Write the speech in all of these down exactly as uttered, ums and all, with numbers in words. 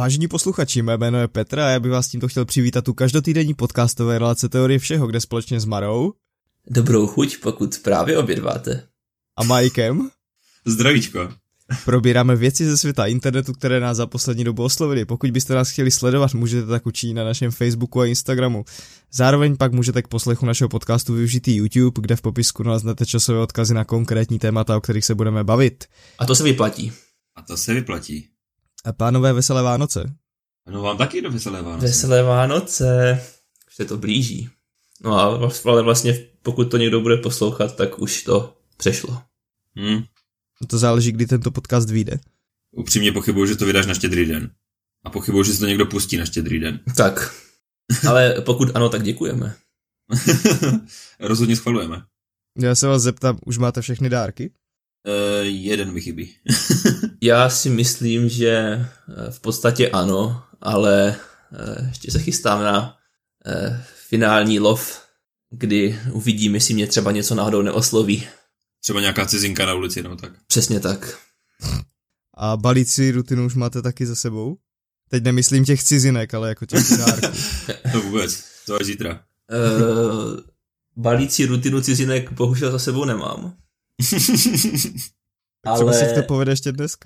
Vážení posluchači, mé jméno je Petr a já bych vás tímto chtěl přivítat u každotýdenní podcastové relace Teorie všeho, kde společně s Marou. Dobrou chuť, pokud právě obědváte. A Majkem. Zdravíčko. Probíráme věci ze světa internetu, které nás za poslední dobu oslovily. Pokud byste nás chtěli sledovat, můžete tak učinit na našem Facebooku a Instagramu. Zároveň pak můžete k poslechu našeho podcastu využít i YouTube, kde v popisku naleznete časové odkazy na konkrétní témata, o kterých se budeme bavit. A to se vyplatí. A to se vyplatí. A pánové, veselé Vánoce. No vám taky do veselé Vánoce. Veselé Vánoce. Už se to blíží. No a ale vlastně pokud to někdo bude poslouchat, tak už to přešlo. Hmm. To záleží, kdy tento podcast vyjde. Upřímně pochybuju, že to vydáš na Štědrý den. A pochybuju, že se to někdo pustí na Štědrý den. Tak. Ale pokud ano, tak děkujeme. Rozhodně schvalujeme. Já se vás zeptám, už máte všechny dárky? Uh, jeden mi chybí. Já si myslím, že v podstatě ano, ale ještě se chystám na finální lov, kdy uvidím, jestli mě třeba něco náhodou neosloví. Třeba nějaká cizinka na ulici, no tak. Přesně tak. A balící rutinu už máte taky za sebou? Teď nemyslím těch cizinek, ale jako těch dárků. To vůbec, to až zítra. Uh, balící rutinu cizinek bohužel za sebou nemám. Ale... Třeba si to povede ještě dneska.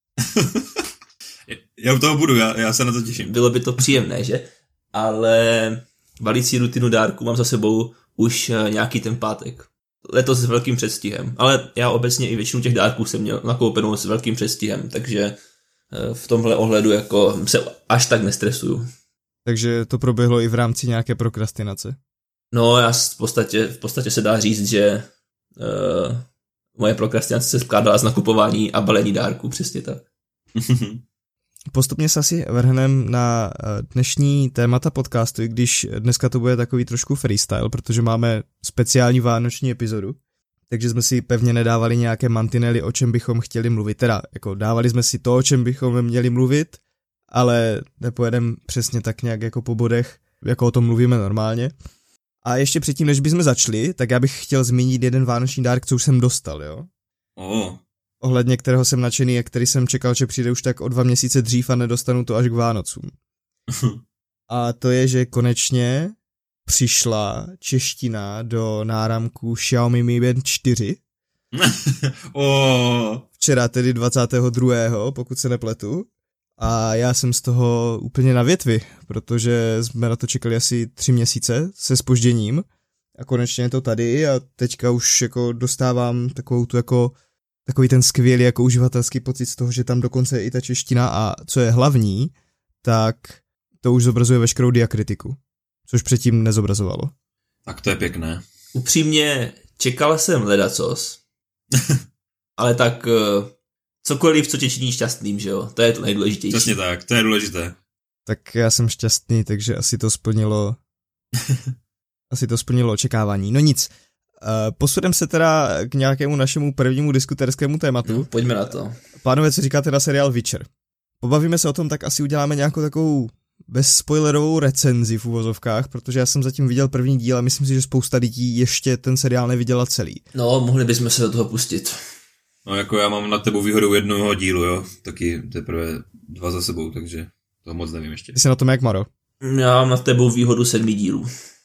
Já u toho budu, já, já se na to těším. Bylo by to příjemné, že? Ale balící rutinu dárku mám za sebou už nějaký ten pátek. Letos s velkým předstihem. Ale já obecně i většinu těch dárků jsem měl nakoupenou s velkým předstihem, takže v tomhle ohledu jako se až tak nestresuju. Takže to proběhlo i v rámci nějaké prokrastinace? No, já v podstatě, v podstatě se dá říct, že uh, moje prokrastinace se skládala z nakupování a balení dárků, přesně tak. Postupně se asi vrhneme na dnešní témata podcastu, i když dneska to bude takový trošku freestyle, protože máme speciální vánoční epizodu, takže jsme si pevně nedávali nějaké mantinely, o čem bychom chtěli mluvit. Teda, jako dávali jsme si to, o čem bychom měli mluvit, ale nepojedeme přesně tak nějak jako po bodech, jako o tom mluvíme normálně. A ještě předtím, než bychom začali, tak já bych chtěl zmínit jeden vánoční dárek, co už jsem dostal, jo? Oh. Ohledně kterého jsem nadšený a který jsem čekal, že přijde už tak o dva měsíce dřív a nedostanu to až k Vánocům. A to je, že konečně přišla čeština do náramku Xiaomi Mi Band čtyři. oh. Včera tedy dvacátého druhého pokud se nepletu. A já jsem z toho úplně na větvi, protože jsme na to čekali asi tři měsíce se zpožděním. A konečně je to tady a teďka už jako dostávám takovou tu jako takový ten skvělý jako uživatelský pocit z toho, že tam dokonce je i ta čeština a co je hlavní, tak to už zobrazuje veškerou diakritiku, což předtím nezobrazovalo. Tak to je pěkné. Upřímně čekal jsem ledacos, ale tak cokoliv, co tě činí šťastným, že jo, to je to nejdůležitější. Přesně tak, to je důležité. Tak já jsem šťastný, takže asi to splnilo asi to splnilo očekávání. No nic, Uh, posudem se teda k nějakému našemu prvnímu diskuterskému tématu. No, pojďme na to. Pánové, co říkáte na seriál Witcher? Pobavíme se o tom, tak asi uděláme nějakou takovou bezspoilerovou recenzi v uvozovkách, protože já jsem zatím viděl první díl a myslím si, že spousta lidí ještě ten seriál neviděla celý. No, mohli bychom se do toho pustit. No, jako já mám na tebou výhodu jednoho dílu, jo, taky teprve dva za sebou, takže to moc nevím ještě. Ty jsi na tom jak Maro? Já mám na tebou výhodu sedmi dílů.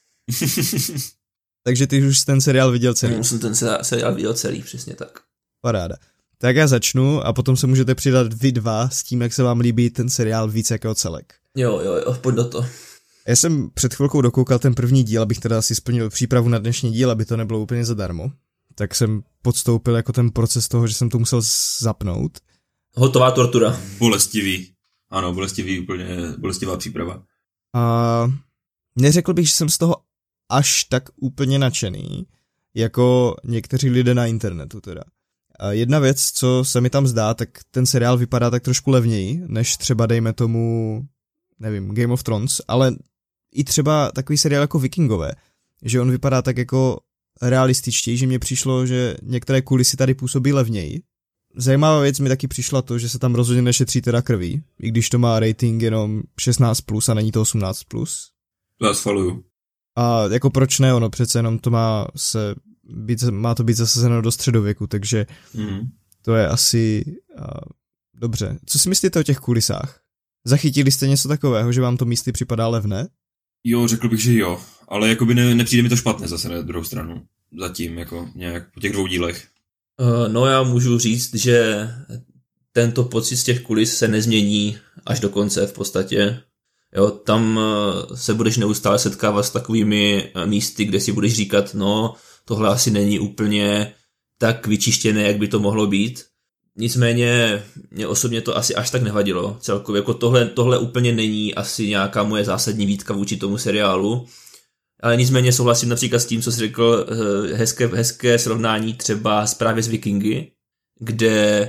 Takže ty už ten seriál viděl celý. Já jsem ten seriál viděl celý, přesně tak. Paráda. Tak já začnu a potom se můžete přidat vy dva s tím, jak se vám líbí ten seriál víc jako celek. Jo, jo, jo, pojď do to. Já jsem před chvilkou dokoukal ten první díl, abych teda asi splnil přípravu na dnešní díl, aby to nebylo úplně zadarmo. Tak jsem podstoupil jako ten proces toho, že jsem to musel zapnout. Hotová tortura. Bolestivý. Ano, bolestivý, úplně bolestivá příprava. A neřekl bych, že jsem z toho až tak úplně nadšený, jako někteří lidé na internetu teda. A jedna věc, co se mi tam zdá, tak ten seriál vypadá tak trošku levněji, než třeba dejme tomu, nevím, Game of Thrones, ale i třeba takový seriál jako Vikingové, že on vypadá tak jako realističtěji, že mně přišlo, že některé kulisy tady působí levněji. Zajímavá věc mi taky přišla to, že se tam rozhodně nešetří teda krví, i když to má rating jenom šestnáct plus a není to osmnáct plus. To já schvaluju. A jako proč ne, ono přece jenom to má se být, má to být zasazeno do středověku, takže mm. to je asi uh, dobře. Co si myslíte o těch kulisách? Zachytili jste něco takového, že vám to místy připadá levné? Jo, řekl bych, že jo, ale jakoby ne, nepřijde mi to špatně zase na druhou stranu. Zatím, jako nějak po těch dvou dílech. Uh, no já můžu říct, že tento pocit z těch kulis se nezmění až do konce v podstatě. Jo, tam se budeš neustále setkávat s takovými místy, kde si budeš říkat, no, tohle asi není úplně tak vyčištěné, jak by to mohlo být. Nicméně mě osobně to asi až tak nevadilo. Celkově jako tohle, tohle úplně není asi nějaká moje zásadní výtka vůči tomu seriálu. Ale nicméně souhlasím například s tím, co jsi řekl, hezké, hezké srovnání třeba s právě z Vikingy, kde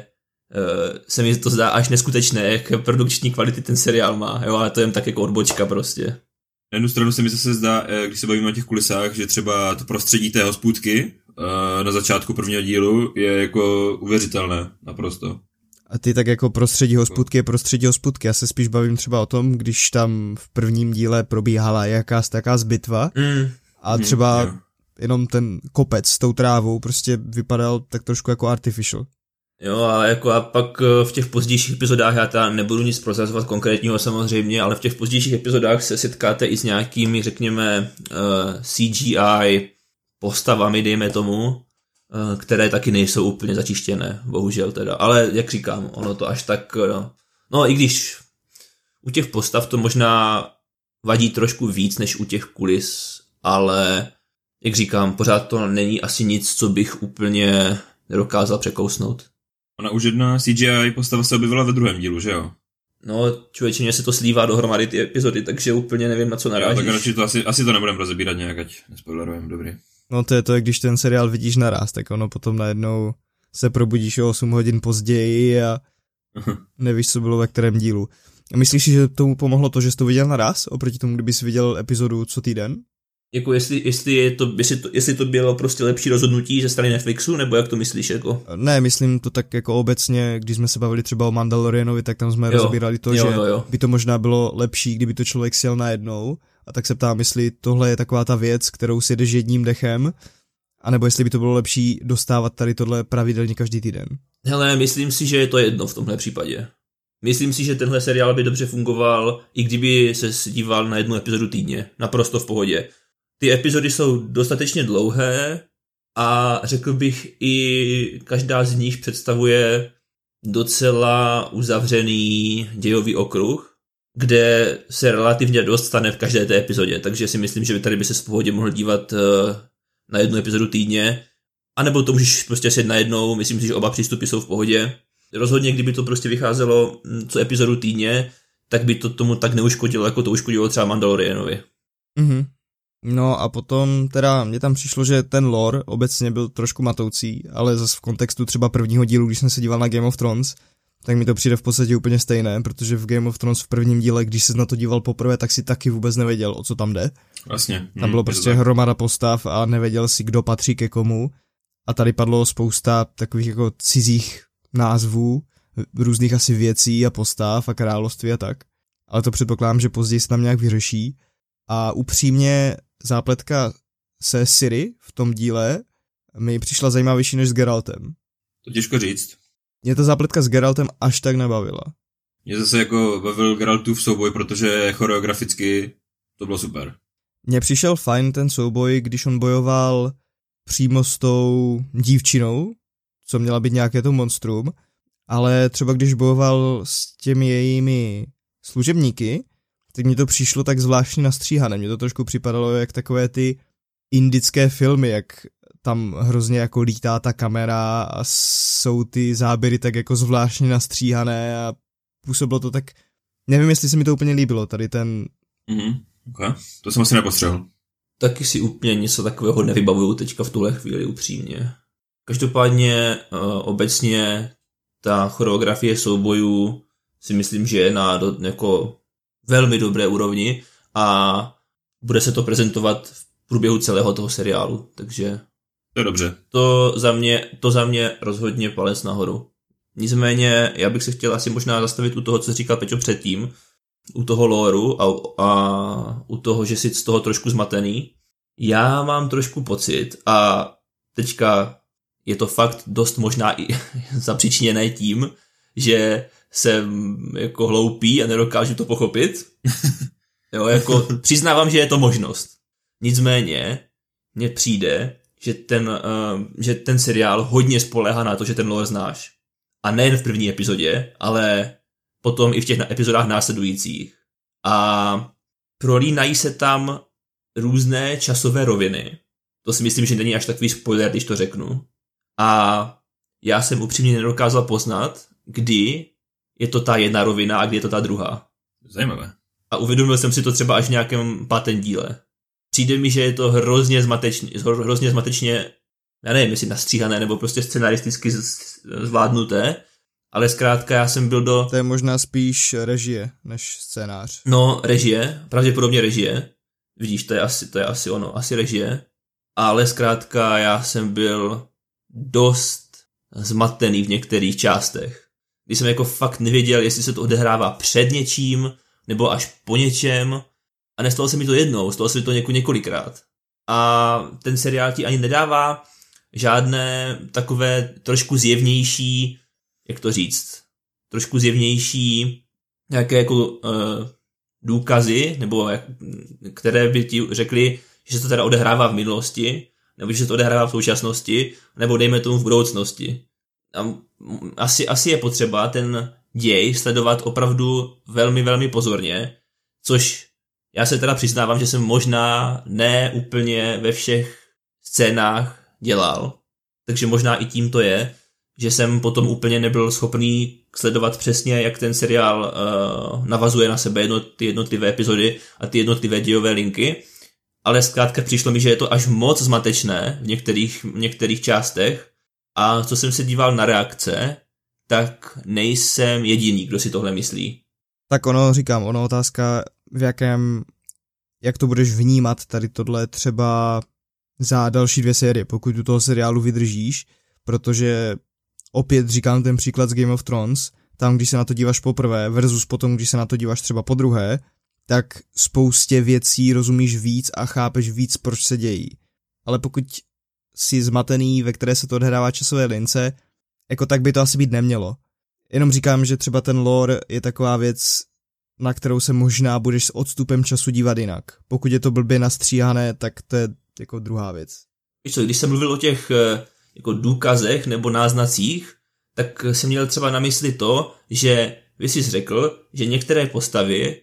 se mi to zdá až neskutečné, jak produkční kvality ten seriál má, jo, ale to je tak jako odbočka prostě. Na jednu stranu se mi zase zdá, když se bavíme o těch kulisách, že třeba to prostředí té hospůdky na začátku prvního dílu je jako uvěřitelné, naprosto. A ty tak jako prostředí hospůdky je prostředí hospůdky. Já se spíš bavím třeba o tom, když tam v prvním díle probíhala jakási taká bitva mm. a třeba mm, jenom ten kopec s tou trávou prostě vypadal tak trošku jako artificial. Jo, a jako a pak v těch pozdějších epizodách, já teda nebudu nic prozrazovat konkrétního samozřejmě, ale v těch pozdějších epizodách se setkáte i s nějakými, řekněme, uh, C G I postavami, dejme tomu, uh, které taky nejsou úplně začištěné, bohužel teda. Ale jak říkám, ono to až tak, no, no i když u těch postav to možná vadí trošku víc než u těch kulis, ale jak říkám, pořád to není asi nic, co bych úplně nedokázal překousnout. Ona už jedna C G I postava se objevila ve druhém dílu, že jo? No, člověče, mě se to slívá dohromady ty epizody, takže úplně nevím, na co narážíš. Jo, tak radši to asi, asi to nebudeme rozebírat nějak, ať nespoilerujeme, dobrý. No to je to, když ten seriál vidíš naraz, tak ono potom najednou se probudíš o osm hodin později a nevíš, co bylo ve kterém dílu. A myslíš si, že tomu pomohlo to, že jsi to viděl naraz, oproti tomu, kdybys viděl epizodu co týden? Jako jestli, jestli, je to, jestli, to, jestli to bylo prostě lepší rozhodnutí ze strany Netflixu, nebo jak to myslíš? Jako? Ne, myslím to tak jako obecně, když jsme se bavili třeba o Mandalorianovi, tak tam jsme jo. rozbírali to, jo, že jo, jo. by to možná bylo lepší, kdyby to člověk sjel najednou. A tak se ptám, jestli tohle je taková ta věc, kterou si jdeš jedním dechem, anebo jestli by to bylo lepší dostávat tady tohle pravidelně každý týden. Hele, myslím si, že je to jedno v tomhle případě. Myslím si, že tenhle seriál by dobře fungoval, i kdyby se díval na jednu epizodu týdně. Naprosto v pohodě. Ty epizody jsou dostatečně dlouhé a řekl bych i každá z nich představuje docela uzavřený dějový okruh, kde se relativně dost stane v každé té epizodě, takže si myslím, že tady by se v pohodě mohl dívat na jednu epizodu týdně, anebo to můžeš prostě sjet najednou, myslím si, že oba přístupy jsou v pohodě. Rozhodně, kdyby to prostě vycházelo co epizodu týdně, tak by to tomu tak neuškodilo, jako to uškodilo třeba Mandalorianovi. Mhm. No a potom teda mně tam přišlo, že ten lore obecně byl trošku matoucí, ale zase v kontextu třeba prvního dílu, když jsem se díval na Game of Thrones, tak mi to přijde v podstatě úplně stejné, protože v Game of Thrones v prvním díle, když jsi na to díval poprvé, tak si taky vůbec nevěděl, o co tam jde. Vlastně. Tam bylo prostě hromada postav a nevěděl si, kdo patří ke komu. A tady padlo spousta takových jako cizích názvů, různých asi věcí a postav a království a tak. Ale to předpokládám, že později se tam nějak vyřeší. A upřímně zápletka se Ciri v tom díle mi přišla zajímavější než s Geraltem. To těžko říct. Mě ta zápletka s Geraltem až tak nebavila. Mě zase jako bavil Geraltův souboj, protože choreograficky to bylo super. Mně přišel fajn ten souboj, když on bojoval přímo s tou dívčinou, co měla být nějaké to monstrum, ale třeba když bojoval s těmi jejími služebníky, tak mi to přišlo tak zvláštně nastříhané. Mně to trošku připadalo jak takové ty indické filmy, jak tam hrozně jako lítá ta kamera a jsou ty záběry tak jako zvláštně nastříhané a působilo to tak, nevím, jestli se mi to úplně líbilo, tady ten... Mhm, okay. To jsem asi nepostřehl. Taky si úplně něco takového nevybavuju teďka v tuhle chvíli upřímně. Každopádně uh, obecně ta choreografie soubojů si myslím, že je na do, jako velmi dobré úrovni a bude se to prezentovat v průběhu celého toho seriálu, takže to je dobře. To za mě, to za mě rozhodně palec nahoru. Nicméně já bych se chtěl asi možná zastavit u toho, co říkal Peťo předtím, u toho lóru a, a u toho, že jsi z toho trošku zmatený. Já mám trošku pocit a teďka je to fakt dost možná i zapříčiněné tím, že jsem jako hloupý a nedokážu to pochopit. Jo, jako přiznávám, že je to možnost. Nicméně mně přijde, že ten, uh, že ten seriál hodně spoléhá na to, že ten lore znáš. A nejen v první epizodě, ale potom i v těch epizodách následujících. A prolínají se tam různé časové roviny. To si myslím, že není až takový spoiler, když to řeknu. A já jsem upřímně nedokázal poznat, kdy je to ta jedna rovina a kdy je to ta druhá. Zajímavé. A uvědomil jsem si to třeba až v nějakém pátém díle. Přijde mi, že je to hrozně zmatečně, hrozně zmatečně, já nevím, jestli nastříhané, nebo prostě scenaristicky zvládnuté, ale zkrátka já jsem byl do... To je možná spíš režie, než scénář. No, režie, pravděpodobně režie. Vidíš, to je asi, to je asi ono, asi režie. Ale zkrátka já jsem byl dost zmatený v některých částech. Když jsem jako fakt nevěděl, jestli se to odehrává před něčím, nebo až po něčem. A nestalo se mi to jednou, stalo se mi to něko, několikrát. A ten seriál ti ani nedává žádné takové trošku zjevnější, jak to říct, trošku zjevnější nějaké jako uh, důkazy, nebo jak, které by ti řekli, že se to teda odehrává v minulosti, nebo že se to odehrává v současnosti, nebo dejme tomu v budoucnosti. A asi, asi je potřeba ten děj sledovat opravdu velmi, velmi pozorně, což já se teda přiznávám, že jsem možná ne úplně ve všech scénách dělal, takže možná i tím to je, že jsem potom úplně nebyl schopný sledovat přesně, jak ten seriál uh, navazuje na sebe jedno, ty jednotlivé epizody a ty jednotlivé dějové linky, ale zkrátka přišlo mi, že je to až moc zmatečné v některých, v některých částech a co jsem se díval na reakce, tak nejsem jediný, kdo si tohle myslí. Tak ono, říkám, ono otázka, v jakém, jak to budeš vnímat tady tohle třeba za další dvě série, pokud u toho seriálu vydržíš, protože opět říkám ten příklad z Game of Thrones, tam, když se na to díváš poprvé versus potom, když se na to díváš třeba po druhé, tak spoustě věcí rozumíš víc a chápeš víc, proč se dějí. Ale pokud jsi zmatený, ve které se to odhrává časové lince, jako tak by to asi být nemělo. Jenom říkám, že třeba ten lore je taková věc, na kterou se možná budeš s odstupem času dívat jinak. Pokud je to blbě nastříhané, tak to je jako druhá věc. Víš co, když jsem mluvil o těch jako důkazech nebo náznacích, tak jsem měl třeba na mysli to, že vy jsi řekl, že některé postavy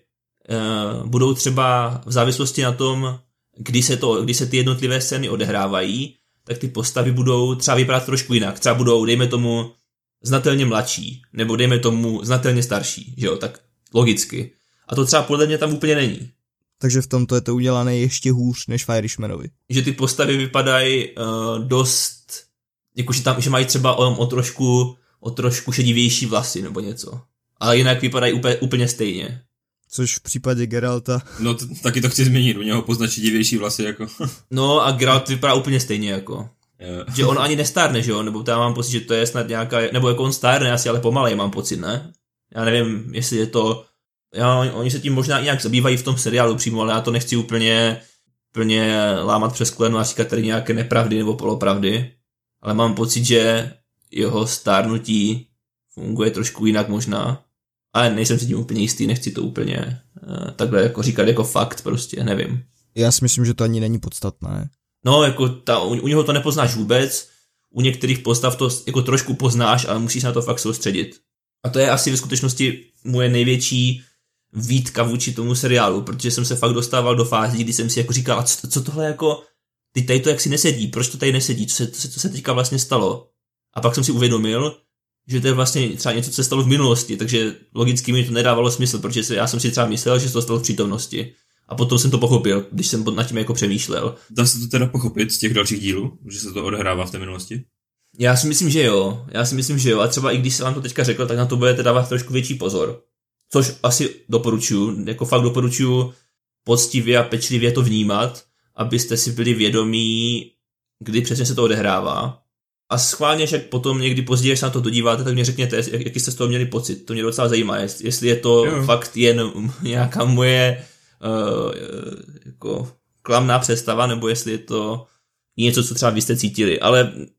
uh, budou třeba v závislosti na tom, kdy se, to, kdy se ty jednotlivé scény odehrávají, tak ty postavy budou třeba vypadat trošku jinak. Třeba budou, dejme tomu, znatelně mladší, nebo dejme tomu znatelně starší, že jo, tak logicky. A to třeba podle mě tam úplně není. Takže v tomto je to udělané ještě hůř než v Irishmanovi. Že ty postavy vypadají uh, dost, jako že, tam, že mají třeba o, o, trošku, o trošku šedivější vlasy nebo něco. Ale jinak vypadají úplně, úplně stejně. Což v případě Geralta... No t- taky to chci změnit, u něho poznat šedivější vlasy jako... No a Geralt vypadá úplně stejně jako. Yeah. Že on ani nestárne, že jo? Nebo já mám pocit, že to je snad nějaká... Nebo jako on stárne asi, ale pomalej mám pocit, ne? Já nevím, jestli je to... Já, oni se tím možná i nějak zabývají v tom seriálu přímo, ale já to nechci úplně, úplně lámat přes koleno a říkat tady nějaké nepravdy nebo polopravdy. Ale mám pocit, že jeho stárnutí funguje trošku jinak možná. Ale nejsem si tím úplně jistý, nechci to úplně uh, takhle jako říkat jako fakt prostě, nevím. Já si myslím, že to ani není podstatné. No, jako ta, u, u něho to nepoznáš vůbec, u některých postav to jako trošku poznáš, ale musíš se na to fakt soustředit. A to je asi ve skutečnosti moje největší výtka vůči tomu seriálu, protože jsem se fakt dostával do fáze, kdy jsem si jako říkal, a co, co tohle jako, teď tady to jaksi nesedí, proč to tady nesedí, co se, co se, co se teďka vlastně stalo. A pak jsem si uvědomil, že to je vlastně třeba něco, co se stalo v minulosti, takže logicky mi to nedávalo smysl, protože já jsem si třeba myslel, že se to stalo v přítomnosti. A potom jsem to pochopil, když jsem nad tím jako přemýšlel. Dá se to teda pochopit z těch dalších dílů, že se to odehrává v té minulosti? Já si myslím, že jo. Já si myslím, že jo. A třeba i když jsem vám to teďka řekl, tak na to budete dávat trošku větší pozor. Což asi doporučuji, jako fakt doporučuji poctivě a pečlivě to vnímat, abyste si byli vědomí, kdy přesně se to odehrává. A schválně, že potom někdy později, když se na to dodíváte, tak mě řekněte, jaký jste z toho měli pocit. To mě docela zajímá, jestli je to jo. fakt jen nějaká moje uh, jako klamná představa, nebo jestli je to něco, co třeba vy jste cítili. Ale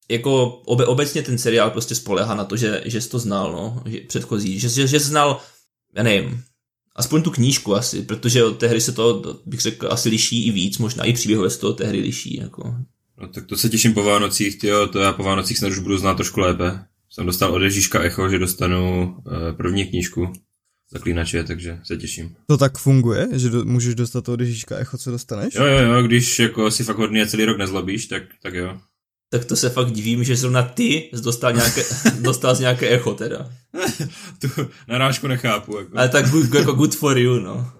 jako obe, obecně ten seriál prostě spolehá na to, že, že jsi to znal, no, že, předchozí, že, že, že jsi znal, já nevím, aspoň tu knížku asi, protože od té hry se to, bych řekl, asi liší i víc, možná i příběhové se to od té hry liší, jako. No tak to se těším po Vánocích, tyjo, to já po Vánocích snad už budu znát trošku lépe. Jsem dostal od Ježíška echo, že dostanu uh, první knížku Zaklínače, takže se těším. To tak funguje, že do, můžeš dostat od Ježíška echo, co dostaneš? Jo, jo, jo, když jako si fakt hodně celý rok nezlobíš, tak, tak jo. Tak to se fakt divím, že zrovna ty jsi dostal, nějaké, dostal z nějaké echo teda. Tu narážku nechápu. Jako. Ale tak good, jako good for you, no.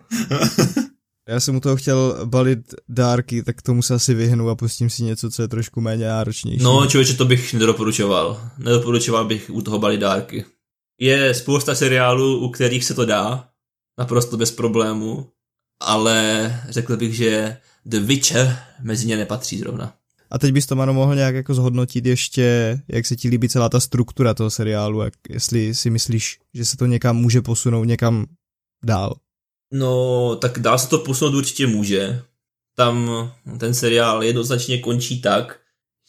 Já jsem u toho chtěl balit dárky, tak tomu se asi vyhnu a pustím si něco, co je trošku méně náročnější. No člověče, to bych nedoporučoval. Nedoporučoval bych u toho balit dárky. Je spousta seriálů, u kterých se to dá, naprosto bez problému, ale řekl bych, že The Witcher mezi ně nepatří zrovna. A teď bys to, Mano, mohl nějak jako zhodnotit ještě, jak se ti líbí celá ta struktura toho seriálu, jak, jestli si myslíš, že se to někam může posunout někam dál. No, tak dál se to posunout určitě může. Tam ten seriál jednoznačně končí tak,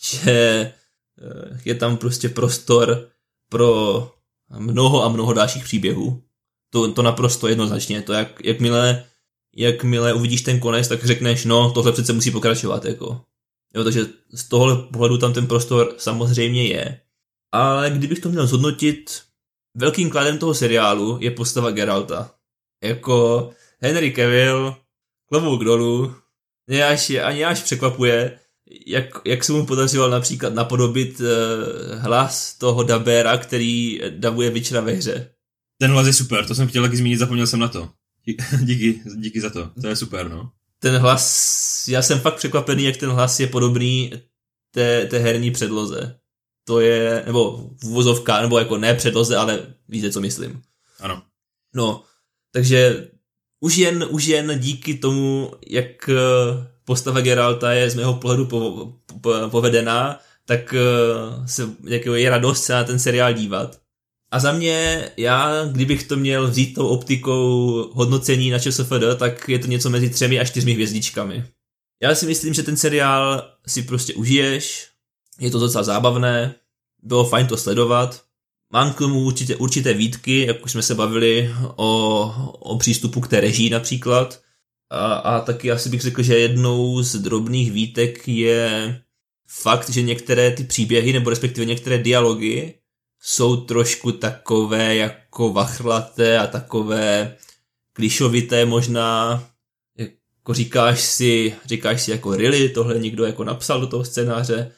že je tam prostě prostor pro mnoho a mnoho dalších příběhů. To, to naprosto jednoznačně. To jak, jakmile, jakmile uvidíš ten konec, tak řekneš, no, tohle přece musí pokračovat, jako. Jo, takže z tohohle pohledu tam ten prostor samozřejmě je. Ale kdybych to měl zhodnotit, velkým kladem toho seriálu je postava Geralta. Jako Henry Cavill, klobouk dolů, mě až, ani až překvapuje, jak, jak se mu podařilo například napodobit uh, hlas toho dabéra, který dabuje Witchera ve hře. Ten hlas je super, to jsem chtěl taky zmínit, zapomněl jsem na to. Díky, díky za to, to je super, no. Ten hlas, já jsem fakt překvapený, jak ten hlas je podobný té, té herní předloze. To je, nebo vozovka, nebo jako ne předloze, ale víte, co myslím. Ano. No, takže už jen, už jen díky tomu, jak postava Geralta je z mého pohledu po, po, povedená, tak se, jako je radost se na ten seriál dívat. A za mě, já, kdybych to měl vzít tou optikou hodnocení na ČSFD, tak je to něco mezi třemi a čtyřmi hvězdičkami. Já si myslím, že ten seriál si prostě užiješ, je to docela zábavné, bylo fajn to sledovat. Mám k tomu určitě, určité výtky, jak už jsme se bavili o, o přístupu k té režii například. A, a taky asi bych řekl, že jednou z drobných výtek je fakt, že některé ty příběhy, nebo respektive některé dialogy, jsou trošku takové jako vachlaté a takové klišovité možná, jako říkáš si, říkáš si jako really, tohle někdo jako napsal do toho scénáře,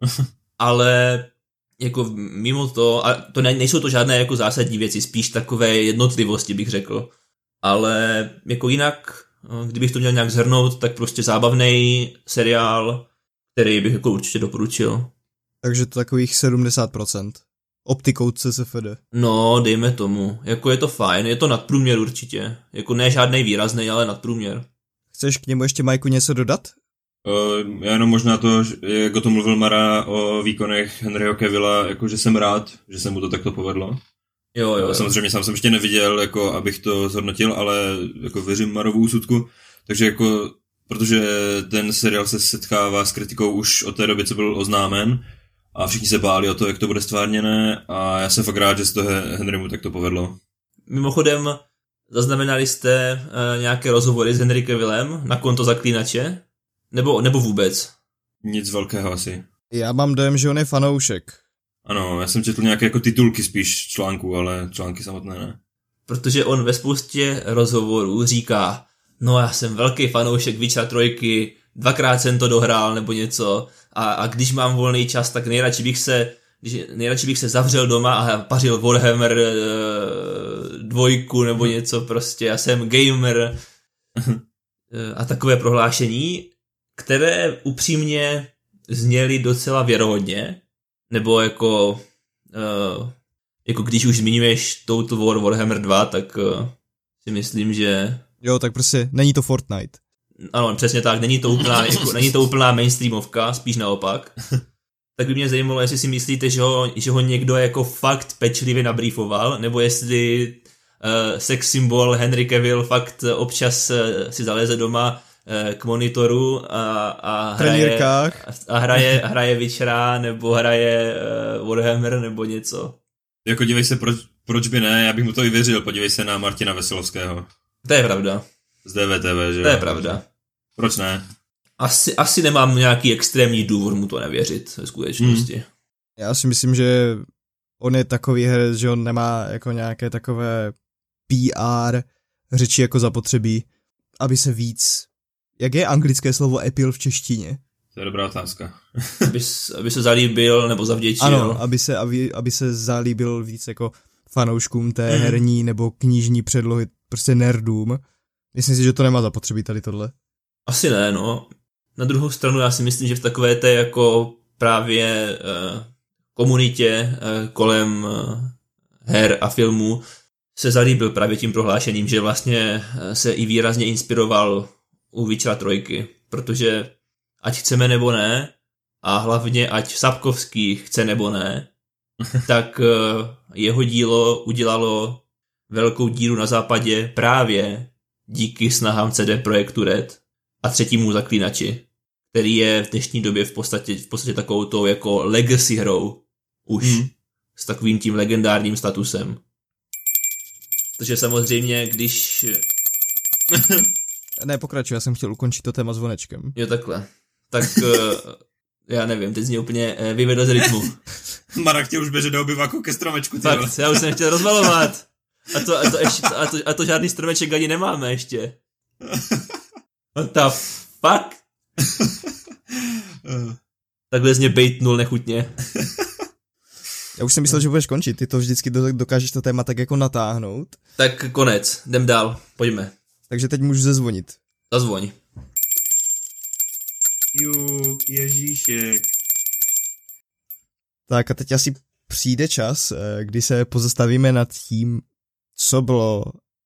ale jako mimo to, a to ne, nejsou to žádné jako zásadní věci, spíš takové jednotlivosti bych řekl, ale jako jinak, kdybych to měl nějak shrnout, tak prostě zábavný seriál, který bych jako určitě doporučil. Takže to takových sedmdesát procent. Optikou CSFD. No, dejme tomu. Jako je to fajn, je to nadprůměr určitě. Jako ne žádnej výrazný, ale nadprůměr. Chceš k němu ještě, Majku, něco dodat? Uh, já jenom možná to, jak o tom mluvil Mara o výkonech Henryho Cavilla, jako že jsem rád, že se mu to takto povedlo. Jo, jo, jo. Samozřejmě sám jsem ještě neviděl, jako abych to zhodnotil, ale jako věřím Marovu úsudku. Takže jako, protože ten seriál se setkává s kritikou už od té doby, co byl oznámen, a všichni se báli o to, jak to bude stvárněné, a já jsem fakt rád, že se to Henrymu takto povedlo. Mimochodem, zaznamenali jste uh, nějaké rozhovory s Henry Cavillem na konto Zaklínače? Nebo, nebo vůbec? Nic velkého asi. Já mám dojem, že on je fanoušek. Ano, já jsem četl nějaké jako titulky spíš článků, ale články samotné ne. Protože on ve spoustě rozhovorů říká, no já jsem velký fanoušek Witchera trojky, dvakrát jsem to dohrál nebo něco, a, a když mám volný čas, tak nejradši bych se, když, nejradši bych se zavřel doma a pařil Warhammer e, dvojku nebo něco prostě, já jsem gamer e, a takové prohlášení, které upřímně zněly docela věrohodně, nebo jako e, jako když už zmiňuješ Total War Warhammer dva, tak e, si myslím, že... Jo, tak prostě není to Fortnite. Ano, přesně tak, není to úplná, jako, není to úplná mainstreamovka, spíš naopak. Tak by mě zajímalo, jestli si myslíte, že ho, že ho někdo jako fakt pečlivě nabriefoval, nebo jestli uh, sex symbol Henry Cavill fakt občas uh, si zaleze doma, k monitoru a, a hraje, a hraje, hraje Witchera nebo hraje uh, Warhammer nebo něco. Jako dívej se, proč, proč by ne, já bych mu to i věřil, podívej se na Martina Veselovského. To je pravda. Z D V T V, že jo? To je pravda. Proč ne? Asi, asi nemám nějaký extrémní důvod mu to nevěřit ve skutečnosti. Hmm. Já si myslím, že on je takový herec, že on nemá jako nějaké takové P R řeči jako zapotřebí, aby se víc... Jak je anglické slovo appeal v češtině? To je dobrá otázka. aby, aby se zalíbil nebo zavděčil. Ano, aby se, aby, aby se zalíbil víc jako fanouškům té mm. herní nebo knižní předlohy, prostě nerdům. Myslím si, že to nemá zapotřebí tady tohle. Asi ne, no. Na druhou stranu já si myslím, že v takové té jako právě uh, komunitě uh, kolem uh, her a filmů se zalíbil právě tím prohlášením, že vlastně se i výrazně inspiroval u Witchera trojky, protože ať chceme nebo ne, a hlavně ať Sapkowski chce nebo ne, tak jeho dílo udělalo velkou díru na západě právě díky snahám C D Projektu Red a třetímu Zaklínači, který je v dnešní době v podstatě, v podstatě takovou tou jako legacy hrou už hmm. s takovým tím legendárním statusem. Takže samozřejmě, když... Ne, pokračuj, já jsem chtěl ukončit to téma zvonečkem. Jo, takhle. Tak já nevím, teď jsi úplně vyvedl z rytmu. Marek tě už běže do obyváku ke stromečku. Fakt, já už jsem chtěl rozvalovat. A to, a to, ještě, a to, a to žádný stromeček ani nemáme ještě. What the fuck? Takhle z mě bejtnul nechutně. Já už jsem myslel, že budeš končit, ty to vždycky dokážeš to téma tak jako natáhnout. Tak konec, jdem dál, pojďme. Takže teď můžu zazvonit. Zazvoň. Jú, Ježíšek. Tak a teď asi přijde čas, kdy se pozastavíme nad tím, co bylo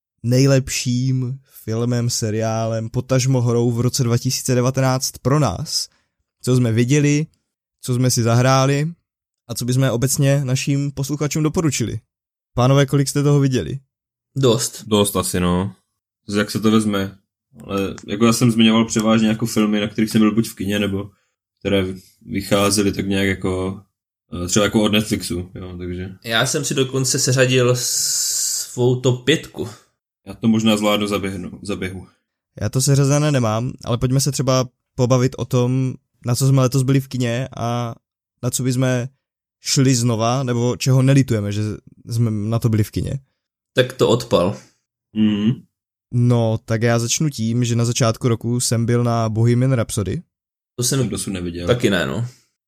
nejlepším filmem, seriálem, potažmo hrou v roce dva tisíce devatenáct pro nás. Co jsme viděli, co jsme si zahráli a co bychom obecně našim posluchačům doporučili. Pánové, kolik jste toho viděli? Dost. Dost asi, no. Jak se to vezme. Ale jako já jsem zmiňoval převážně jako filmy, na kterých jsem byl buď v kině, nebo které vycházely tak nějak jako třeba jako od Netflixu, jo, takže. Já jsem si dokonce seřadil svou top pětku. Já to možná zvládnu zaběhnu, zaběhu. Já to seřazené nemám, ale pojďme se třeba pobavit o tom, na co jsme letos byli v kině a na co bychom šli znova, nebo čeho nelitujeme, že jsme na to byli v kině. Tak to odpal. Mhm. No, tak já začnu tím, že na začátku roku jsem byl na Bohemian Rhapsody. To jsem dosud neviděl. Taky ne, no.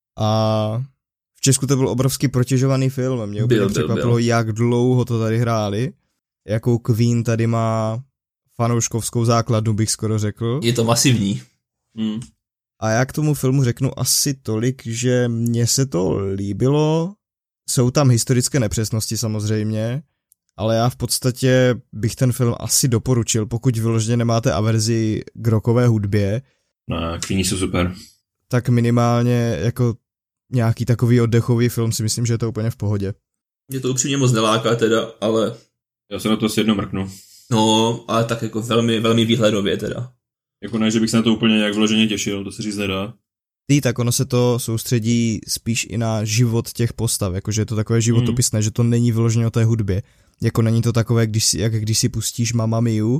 A v Česku to byl obrovsky protěžovaný film. Mě úplně překvapilo, jak dlouho to tady hráli. Jakou Queen tady má fanouškovskou základnu, bych skoro řekl. Je to masivní. Hmm. A já k tomu filmu řeknu asi tolik, že mně se to líbilo. Jsou tam historické nepřesnosti samozřejmě, ale já v podstatě bych ten film asi doporučil, pokud vyloženě nemáte averzi k rockové hudbě. No, Queeni jsou super. Tak minimálně jako nějaký takový oddechový film si myslím, že je to úplně v pohodě. Mě to upřímně moc neláká teda, ale... Já se na to asi jednou mrknu. No, ale tak jako velmi, velmi výhledově teda. Jako ne, že bych se na to úplně nějak vloženě těšil, to se říct nedá. Ty, tak ono se to soustředí spíš i na život těch postav, jakože je to takové životopisné, mm. že to není vyloženě o té hudbě. Jako není to takové, když si, jak když si pustíš Mamma Miu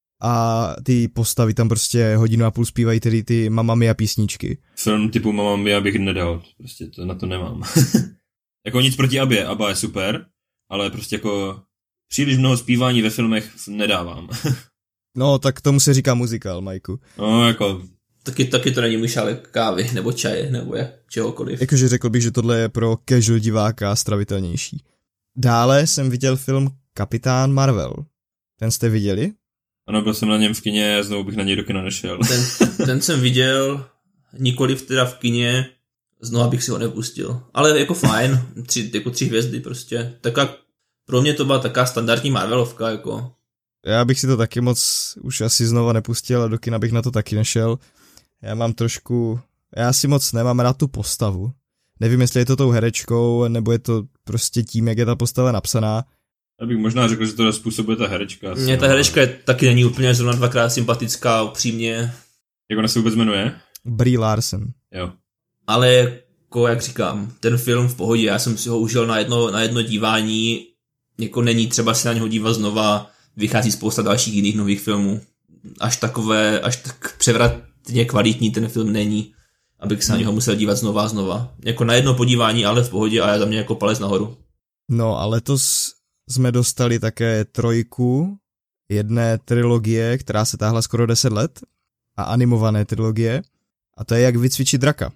a ty postavy tam prostě hodinu a půl zpívají tedy ty Mamma Mia písničky. Film typu Mamma Mia bych nedal, prostě to na to nemám. Jako nic proti Abě, Abba je super, ale prostě jako příliš mnoho zpívání ve filmech nedávám. No, tak tomu se říká muzikál, Majku. No, jako... Taky, taky to není můj šálek kávy, nebo čaje, nebo jak, čehokoliv. Jakože řekl bych, že tohle je pro casual diváka stravitelnější. Dále jsem viděl film Kapitán Marvel. Ten jste viděli? Ano, byl jsem na něm v kině, znovu bych na něj do kina nešel. Ten, ten jsem viděl, nikoliv teda v kině, znovu bych si ho nepustil. Ale jako fajn, tři, jako tři hvězdy prostě. Taká, pro mě to byla taká standardní Marvelovka, jako. Já bych si to taky moc už asi znova nepustil a do kina bych na to taky nešel. Já mám trošku, já si moc nemám rád tu postavu. Nevím, jestli je to tou herečkou, nebo je to prostě tím, jak je ta postava napsaná. Já bych možná řekl, že to způsobuje ta herečka. Mně ta herečka je, taky není úplně zrovna dvakrát sympatická, upřímně. Jak ona se vůbec jmenuje? Brie Larson. Jo. Ale jako, jak říkám, ten film v pohodě, já jsem si ho užil na jedno, na jedno dívání, jako není třeba si na něho dívat znova, vychází spousta dalších jiných nových filmů. Až takové, až tak převratně kvalitní ten film není, abych se na něho musel dívat znova a znova. Jako na jedno podívání, ale v pohodě a já za mě jako palec nahoru. No a letos jsme dostali také trojku jedné trilogie, která se táhla skoro deset let, a animované trilogie, a to je Jak vycvičit draka.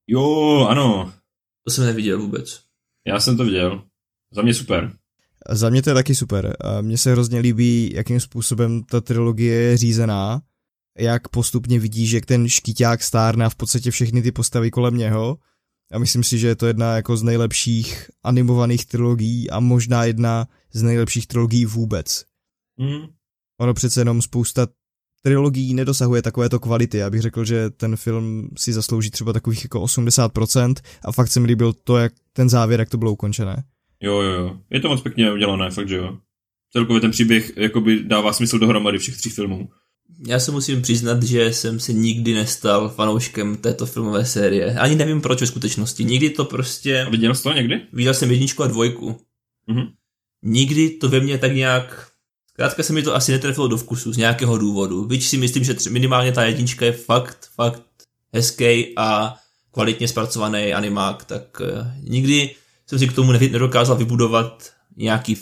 Jo, ano. To jsem neviděl vůbec. Já jsem to viděl. Za mě super. Za mě to je taky super. Mně se hrozně líbí, jakým způsobem ta trilogie je řízená, jak postupně vidíš, jak ten škyťák stárne a v podstatě všechny ty postavy kolem něho. A myslím si, že je to jedna jako z nejlepších animovaných trilogií a možná jedna z nejlepších trilogií vůbec. Mm. Ono přece jenom spousta trilogií nedosahuje takovéto kvality. Já bych řekl, že ten film si zaslouží třeba takových jako osmdesát procent a fakt se mi líbil to, jak ten závěr, jak to bylo ukončené. Jo, jo, jo. Je to moc pěkně udělané, fakt, že jo. Celkově ten příběh jakoby dává smysl dohromady všech tří filmů. Já se musím přiznat, že jsem se nikdy nestal fanouškem této filmové série. Ani nevím proč ve skutečnosti. Nikdy to prostě... A viděl jsi to někdy? Viděl jsem jedničku a dvojku. Mhm. Nikdy to ve mně tak nějak... Zkrátka se mi to asi netrefilo do vkusu z nějakého důvodu. Byť si myslím, že minimálně ta jednička je fakt, fakt hezký a kvalitně zpracovaný animák, tak uh, nikdy jsem si k tomu nedokázal vybudovat nějaký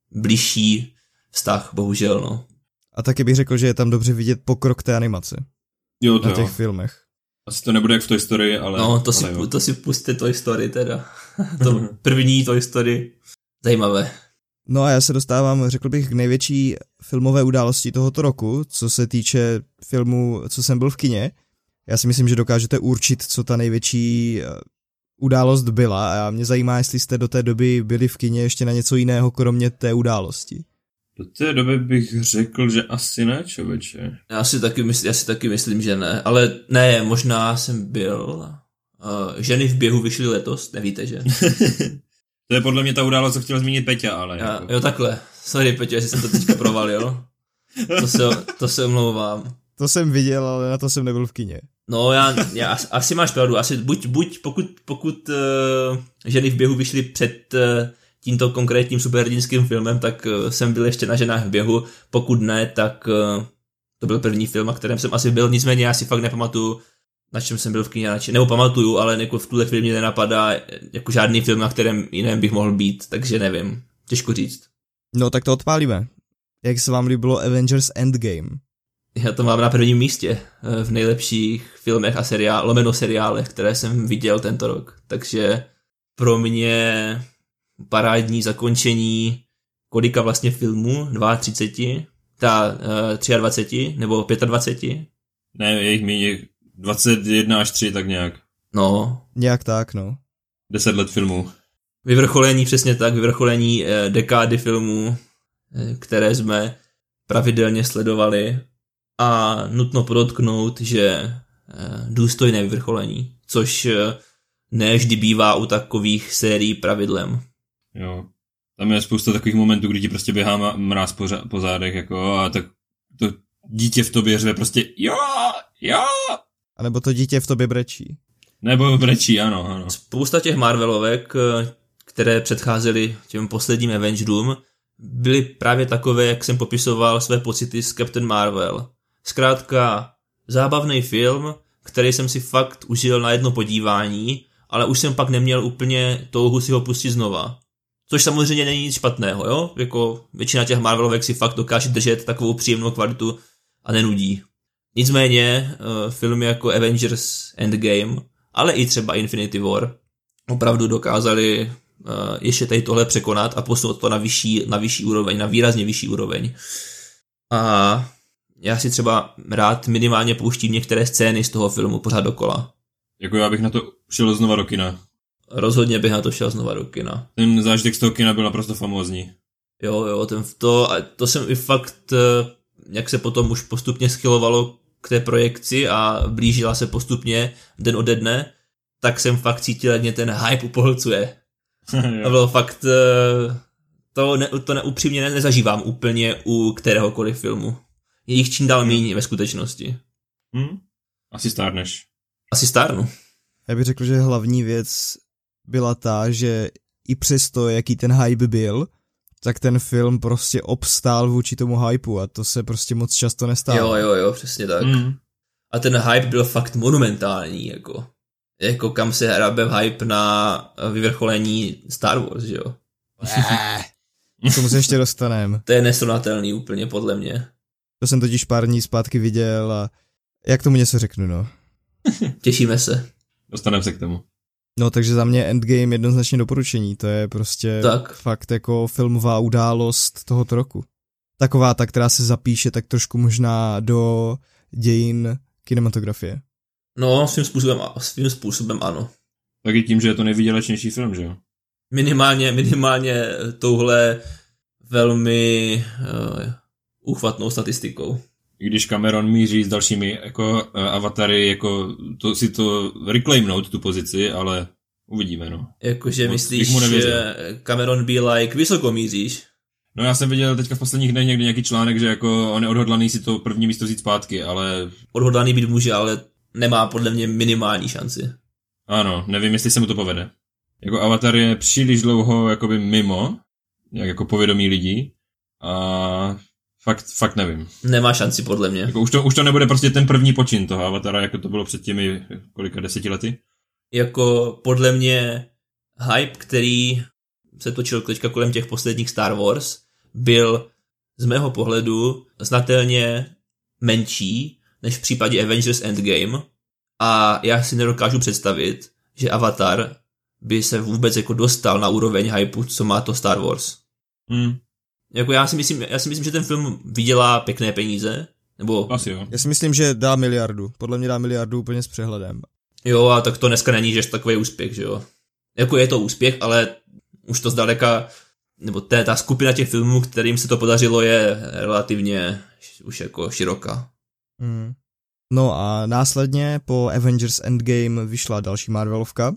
bližší vztah, bohužel, no. A taky bych řekl, že je tam dobře vidět pokrok té animace. Jo, to na jo. těch filmech. Asi to nebude jak v Toy Story, ale... No, to, si, ale to si puste Toy Story teda. To první Toy Story. Zajímavé. No a já se dostávám, řekl bych, k největší filmové události tohoto roku, co se týče filmu, co jsem byl v kině. Já si myslím, že dokážete určit, co ta největší událost byla a mě zajímá, jestli jste do té doby byli v kině ještě na něco jiného, kromě té události. Do té doby bych řekl, že asi ne, člověče. Já si taky, mysl, já si taky myslím, že ne. Ale ne, možná jsem byl... Uh, ženy v běhu vyšly letos, nevíte, že? To je podle mě ta událost, co chtěl zmínit Peťa, ale... Já, jako... Jo, takhle. Sorry, Peťo, jestli jsem to teďka provalil. To se, to se omlouvám. To jsem viděl, ale na to jsem nebyl v kině. No, já, já asi máš pravdu. Asi buď, buď pokud, pokud uh, ženy v běhu vyšly před uh, tímto konkrétním superhrdinským filmem, tak uh, jsem byl ještě na ženách v běhu. Pokud ne, tak uh, to byl první film, na kterém jsem asi byl. Nicméně já si fakt nepamatuju, na čem jsem byl v kině, nebo pamatuju, ale jako v tuhle chvíli mě nenapadá jako žádný film, na kterém jiném bych mohl být, takže nevím. Těžko říct. No tak to odpálíme. Jak se vám líbilo Avengers Endgame? Já to mám na prvním místě v nejlepších filmech a seriál, lomeno seriálech, které jsem viděl tento rok. Takže pro mě parádní zakončení kolika vlastně filmů? třicet dva? Ta uh, dvacet tři? Nebo dvacet pět? Ne, je jich méně, dvacet jedna až tři, tak nějak. No. Nějak tak, no. deset let filmů. Vyvrcholení, přesně tak, vyvrcholení eh, dekády filmů, eh, které jsme pravidelně sledovali a nutno podotknout, že eh, důstojné vyvrcholení, což eh, ne vždy bývá u takových sérií pravidlem. Jo. Tam je spousta takových momentů, kdy ti prostě běhá mráz po, řa- po zádech, jako, a tak to dítě v tobě řve prostě jo, jo. A nebo to dítě v tobě brečí. Nebo brečí, ano, ano. Spousta těch Marvelovek, které předcházely těm posledním Avengerům, byly právě takové, jak jsem popisoval své pocity z Captain Marvel. Zkrátka zábavný film, který jsem si fakt užil na jedno podívání, ale už jsem pak neměl úplně touhu si ho pustit znova. Což samozřejmě není nic špatného, jo? Jako většina těch Marvelovek si fakt dokáže držet takovou příjemnou kvalitu a nenudí. Nicméně filmy jako Avengers Endgame, ale i třeba Infinity War opravdu dokázali ještě tady tohle překonat a posunout to na vyšší, na vyšší úroveň, na výrazně vyšší úroveň. A já si třeba rád minimálně pouštím některé scény z toho filmu pořád dokola. Jako já bych na to šel znova do kina. Rozhodně bych na to šel znova do kina. Ten zážitek z toho kina byl naprosto famózní. Jo, jo, ten, to, to jsem i fakt, jak se potom už postupně schylovalo k té projekci a blížila se postupně den ode dne, tak jsem fakt cítil, jak mě ten hype upohlcuje. A bylo fakt, to, ne, to neupřímně ne, nezažívám úplně u kteréhokoliv filmu. Je jich čím dál méně ve skutečnosti. Hmm. Asi stárneš. Asi stárnu. Já bych řekl, že hlavní věc byla ta, že i přesto, jaký ten hype byl, tak ten film prostě obstál vůči tomu hypeu a to se prostě moc často nestává. Jo, jo, jo, přesně tak. Mm. A ten hype byl fakt monumentální, jako. Jako kam se hrabe hype na vyvrcholení Star Wars, že jo? K tomu se ještě dostaneme. To je nesrovnatelný úplně, podle mě. To jsem totiž pár dní zpátky viděl a jak tomu něco řeknu, no. Těšíme se. Dostaneme se k tomu. No, takže za mě Endgame jednoznačně doporučení, to je prostě tak. fakt jako filmová událost tohoto roku. Taková ta, která se zapíše tak trošku možná do dějin kinematografie. No, svým způsobem, svým způsobem ano. Tak i tím, že je to nejvydělečnější film, že jo? Minimálně, minimálně touhle velmi uh, úchvatnou statistikou. I když Cameron míří s dalšími jako uh, avatary, jako to si to reclaimnout tu pozici, ale uvidíme, no. Jakože myslíš, že Cameron be like, vysoko míříš? No já jsem viděl teďka v posledních dnech někdy nějaký článek, že jako on je odhodlaný si to první místo vzít zpátky, ale... Odhodlaný být může, ale nemá podle mě minimální šanci. Ano, nevím, jestli se mu to povede. Jako Avatar je příliš dlouho jakoby mimo, jak jako povědomí lidí a fakt, fakt nevím. Nemá šanci podle mě. Jako už, to, už to nebude prostě ten první počin toho Avatara, jako to bylo před těmi kolika deseti lety. Jako podle mě hype, který se točil teďka kolem těch posledních Star Wars, byl z mého pohledu znatelně menší než v případě Avengers Endgame a já si nedokážu představit, že Avatar by se vůbec jako dostal na úroveň hypeu, co má to Star Wars. Hmm. Jako já si myslím, já si myslím, že ten film vydělá pěkné peníze, nebo... Asi jo. Já si myslím, že dá miliardu. Podle mě dá miliardu úplně s přehledem. Jo, a tak to dneska není, že je takový úspěch, že jo. Jako je to úspěch, ale už to zdaleka, nebo té, ta skupina těch filmů, kterým se to podařilo, je relativně už jako široká. Hmm. No a následně po Avengers Endgame vyšla další Marvelovka,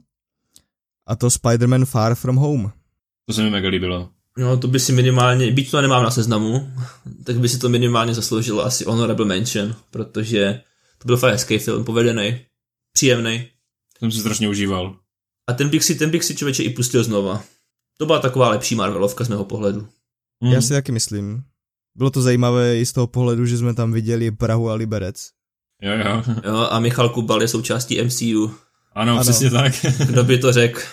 a to Spider-Man Far From Home. To se mi mega líbilo. No, to by si minimálně, byť to nemám na seznamu, tak by si to minimálně zasloužilo asi honorable mention, protože to byl fakt hezký film, povedený, příjemný. Jsem si strašně užíval. A ten bych si, ten bych si člověče i pustil znova. To byla taková lepší Marvelovka z mého pohledu. Hmm. Já si taky myslím. Bylo to zajímavé i z toho pohledu, že jsme tam viděli Prahu a Liberec. Jo, jo. Jo, a Michal Kubal je součástí M C U. Ano, ano. Přesně tak. Kdo by to řekl?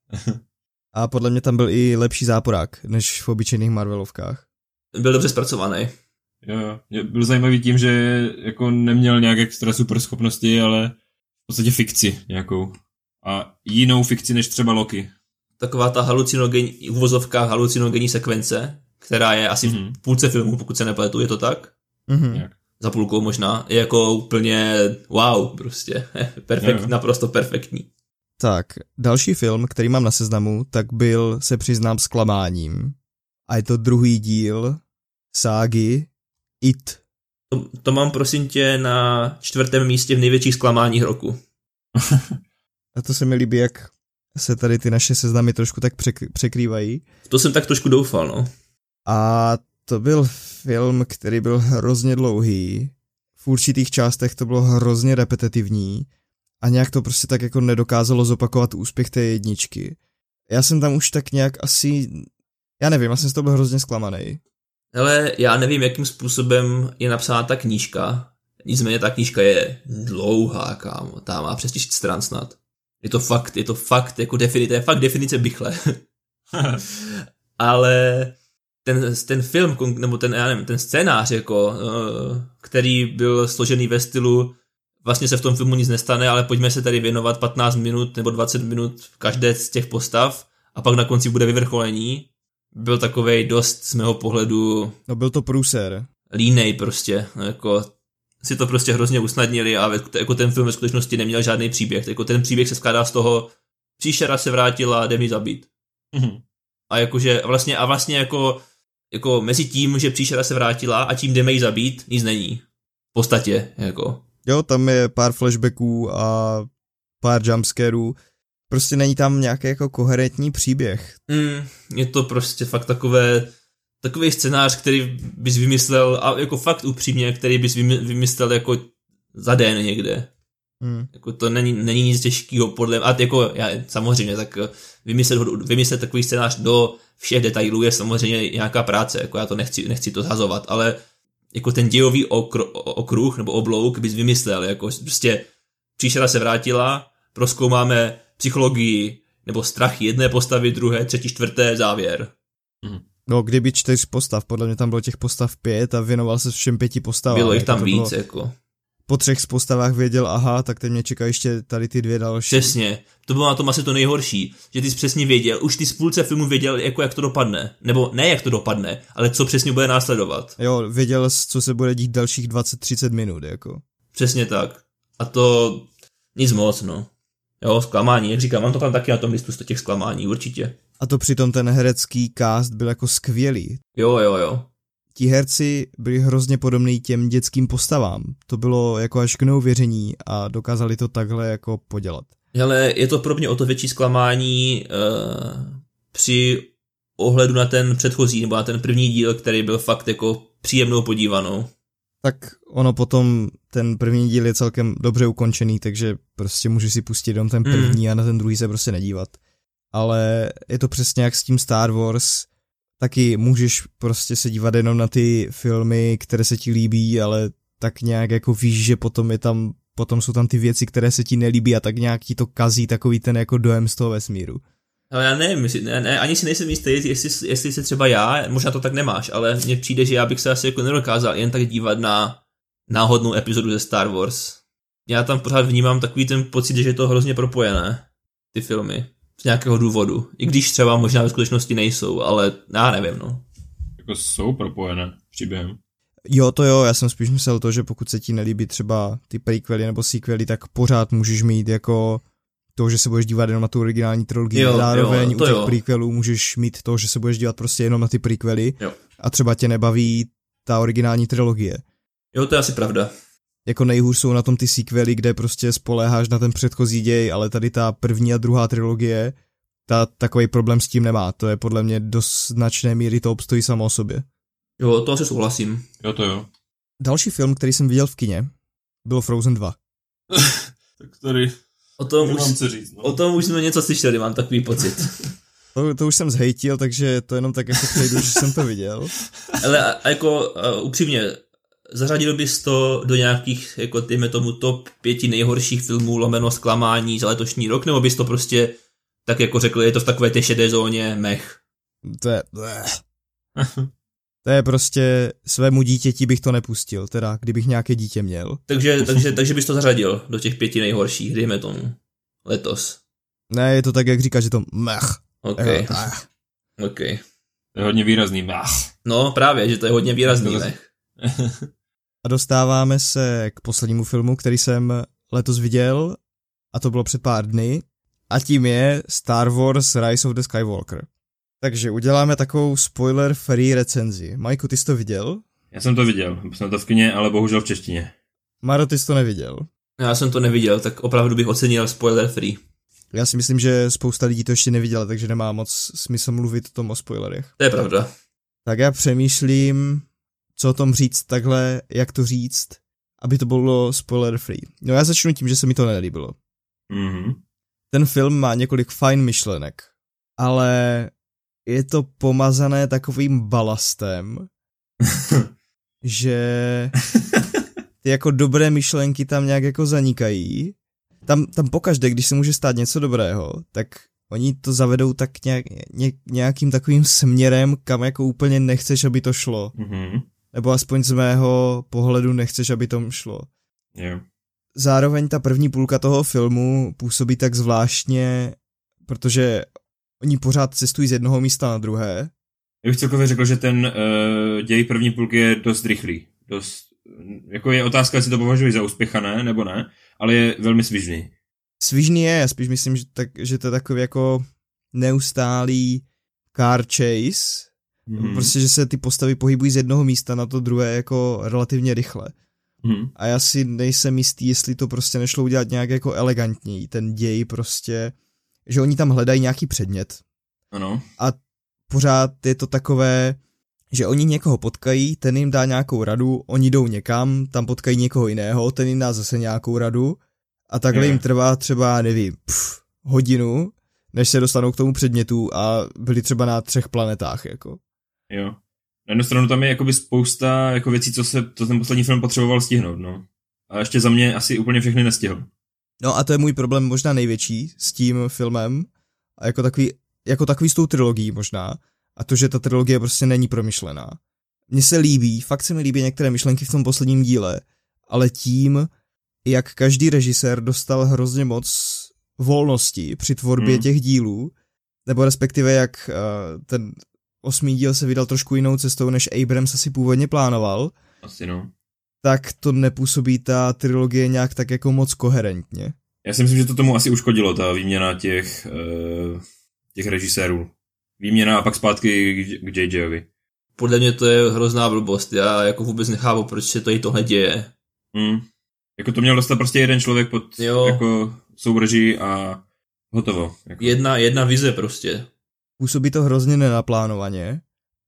A podle mě tam byl i lepší záporák, než v obyčejných Marvelovkách. Byl dobře zpracovaný. Jo, byl zajímavý tím, že jako neměl nějak extra super schopnosti, ale v podstatě fikci nějakou. A jinou fikci než třeba Loki. Taková ta halucinogenní, v uvozovkách halucinogenní sekvence, která je asi mm-hmm. v půlce filmu, pokud se nepletu, je to tak? Mm-hmm. Za půlkou možná. Je jako úplně wow, prostě. Perfekt, naprosto perfektní. Tak, další film, který mám na seznamu, tak byl, se přiznám, zklamáním. A je to druhý díl ságy It. To, to mám prosím tě na čtvrtém místě v největších zklamáních roku. A to se mi líbí, jak se tady ty naše seznamy trošku tak přek- překrývají. To jsem tak trošku doufal, no. A to byl film, který byl hrozně dlouhý. V určitých částech to bylo hrozně repetitivní a nějak to prostě tak jako nedokázalo zopakovat úspěch té jedničky. Já jsem tam už tak nějak asi, já nevím, já jsem z toho byl hrozně zklamaný. Hele, já nevím, jakým způsobem je napsána ta knížka, nicméně ta knížka je dlouhá, kámo, ta má přes tisíc stran snad. Je to fakt, je to fakt, jako definice, je fakt definice bychle. Ale ten, ten film, nebo ten, já nevím, ten scénář, jako, který byl složený ve stylu, vlastně se v tom filmu nic nestane, ale pojďme se tady věnovat patnáct minut nebo dvacet minut v každé z těch postav a pak na konci bude vyvrcholení, byl takovej dost z mého pohledu... No byl to průser. Línej prostě, jako si to prostě hrozně usnadnili a jako ten film ve skutečnosti neměl žádný příběh, jako ten příběh se skládá z toho, příšera se vrátila, jde mi zabít. Mm-hmm. A jakože vlastně, a vlastně jako, jako mezi tím, že příšera se vrátila a tím jdeme jí zabít, nic není. V podstatě, jako. Jo, tam je pár flashbacků a pár jumpscarů. Prostě není tam nějaký jako koherentní příběh. Mm, je to prostě fakt takové, takový scénář, který bys vymyslel, a jako fakt upřímně, který bys vymyslel jako za den někde. Hmm. Jako to není, není nic těžkého podle, a jako já, samozřejmě, tak vymyslet, vymyslet takový scénář do všech detailů je samozřejmě nějaká práce, jako já to nechci, nechci to zhazovat, ale jako ten dějový okr, okruh nebo oblouk bys vymyslel, jako prostě příšera se vrátila, prozkoumáme psychologii nebo strach jedné postavy, druhé, třetí, čtvrté, závěr. Mhm. No, kdyby čtyř postav, podle mě tam bylo těch postav pět a věnoval se všem pěti postavám. Bylo jich jako tam víc, bylo, jako. Po třech z postavách věděl, aha, tak teď mě čeká ještě tady ty dvě další. Přesně, to bylo na tom asi to nejhorší, že ty jsi přesně věděl, už ty z půlce filmu věděl, jako jak to dopadne, nebo ne jak to dopadne, ale co přesně bude následovat. Jo, věděl, co se bude dít dalších dvacet třicet minut, jako. Přesně tak. A to nic moc, no. Jo, zklamání, jak říkám, mám to tam taky na tom listu z těch zklamání, určitě. A to přitom ten herecký cast byl jako skvělý. Jo, jo, jo. Ti herci byli hrozně podobný těm dětským postavám. To bylo jako až k neuvěření a dokázali to takhle jako podělat. Hele, je to pro mě o to větší zklamání uh, při ohledu na ten předchozí, nebo na ten první díl, který byl fakt jako příjemnou podívanou. Tak ono potom, ten první díl je celkem dobře ukončený, takže prostě můžeš si pustit jenom ten první mm. a na ten druhý se prostě nedívat. Ale je to přesně jak s tím Star Wars, taky můžeš prostě se dívat jenom na ty filmy, které se ti líbí, ale tak nějak jako víš, že potom je tam, potom jsou tam ty věci, které se ti nelíbí a tak nějak ti to kazí takový ten jako dojem z toho vesmíru. Ale já nevím, ne, ne, ani si nejsem jistý, jestli, jestli se třeba já, možná to tak nemáš, ale mně přijde, že já bych se asi jako nedokázal jen tak dívat na náhodnou epizodu ze Star Wars. Já tam pořád vnímám takový ten pocit, že je to hrozně propojené, ty filmy, z nějakého důvodu. I když třeba možná ve skutečnosti nejsou, ale já nevím, no. Jako jsou propojené příběhem. Jo, to jo, já jsem spíš myslel to, že pokud se ti nelíbí třeba ty prequely nebo sequely, tak pořád můžeš mít jako to, že se budeš dívat jenom na tu originální trilogii. Jo, zároveň jo, u těch jo. prequelů můžeš mít to, že se budeš dívat prostě jenom na ty prequely Jo. a třeba tě nebaví ta originální trilogie. Jo, to je asi pravda. Jako nejhůř jsou na tom ty sequely, kde prostě spoléháš na ten předchozí děj, ale tady ta první a druhá trilogie, ta takový problém s tím nemá. To je podle mě do značné míry, to obstojí samo o sobě. Jo, to asi souhlasím. Jo, to jo. Další film, který jsem viděl v kině, byl Frozen dva. Tak tady O tom, už, co říct, no. o tom už jsme něco slyšeli, mám takový pocit. To, to už jsem zhejtil, takže to jenom tak jako přejdu, že jsem to viděl. Ale a, a jako uh, upřímně, zařadil bys to do nějakých, jako dejme tomu, top pěti nejhorších filmů lomeno zklamání za letošní rok, nebo bys to prostě tak jako řekl, je to v takové té šedé zóně, mech? To je... To je prostě, svému dítěti bych to nepustil, teda kdybych nějaké dítě měl. Takže, takže, takže bys to zařadil do těch pěti nejhorších, dejme tomu, letos. Ne, je to tak, jak říkáš, že to mech. OK. OK. To je hodně výrazný mech. No právě, že to je hodně výrazný mech. A dostáváme se k poslednímu filmu, který jsem letos viděl, a to bylo před pár dny, a tím je Star Wars Rise of the Skywalker. Takže uděláme takovou spoiler-free recenzi. Majku, ty jsi to viděl? Já jsem to viděl, jsem to v kině, ale bohužel v češtině. Maro, ty jsi to neviděl? Já jsem to neviděl, tak opravdu bych ocenil spoiler free. Já si myslím, že spousta lidí to ještě neviděla, takže nemá moc smysl mluvit o tom o spoilerech. To je pravda. Tak já přemýšlím, co o tom říct takhle, jak to říct, aby to bylo spoiler free. No já začnu tím, že se mi to nelíbilo. Mhm. Ten film má několik fajn myšlenek, ale je to pomazané takovým balastem, že ty jako dobré myšlenky tam nějak jako zanikají. Tam, tam pokaždé, když se může stát něco dobrého, tak oni to zavedou tak nějak, ně, nějakým takovým směrem, kam jako úplně nechceš, aby to šlo. Mhm. Nebo aspoň z mého pohledu nechceš, aby to šlo. Jo. Zároveň ta první půlka toho filmu působí tak zvláštně, protože oni pořád cestují z jednoho místa na druhé. Já bych celkově řekl, že ten uh, děj první půlky je dost rychlý. Dost, jako je otázka, jestli to považuji za uspěchané, nebo ne, ale je velmi svižný. Svižný je, já spíš myslím, že, tak, že to je takový jako neustálý car chase. Mm. Prostě, že se ty postavy pohybují z jednoho místa na to druhé jako relativně rychle. Mm. A já si nejsem jistý, jestli to prostě nešlo udělat nějak jako elegantněji. Ten děj prostě, že oni tam hledají nějaký předmět. Ano. A pořád je to takové, že oni někoho potkají, ten jim dá nějakou radu, oni jdou někam, tam potkají někoho jiného, ten jim dá zase nějakou radu A takhle Je. jim trvá třeba, nevím, pff, hodinu, než se dostanou k tomu předmětu a byli třeba na třech planetách, jako. Jo. Na jednu stranu tam je jakoby spousta jako věcí, co se to ten poslední film potřeboval stihnout, no. A ještě za mě asi úplně všechny nestihl. No a to je můj problém možná největší s tím filmem a jako takový, jako takový s tou trilogií možná a to, že ta trilogie prostě není promyšlená. Mně se líbí, fakt se mi líbí některé myšlenky v tom posledním díle, ale tím, jak každý režisér dostal hrozně moc volnosti při tvorbě hmm. těch dílů, nebo respektive jak uh, ten osmý díl se vydal trošku jinou cestou, než Abrams asi původně plánoval, Asi no. tak to nepůsobí ta trilogie nějak tak jako moc koherentně. Já si myslím, že to tomu asi uškodilo, ta výměna těch, uh, těch režisérů. Výměna a pak zpátky k J J-ovi. Podle mě to je hrozná blbost, já jako vůbec nechápu, proč se to i tohle děje. Hmm. Jako to měl dostat prostě jeden člověk pod Jo. jako soureží a hotovo. Jako. Jedna, jedna vize prostě. Působí to hrozně nenaplánovaně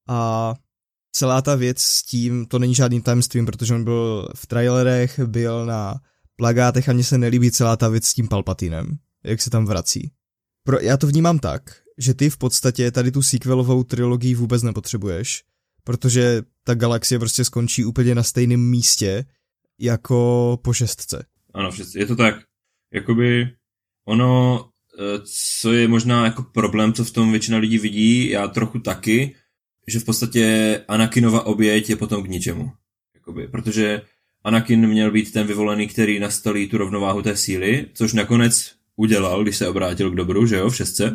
a celá ta věc s tím, to není žádným tajemstvím, protože on byl v trailerech, byl na plakátech a mně se nelíbí celá ta věc s tím Palpatinem, jak se tam vrací. Pro, já to vnímám tak, že ty v podstatě tady tu sequelovou trilogii vůbec nepotřebuješ, protože ta galaxie prostě skončí úplně na stejném místě jako po šestce. Ano, je to tak. Jakoby ono, co je možná jako problém, co v tom většina lidí vidí, já trochu taky, že v podstatě Anakinova oběť je potom k ničemu. Jakoby, protože Anakin měl být ten vyvolený, který nastolí tu rovnováhu té síly, což nakonec udělal, když se obrátil k dobru, že jo, v šestce,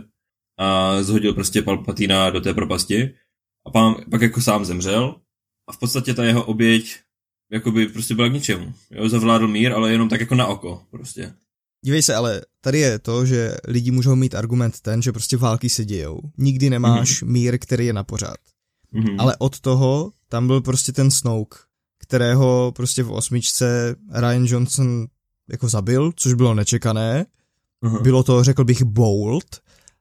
a zhodil prostě Palpatina do té propasti a pak, pak jako sám zemřel a v podstatě ta jeho oběť jakoby prostě byla k ničemu. Jo, zavládl mír, ale jenom tak jako na oko prostě. Dívej se, ale tady je to, že lidi můžou mít argument ten, že prostě války se dějou. Nikdy nemáš mm-hmm. mír, který je na pořád. Mm-hmm. Ale od toho tam byl prostě ten Snoke, kterého prostě v osmičce Rian Johnson jako zabil, což bylo nečekané. Uh-huh. Bylo to, řekl bych, bold,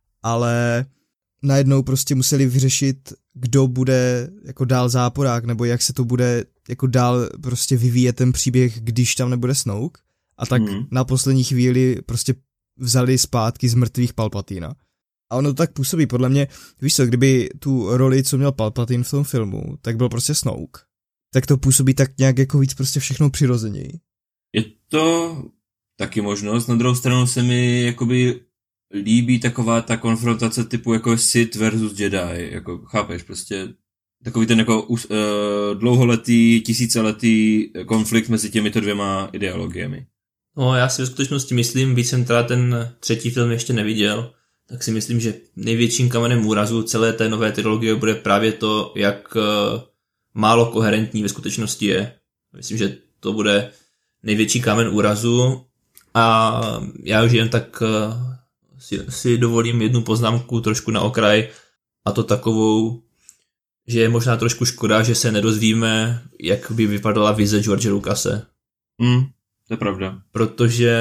ale najednou prostě museli vyřešit, kdo bude jako dál záporák, nebo jak se to bude jako dál prostě vyvíjet ten příběh, když tam nebude Snoke. A tak uh-huh. na poslední chvíli prostě vzali zpátky z mrtvých Palpatina. A ono to tak působí, podle mě, víš co, kdyby tu roli, co měl Palpatine v tom filmu, tak byl prostě Snoke, tak to působí tak nějak jako víc prostě všechno přirozeněji. Je to taky možnost, na druhou stranu se mi jakoby líbí taková ta konfrontace typu jako Sith versus Jedi, jako chápeš, prostě takový ten jako uh, dlouholetý, tisíciletý konflikt mezi těmito dvěma ideologiemi. No, já si ve skutečnosti myslím, víc jsem teda ten třetí film ještě neviděl, tak si myslím, že největším kamenem úrazu celé té nové trilogie bude právě to, jak uh, málo koherentní ve skutečnosti je. Myslím, že to bude největší kámen úrazu a já už jen tak uh, si, si dovolím jednu poznámku trošku na okraj a to takovou, že je možná trošku škoda, že se nedozvíme, jak by vypadala vize George Lucase. Hmm, to je pravda. Protože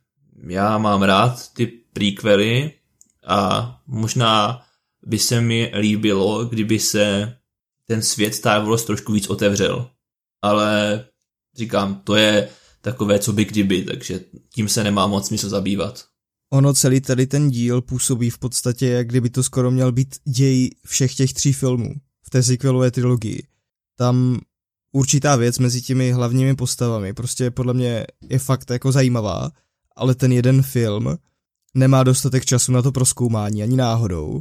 já mám rád ty prequely a možná by se mi líbilo, kdyby se ten svět Star Wars trošku víc otevřel. Ale říkám, to je takové, co by kdyby, takže tím se nemá moc smysl zabývat. Ono celý tady ten díl působí v podstatě, jak kdyby to skoro měl být děj všech těch tří filmů v té sequelové trilogii. Tam určitá věc mezi těmi hlavními postavami prostě podle mě je fakt jako zajímavá, ale ten jeden film nemá dostatek času na to prozkoumání ani náhodou.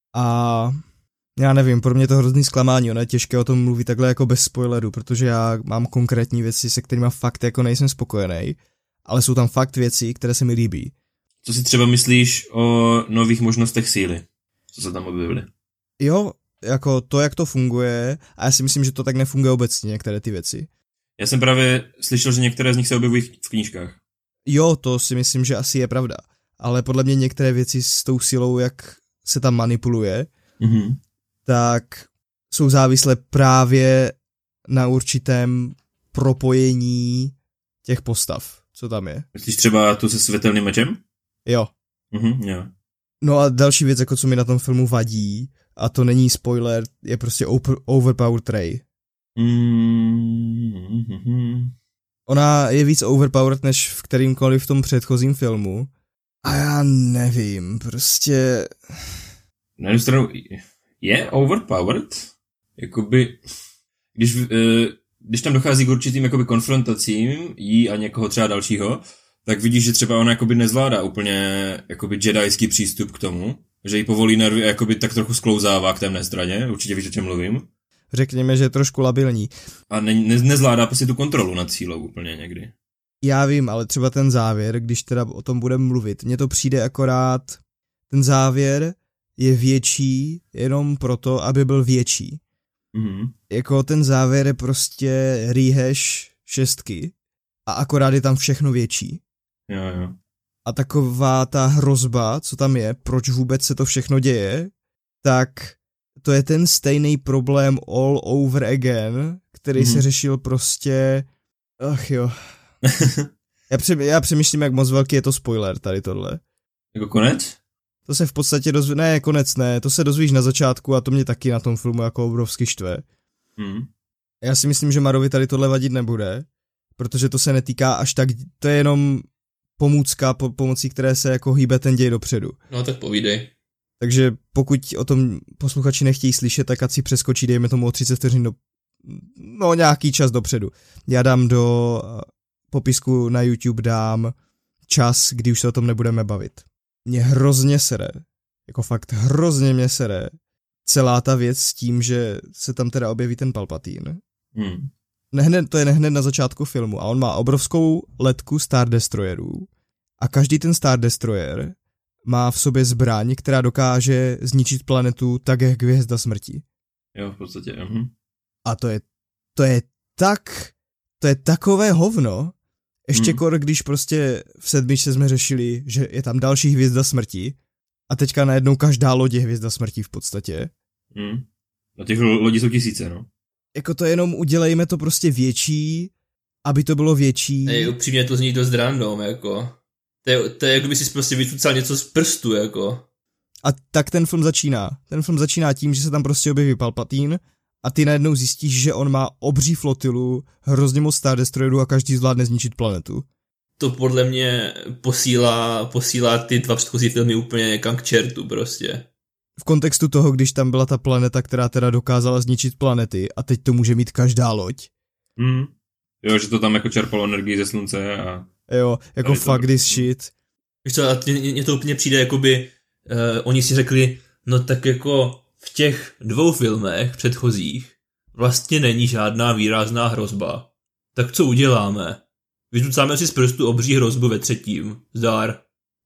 A já nevím, pro mě to hrozný zklamání, ono je těžké o tom mluvit takhle jako bez spoileru, protože já mám konkrétní věci, se kterými fakt jako nejsem spokojený, ale jsou tam fakt věci, které se mi líbí. Co si třeba myslíš o nových možnostech síly, co se tam objevily? Jo, jako to, jak to funguje, a já si myslím, že to tak nefunguje obecně, některé ty věci. Já jsem právě slyšel, že některé z nich se objevují v knížkách. Jo, to si myslím, že asi je pravda, ale podle mě některé věci s tou silou, jak se tam manipuluje, mm-hmm. tak jsou závislé právě na určitém propojení těch postav, co tam je. Myslíš třeba tu se světelným mečem? Jo. Mhm, jo. No a další věc, jako co mi na tom filmu vadí, a to není spoiler, je prostě over, overpowered Rey. Mm-hmm. Ona je víc overpowered než v kterýmkoliv v tom předchozím filmu. A já nevím, prostě... Na jednu stranu je overpowered, jakoby, když, když tam dochází k určitým jakoby konfrontacím jí a někoho třeba dalšího, tak vidíš, že třeba ona jakoby nezvládá úplně jakoby jedajský přístup k tomu, že jí povolí nervy a jakoby tak trochu sklouzává k temné straně, určitě víš, o čem mluvím. Řekněme, že je trošku labilní. A ne, ne, nezvládá prostě tu kontrolu nad sílou úplně někdy. Já vím, ale třeba ten závěr, když teda o tom budeme mluvit, mně to přijde akorát, ten závěr je větší jenom proto, aby byl větší. Mm-hmm. Jako ten závěr je prostě rehash šestky a akorát je tam všechno větší. Jo, jo. A taková ta hrozba, co tam je, proč vůbec se to všechno děje, tak to je ten stejný problém all over again, který mm-hmm. se řešil prostě, ach jo. já, přem, já přemýšlím, jak moc velký je to spoiler tady tohle. Jako konec? To se v podstatě dozví, ne, konec ne, to se dozvíš na začátku a to mě taky na tom filmu jako obrovsky štve. Mm. Já si myslím, že Marovi tady tohle vadit nebude, protože to se netýká až tak, to je jenom pomůcka, po, pomocí které se jako hýbe ten děj dopředu. No tak povídej. Takže pokud o tom posluchači nechtějí slyšet, tak ať si přeskočí, dejme tomu o třicet vteřin do, no nějaký čas dopředu. Já dám do popisku na YouTube dám čas, kdy už se o tom nebudeme bavit. Mě hrozně sere, jako fakt hrozně mě sere celá ta věc s tím, že se tam teda objeví ten Palpatine. Hmm. Nehned, to je nehned na začátku filmu a on má obrovskou letku Star Destroyerů a každý ten Star Destroyer má v sobě zbraň, která dokáže zničit planetu tak, jak hvězda smrti. Jo, v podstatě, uh-huh. A to je, to je tak, to je takové hovno, ještě hmm. kor, když prostě v sedmičce jsme řešili, že je tam další hvězda smrti a teďka najednou každá loď je hvězda smrti v podstatě. Hmm. A těch lodí jsou tisíce, no. Jako to jenom udělejme to prostě větší, aby to bylo větší. Ej, upřímně to zní dost random, jako. To je, to je jako by si prostě vycucal něco z prstu, jako. A tak ten film začíná. Ten film začíná tím, že se tam prostě objeví Palpatine a ty najednou zjistíš, že on má obří flotilu, hrozně moc Star Destroyerů a každý zvládne zničit planetu. To podle mě posílá, posílá ty dva předchozí filmy úplně někam k čertu prostě. V kontextu toho, když tam byla ta planeta, která teda dokázala zničit planety a teď to může mít každá loď. Mm. Jo, že to tam jako čerpalo energii ze slunce a... Jo, jako fuck this shit. Víš co, a mně to úplně přijde, jakoby uh, oni si řekli, no tak jako v těch dvou filmech předchozích vlastně není žádná výrazná hrozba. Tak co uděláme? Vytucáme si z prstu obří hrozbu ve třetím. Zdar.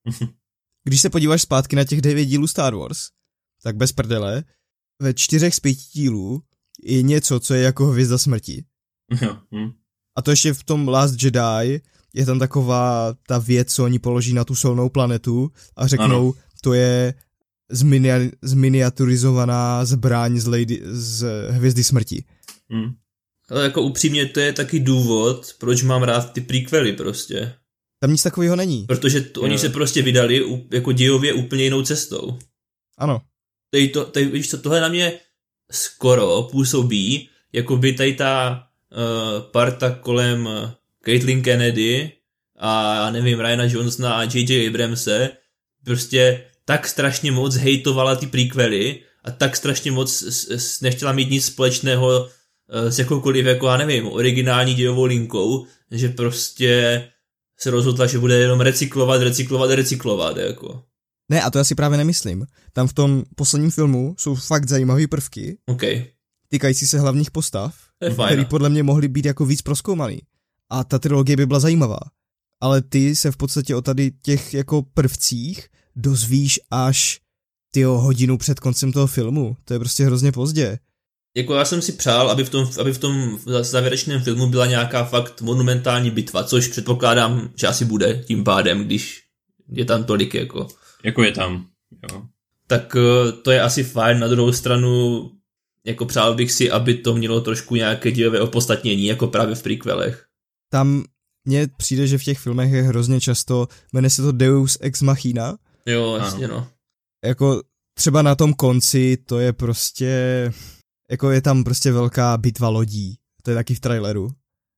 Když se podíváš zpátky na těch devět dílů Star Wars, tak bez prdele, ve čtyřech z pěti dílů je něco, co je jako hvězda smrti. hm. A to ještě v tom Last Jedi je tam taková ta věc, co oni položí na tu solnou planetu a řeknou, ano. To je zminia- zminiaturizovaná zbraň z, Lady, z hvězdy smrti. Hm. Ale jako upřímně to je taky důvod, proč mám rád ty prequely prostě. Tam nic takového není. Protože to, oni se prostě vydali jako dějově úplně jinou cestou. Ano. Tady to, tady, víš co, tohle na mě skoro působí, jako by tady ta uh, parta kolem Caitlyn Kennedy a nevím, Ryana Johnsona a J J Abramse prostě tak strašně moc hejtovala ty prequely a tak strašně moc s, s, nechtěla mít nic společného uh, s jakoukoliv, jako já nevím, originální dějovou linkou, že prostě se rozhodla, že bude jenom recyklovat, recyklovat, recyklovat, jako. Ne, a to já si právě nemyslím. Tam v tom posledním filmu jsou fakt zajímavé prvky, okay. týkající se hlavních postav, které podle mě mohly být jako víc prozkoumaný. A ta trilogie by byla zajímavá. Ale ty se v podstatě o tady těch jako prvcích dozvíš až tyjo hodinu před koncem toho filmu. To je prostě hrozně pozdě. Jako já jsem si přál, aby v tom, aby v tom závěrečném filmu byla nějaká fakt monumentální bitva, což předpokládám, že asi bude tím pádem, když je tam tolik, jako. Jako je tam, jo. Tak to je asi fajn, na druhou stranu, jako přál bych si, aby to mělo trošku nějaké dějové opodstatnění, jako právě v prequelech. Tam mně přijde, že v těch filmech je hrozně často, jmenuje se to Deus Ex Machina. Jo, jasně no. Jako třeba na tom konci to je prostě... Jako je tam prostě velká bitva lodí. To je taky v traileru.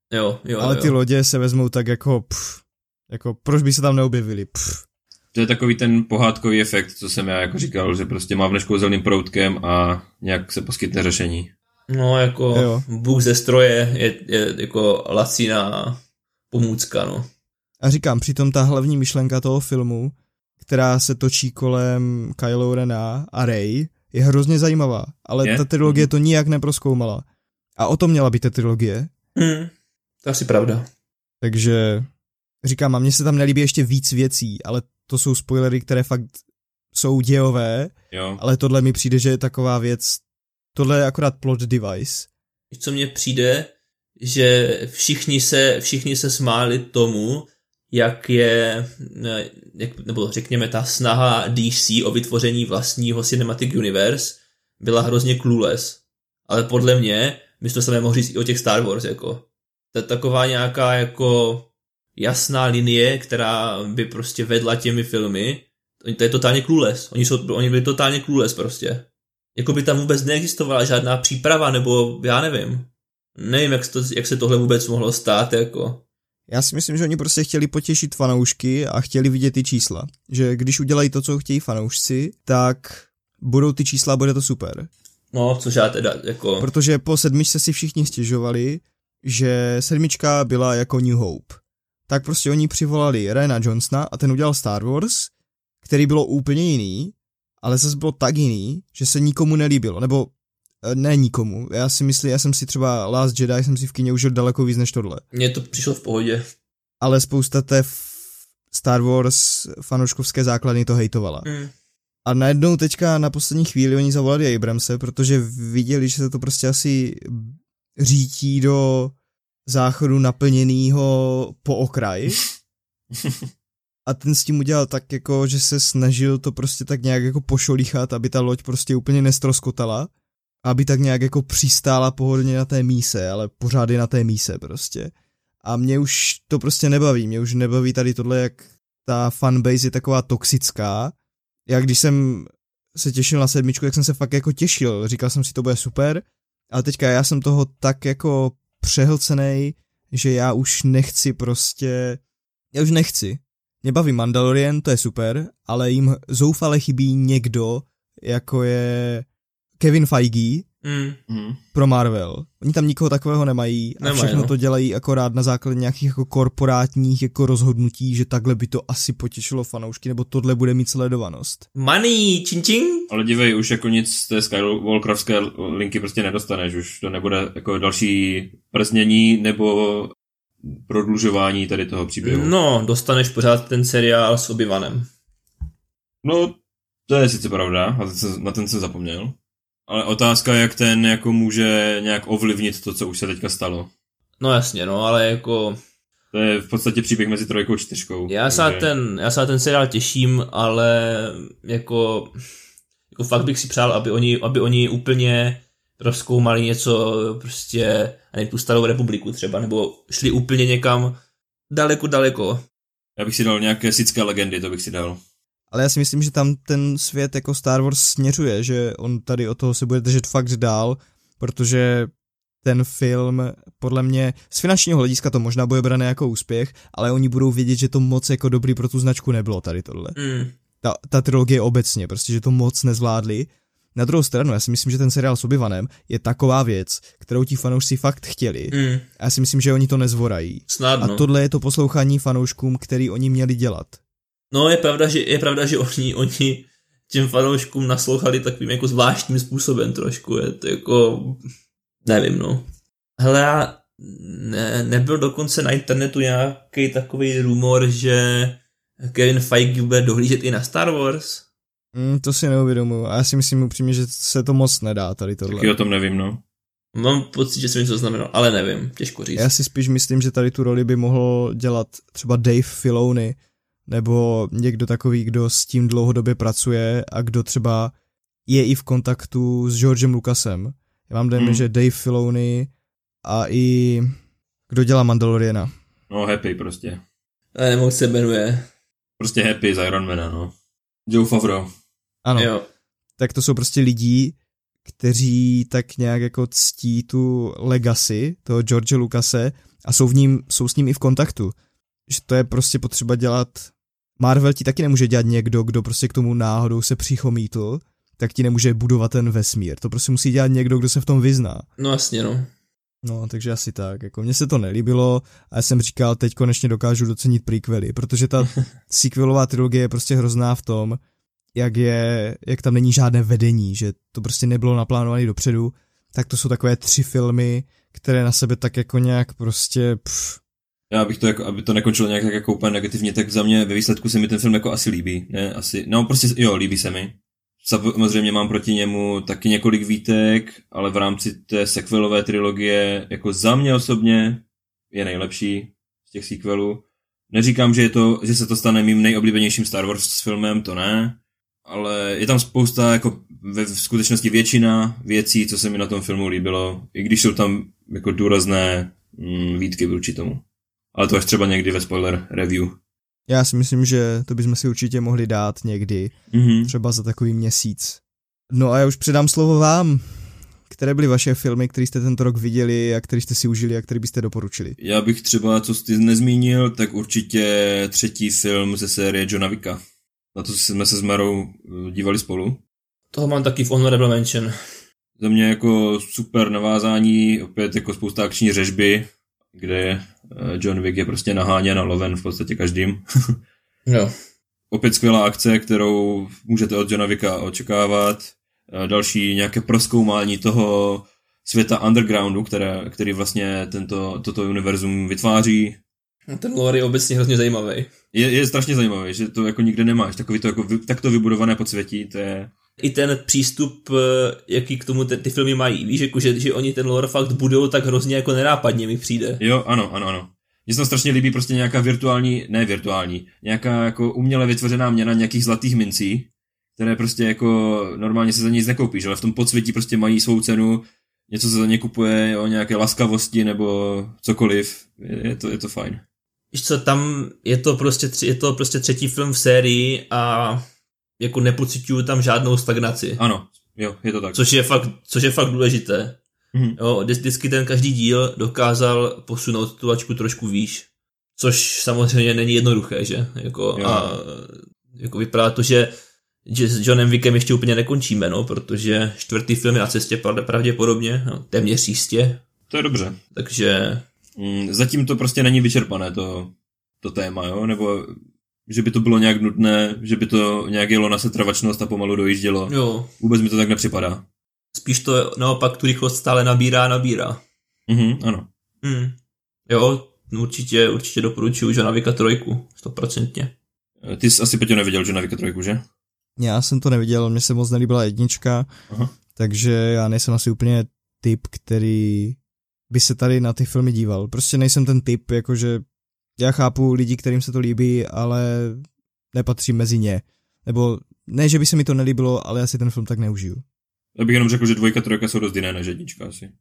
Jo, jo, Ale jo. ty lodě se vezmou tak jako, pff, jako proč by se tam neobjevili, pff. To je takový ten pohádkový efekt, co jsem já jako říkal, že prostě mávneš kouzelným proutkem a nějak se poskytne řešení. No, jako jo. Bůh ze stroje je, je jako laciná pomůcka, no. A říkám, přitom ta hlavní myšlenka toho filmu, která se točí kolem Kylo Rena a Rey, je hrozně zajímavá, ale je? ta trilogie to nijak neprozkoumala. A o tom měla být ta trilogie. Hmm, to je asi pravda. Takže říkám, a mně se tam nelíbí ještě víc věcí, ale to jsou spoilery, které fakt jsou dějové, Jo. ale tohle mi přijde, že je taková věc, tohle je akorát plot device. Co mně přijde, že všichni se, všichni se smáli tomu, jak je, jak, nebo řekněme, ta snaha D C o vytvoření vlastního Cinematic Universe byla hrozně clueless. Ale podle mě, my to samé mohli říct i o těch Star Wars, jako. To je taková nějaká, jako, jasná linie, která by prostě vedla těmi filmy. To je totálně clueless. Oni, jsou, oni byli totálně clueless prostě. Jako by tam vůbec neexistovala žádná příprava, nebo já nevím. Nevím, jak se, to, jak se tohle vůbec mohlo stát, jako. Já si myslím, že oni prostě chtěli potěšit fanoušky a chtěli vidět ty čísla. Že když udělají to, co chtějí fanoušci, tak budou ty čísla, bude to super. No, což já teda, jako... Protože po sedmičce si všichni stěžovali, že sedmička byla jako New Hope. Tak prostě oni přivolali Ryana Johnsona a ten udělal Star Wars, který bylo úplně jiný, ale zase bylo tak jiný, že se nikomu nelíbilo. Nebo ne nikomu. Já si myslím, já jsem si třeba Last Jedi jsem si v kině užil daleko víc než tohle. Mně to přišlo v pohodě. Ale spousta té Star Wars fanouškovské základny to hejtovala. Mm. A najednou teďka na poslední chvíli oni zavolali Abramse, protože viděli, že se to prostě asi řítí do záchodu naplněnýho po okraj. A ten s tím udělal tak jako, že se snažil to prostě tak nějak jako pošolíchat, aby ta loď prostě úplně nestroskotala. Aby tak nějak jako přistála pohodlně na té míse, ale pořád je na té míse prostě. A mě už to prostě nebaví, mě už nebaví tady tohle, jak ta fanbase je taková toxická. Já když jsem se těšil na sedmičku, tak jsem se fakt jako těšil, říkal jsem si, to bude super, ale teďka já jsem toho tak jako přehlcenej, že já už nechci prostě, já už nechci. Mě baví Mandalorian, to je super, ale jim zoufale chybí někdo, jako je Kevin Feige Mm. pro Marvel. Oni tam nikoho takového nemají a Nemají, všechno no. to dělají akorát na základě nějakých jako korporátních jako rozhodnutí, že takhle by to asi potěšilo fanoušky, nebo tohle bude mít sledovanost. Money, čin čin. Ale dívej, už jako nic z té Skywalkerovské linky prostě nedostaneš, už to nebude jako další prznění nebo prodlužování tady toho příběhu. No, dostaneš pořád ten seriál s Obi-Wanem. No, to je sice pravda, na ten jsem, na ten jsem zapomněl. Ale otázka, jak ten jako může nějak ovlivnit to, co už se teďka stalo. No jasně, no, ale jako... To je v podstatě příběh mezi trojkou a čtyřkou. Já se, na ten, já se na ten seriál těším, ale jako, jako fakt bych si přál, aby oni, aby oni úplně rozkoumali něco, prostě, a nevím, tu starou republiku třeba, nebo šli úplně někam daleko, daleko. Já bych si dal nějaké sické legendy, to bych si dal. Ale já si myslím, že tam ten svět jako Star Wars směřuje, že on tady od toho se bude držet fakt dál, protože ten film, podle mě, z finančního hlediska to možná bude brané jako úspěch, ale oni budou vědět, že to moc jako dobrý pro tu značku nebylo tady tohle. Mm. Ta, ta trilogie obecně, prostě, že to moc nezvládli. Na druhou stranu, já si myslím, že ten seriál s Obi-Wanem je taková věc, kterou ti fanoušci fakt chtěli. Mm. A já si myslím, že oni to nezvorají. Snadno. A tohle je to poslouchání fanouškům, který oni měli dělat. No je pravda, že, je pravda, že oni, oni těm fanouškům naslouchali takovým jako zvláštním způsobem trošku, je to jako, nevím no. Hele, já ne, nebyl dokonce na internetu nějaký takový rumor, že Kevin Feige bude dohlížet i na Star Wars? Mm, to si neuvědomuji. A já si myslím upřímně, že se to moc nedá tady tohle. Taky o tom nevím, no. Mám pocit, že jsem něco znamenal, ale nevím, těžko říct. Já si spíš myslím, že tady tu roli by mohl dělat třeba Dave Filoni, nebo někdo takový, kdo s tím dlouhodobě pracuje a kdo třeba je i v kontaktu s Georgem Lucasem. Já vám dejme, hmm. že Dave Filoni a i kdo dělá Mandaloriana. No Happy prostě. Ale nemohu se jmenuje. Prostě Happy z Ironmana, no. Joe Favreau. Ano. Jo. Tak to jsou prostě lidi, kteří tak nějak jako ctí tu legacy toho George Lucase a jsou, v ním, jsou s ním i v kontaktu. Že to je prostě potřeba dělat. Marvel ti taky nemůže dělat někdo, kdo prostě k tomu náhodou se přichomítl, tak ti nemůže budovat ten vesmír. To prostě musí dělat někdo, kdo se v tom vyzná. No jasně, no. No, takže asi tak. Jako mně se to nelíbilo a já jsem říkal, teď konečně dokážu docenit prequely, protože ta sequelová trilogie je prostě hrozná v tom, jak je, jak tam není žádné vedení, že to prostě nebylo naplánované dopředu, tak to jsou takové tři filmy, které na sebe tak jako nějak prostě pff. Já bych to jako, aby to nekončilo nějak tak jako úplně negativně, tak za mě ve výsledku se mi ten film jako asi líbí, ne, asi, no prostě, jo, líbí se mi. Samozřejmě mám proti němu taky několik výtek, ale v rámci té sequelové trilogie jako za mě osobně je nejlepší z těch sequelů. Neříkám, že, je to, že se to stane mým nejoblíbenějším Star Wars filmem, to ne, ale je tam spousta, jako ve skutečnosti většina věcí, co se mi na tom filmu líbilo, i když jsou tam jako důrazné mm, výtky vůči tomu. Ale to až třeba někdy ve spoiler review. Já si myslím, že to bychom si určitě mohli dát někdy, mm-hmm. třeba za takový měsíc. No a já už předám slovo vám. Které byly vaše filmy, které jste tento rok viděli a které jste si užili a které byste doporučili? Já bych třeba, co jsi nezmínil, tak určitě třetí film ze série Johna Wicka. Na to jsme se s Marou dívali spolu. Toho mám taky v honorable mention. Za mě jako super navázání, opět jako spousta akční řežby, kde John Wick je prostě naháněn a loven v podstatě každým. Jo. Opět skvělá akce, kterou můžete od Johna Wicka očekávat. Další nějaké prozkoumání toho světa undergroundu, které, který vlastně tento, toto univerzum vytváří. Ten lore je obecně hrozně zajímavý. Je, je strašně zajímavý, že to jako nikde nemáš. Takový to jako vy, takto vybudované podsvětí, to je... I ten přístup, jaký k tomu ty, ty filmy mají. Víš, jako, že, že oni ten lore fakt budou tak hrozně jako nenápadně mi přijde. Jo, ano, ano, ano. Mně se tam strašně líbí prostě nějaká virtuální, ne virtuální, nějaká jako uměle vytvořená měna nějakých zlatých mincí, které prostě jako normálně se za nic nekoupíš, ale v tom podsvětí prostě mají svou cenu, něco se za ně kupuje o nějaké laskavosti nebo cokoliv. Je, je, to, je to fajn. Víš co, tam je to prostě, je to prostě třetí film v sérii a jako nepociťuju tam žádnou stagnaci. Ano, jo, je to tak. Což je fakt, což je fakt důležité. Mhm. Jo, vždycky ten každý díl dokázal posunout tu lačku trošku výš. Což samozřejmě není jednoduché, že? Jako, a, jako vypadá to, že, že s Johnem Wickem ještě úplně nekončíme, no, protože čtvrtý film je na cestě pravděpodobně, no, téměř jistě. To je dobře. Takže... Mm, zatím to prostě není vyčerpané, to, to téma, jo? Nebo že by to bylo nějak nutné, že by to nějak jelo na setrvačnost a pomalu dojíždělo. Jo. Vůbec mi to tak nepřipadá. Spíš to naopak tu rychlost stále nabírá a nabírá. Mhm, ano. Mm. Jo, určitě, určitě doporučuju Johna Wicka trojku, stoprocentně. Ty jsi asi Peťo neviděl Johna Wicka trojku, že? Já jsem to neviděl, mně se moc nelíbila jednička, Aha. takže já nejsem asi úplně typ, který by se tady na ty filmy díval. Prostě nejsem ten typ, jakože já chápu lidi, kterým se to líbí, ale nepatří mezi ně. Nebo ne, že by se mi to nelíbilo, ale já si ten film tak neužiju. Já bych jenom řekl, že dvojka, trojka jsou dost jiné než jednička asi.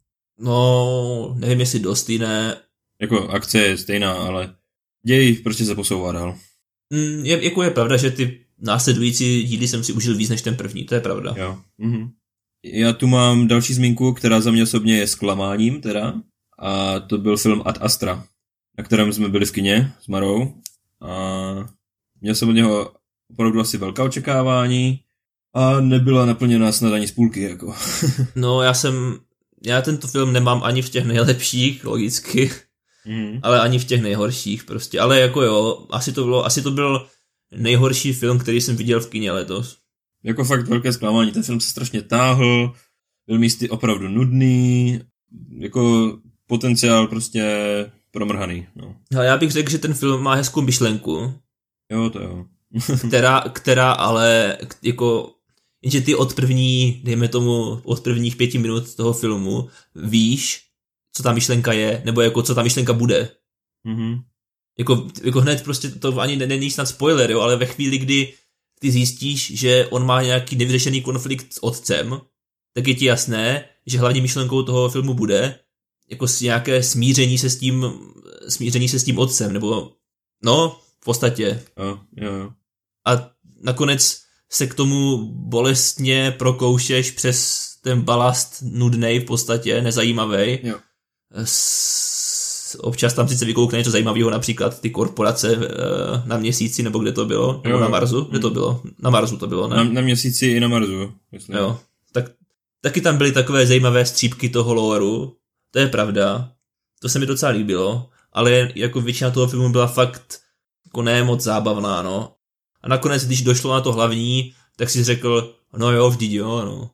No, nevím, jestli dost jiné. Jako akce je stejná, ale děj prostě se posouvá dál. Mm, je, jako je pravda, že ty následující díly jsem si užil víc než ten první, to je pravda. Jo. Mhm. Já tu mám další zmínku, která za mě osobně je zklamáním teda, a to byl film Ad Astra, na kterém jsme byli v kině s Marou a měl jsem od něho opravdu asi velká očekávání a nebyla naplněná snad ani z půlky, jako. No, já jsem, já tento film nemám ani v těch nejlepších, logicky, mm. ale ani v těch nejhorších prostě, ale jako jo, asi to bylo, asi to byl nejhorší film, který jsem viděl v kině letos. Jako fakt velké zklamání, ten film se strašně táhl, byl místy opravdu nudný, jako potenciál prostě promrhaný, no. Ale já bych řekl, že ten film má hezkou myšlenku. Jo, to jo. která, která ale jako, že ty od první, dejme tomu, od prvních pěti minut toho filmu víš, co ta myšlenka je, nebo jako co ta myšlenka bude. Mhm. Jako, jako hned prostě to ani není snad spoiler, jo, ale ve chvíli, kdy ty zjistíš, že on má nějaký nevyřešený konflikt s otcem, tak je ti jasné, že hlavní myšlenkou toho filmu bude jako nějaké smíření se s tím, smíření se s tím otcem, nebo no, v podstatě. Jo, jo, jo. A nakonec se k tomu bolestně prokoušeš přes ten balast nudnej v podstatě, nezajímavý. Jo. Občas tam sice vykoukne něco zajímavého, například ty korporace na Měsíci, nebo kde to bylo, nebo jo, na Marsu, kde to bylo? Na Marsu to bylo, ne? Na, na Měsíci i na Marsu, myslím. Jo, tak taky tam byly takové zajímavé střípky toho lóru, to je pravda, to se mi docela líbilo, ale jako většina toho filmu byla fakt jako ne moc zábavná, no. A nakonec, když došlo na to hlavní, tak si řekl, no jo, vždyť jo, no.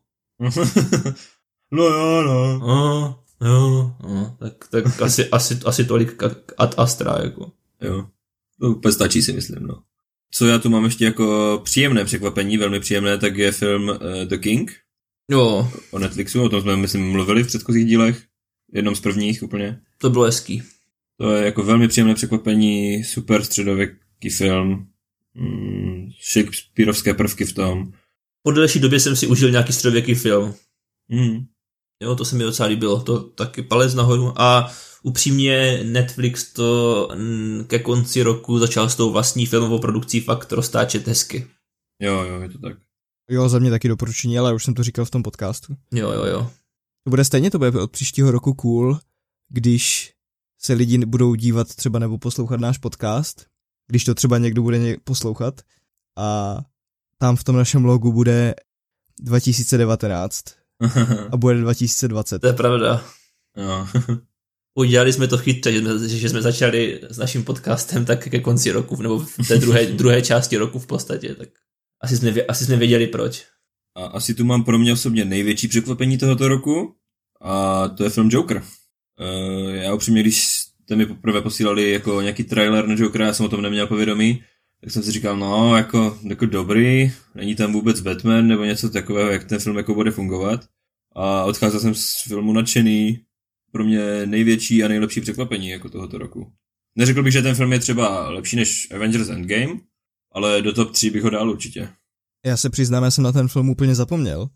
no jo, no. No, jo, no, tak, tak asi, asi, asi tolik ad astra, jako. Jo, to úplně stačí, si myslím, no. Co já tu mám ještě jako příjemné překvapení, velmi příjemné, tak je film uh, The King. Jo. O Netflixu, o tom jsme, myslím, mluvili v předchozích dílech. Jednom z prvních úplně. To bylo hezký. To je jako velmi příjemné překvapení, super středověký film, mm, shakespearovské prvky v tom. Po delší době jsem si užil nějaký středověký film. Mm. Jo, to se mi docela líbilo, to taky palec nahoru. A upřímně Netflix to mm, ke konci roku začal s tou vlastní filmovou produkcí fakt roztáčet hezky. Jo, jo, je to tak. Jo, za mě taky doporučení, ale už jsem to říkal v tom podcastu. Jo, jo, jo. To bude stejně, to bude od příštího roku cool, když se lidi budou dívat třeba nebo poslouchat náš podcast, když to třeba někdo bude poslouchat a tam v tom našem logu bude dva tisíce devatenáct a bude dva tisíce dvacet. To je pravda. Jo. Udělali jsme to chytře, že jsme, že jsme začali s naším podcastem tak ke konci roku, nebo v té druhé, druhé části roku v podstatě, tak asi jsme, asi jsme věděli proč. A asi tu mám pro mě osobně největší překvapení tohoto roku a to je film Joker. Uh, já upřímně, když jste mi poprvé posílali jako nějaký trailer na Jokera, já jsem o tom neměl povědomí, tak jsem si říkal, no, jako, jako dobrý, není tam vůbec Batman nebo něco takového, jak ten film jako bude fungovat. A odcházel jsem z filmu nadšený, pro mě největší a nejlepší překvapení jako tohoto roku. Neřekl bych, že ten film je třeba lepší než Avengers Endgame, ale do top tři bych ho dal určitě. Já se přiznám, já jsem na ten film úplně zapomněl.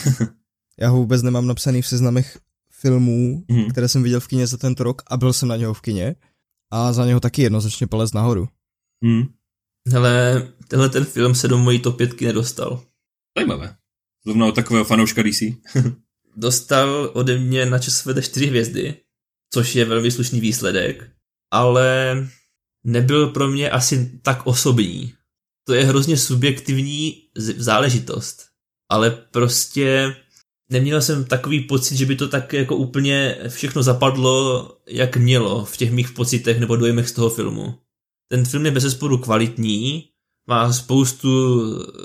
Já ho vůbec nemám napsaný v seznamech filmů, mm. které jsem viděl v kině za tento rok a byl jsem na něho v kině a za něho taky jednoznačně palec nahoru. Mm. Hele, tenhle ten film se do mojí top pětky nedostal. Zajímavé. Zrovna od takového fanouška D C. Dostal ode mě na ČSFD čtyři hvězdy, což je velmi slušný výsledek, ale nebyl pro mě asi tak osobní. To je hrozně subjektivní záležitost, ale prostě neměl jsem takový pocit, že by to tak jako úplně všechno zapadlo, jak mělo v těch mých pocitech nebo dojmech z toho filmu. Ten film je bezesporu kvalitní, má spoustu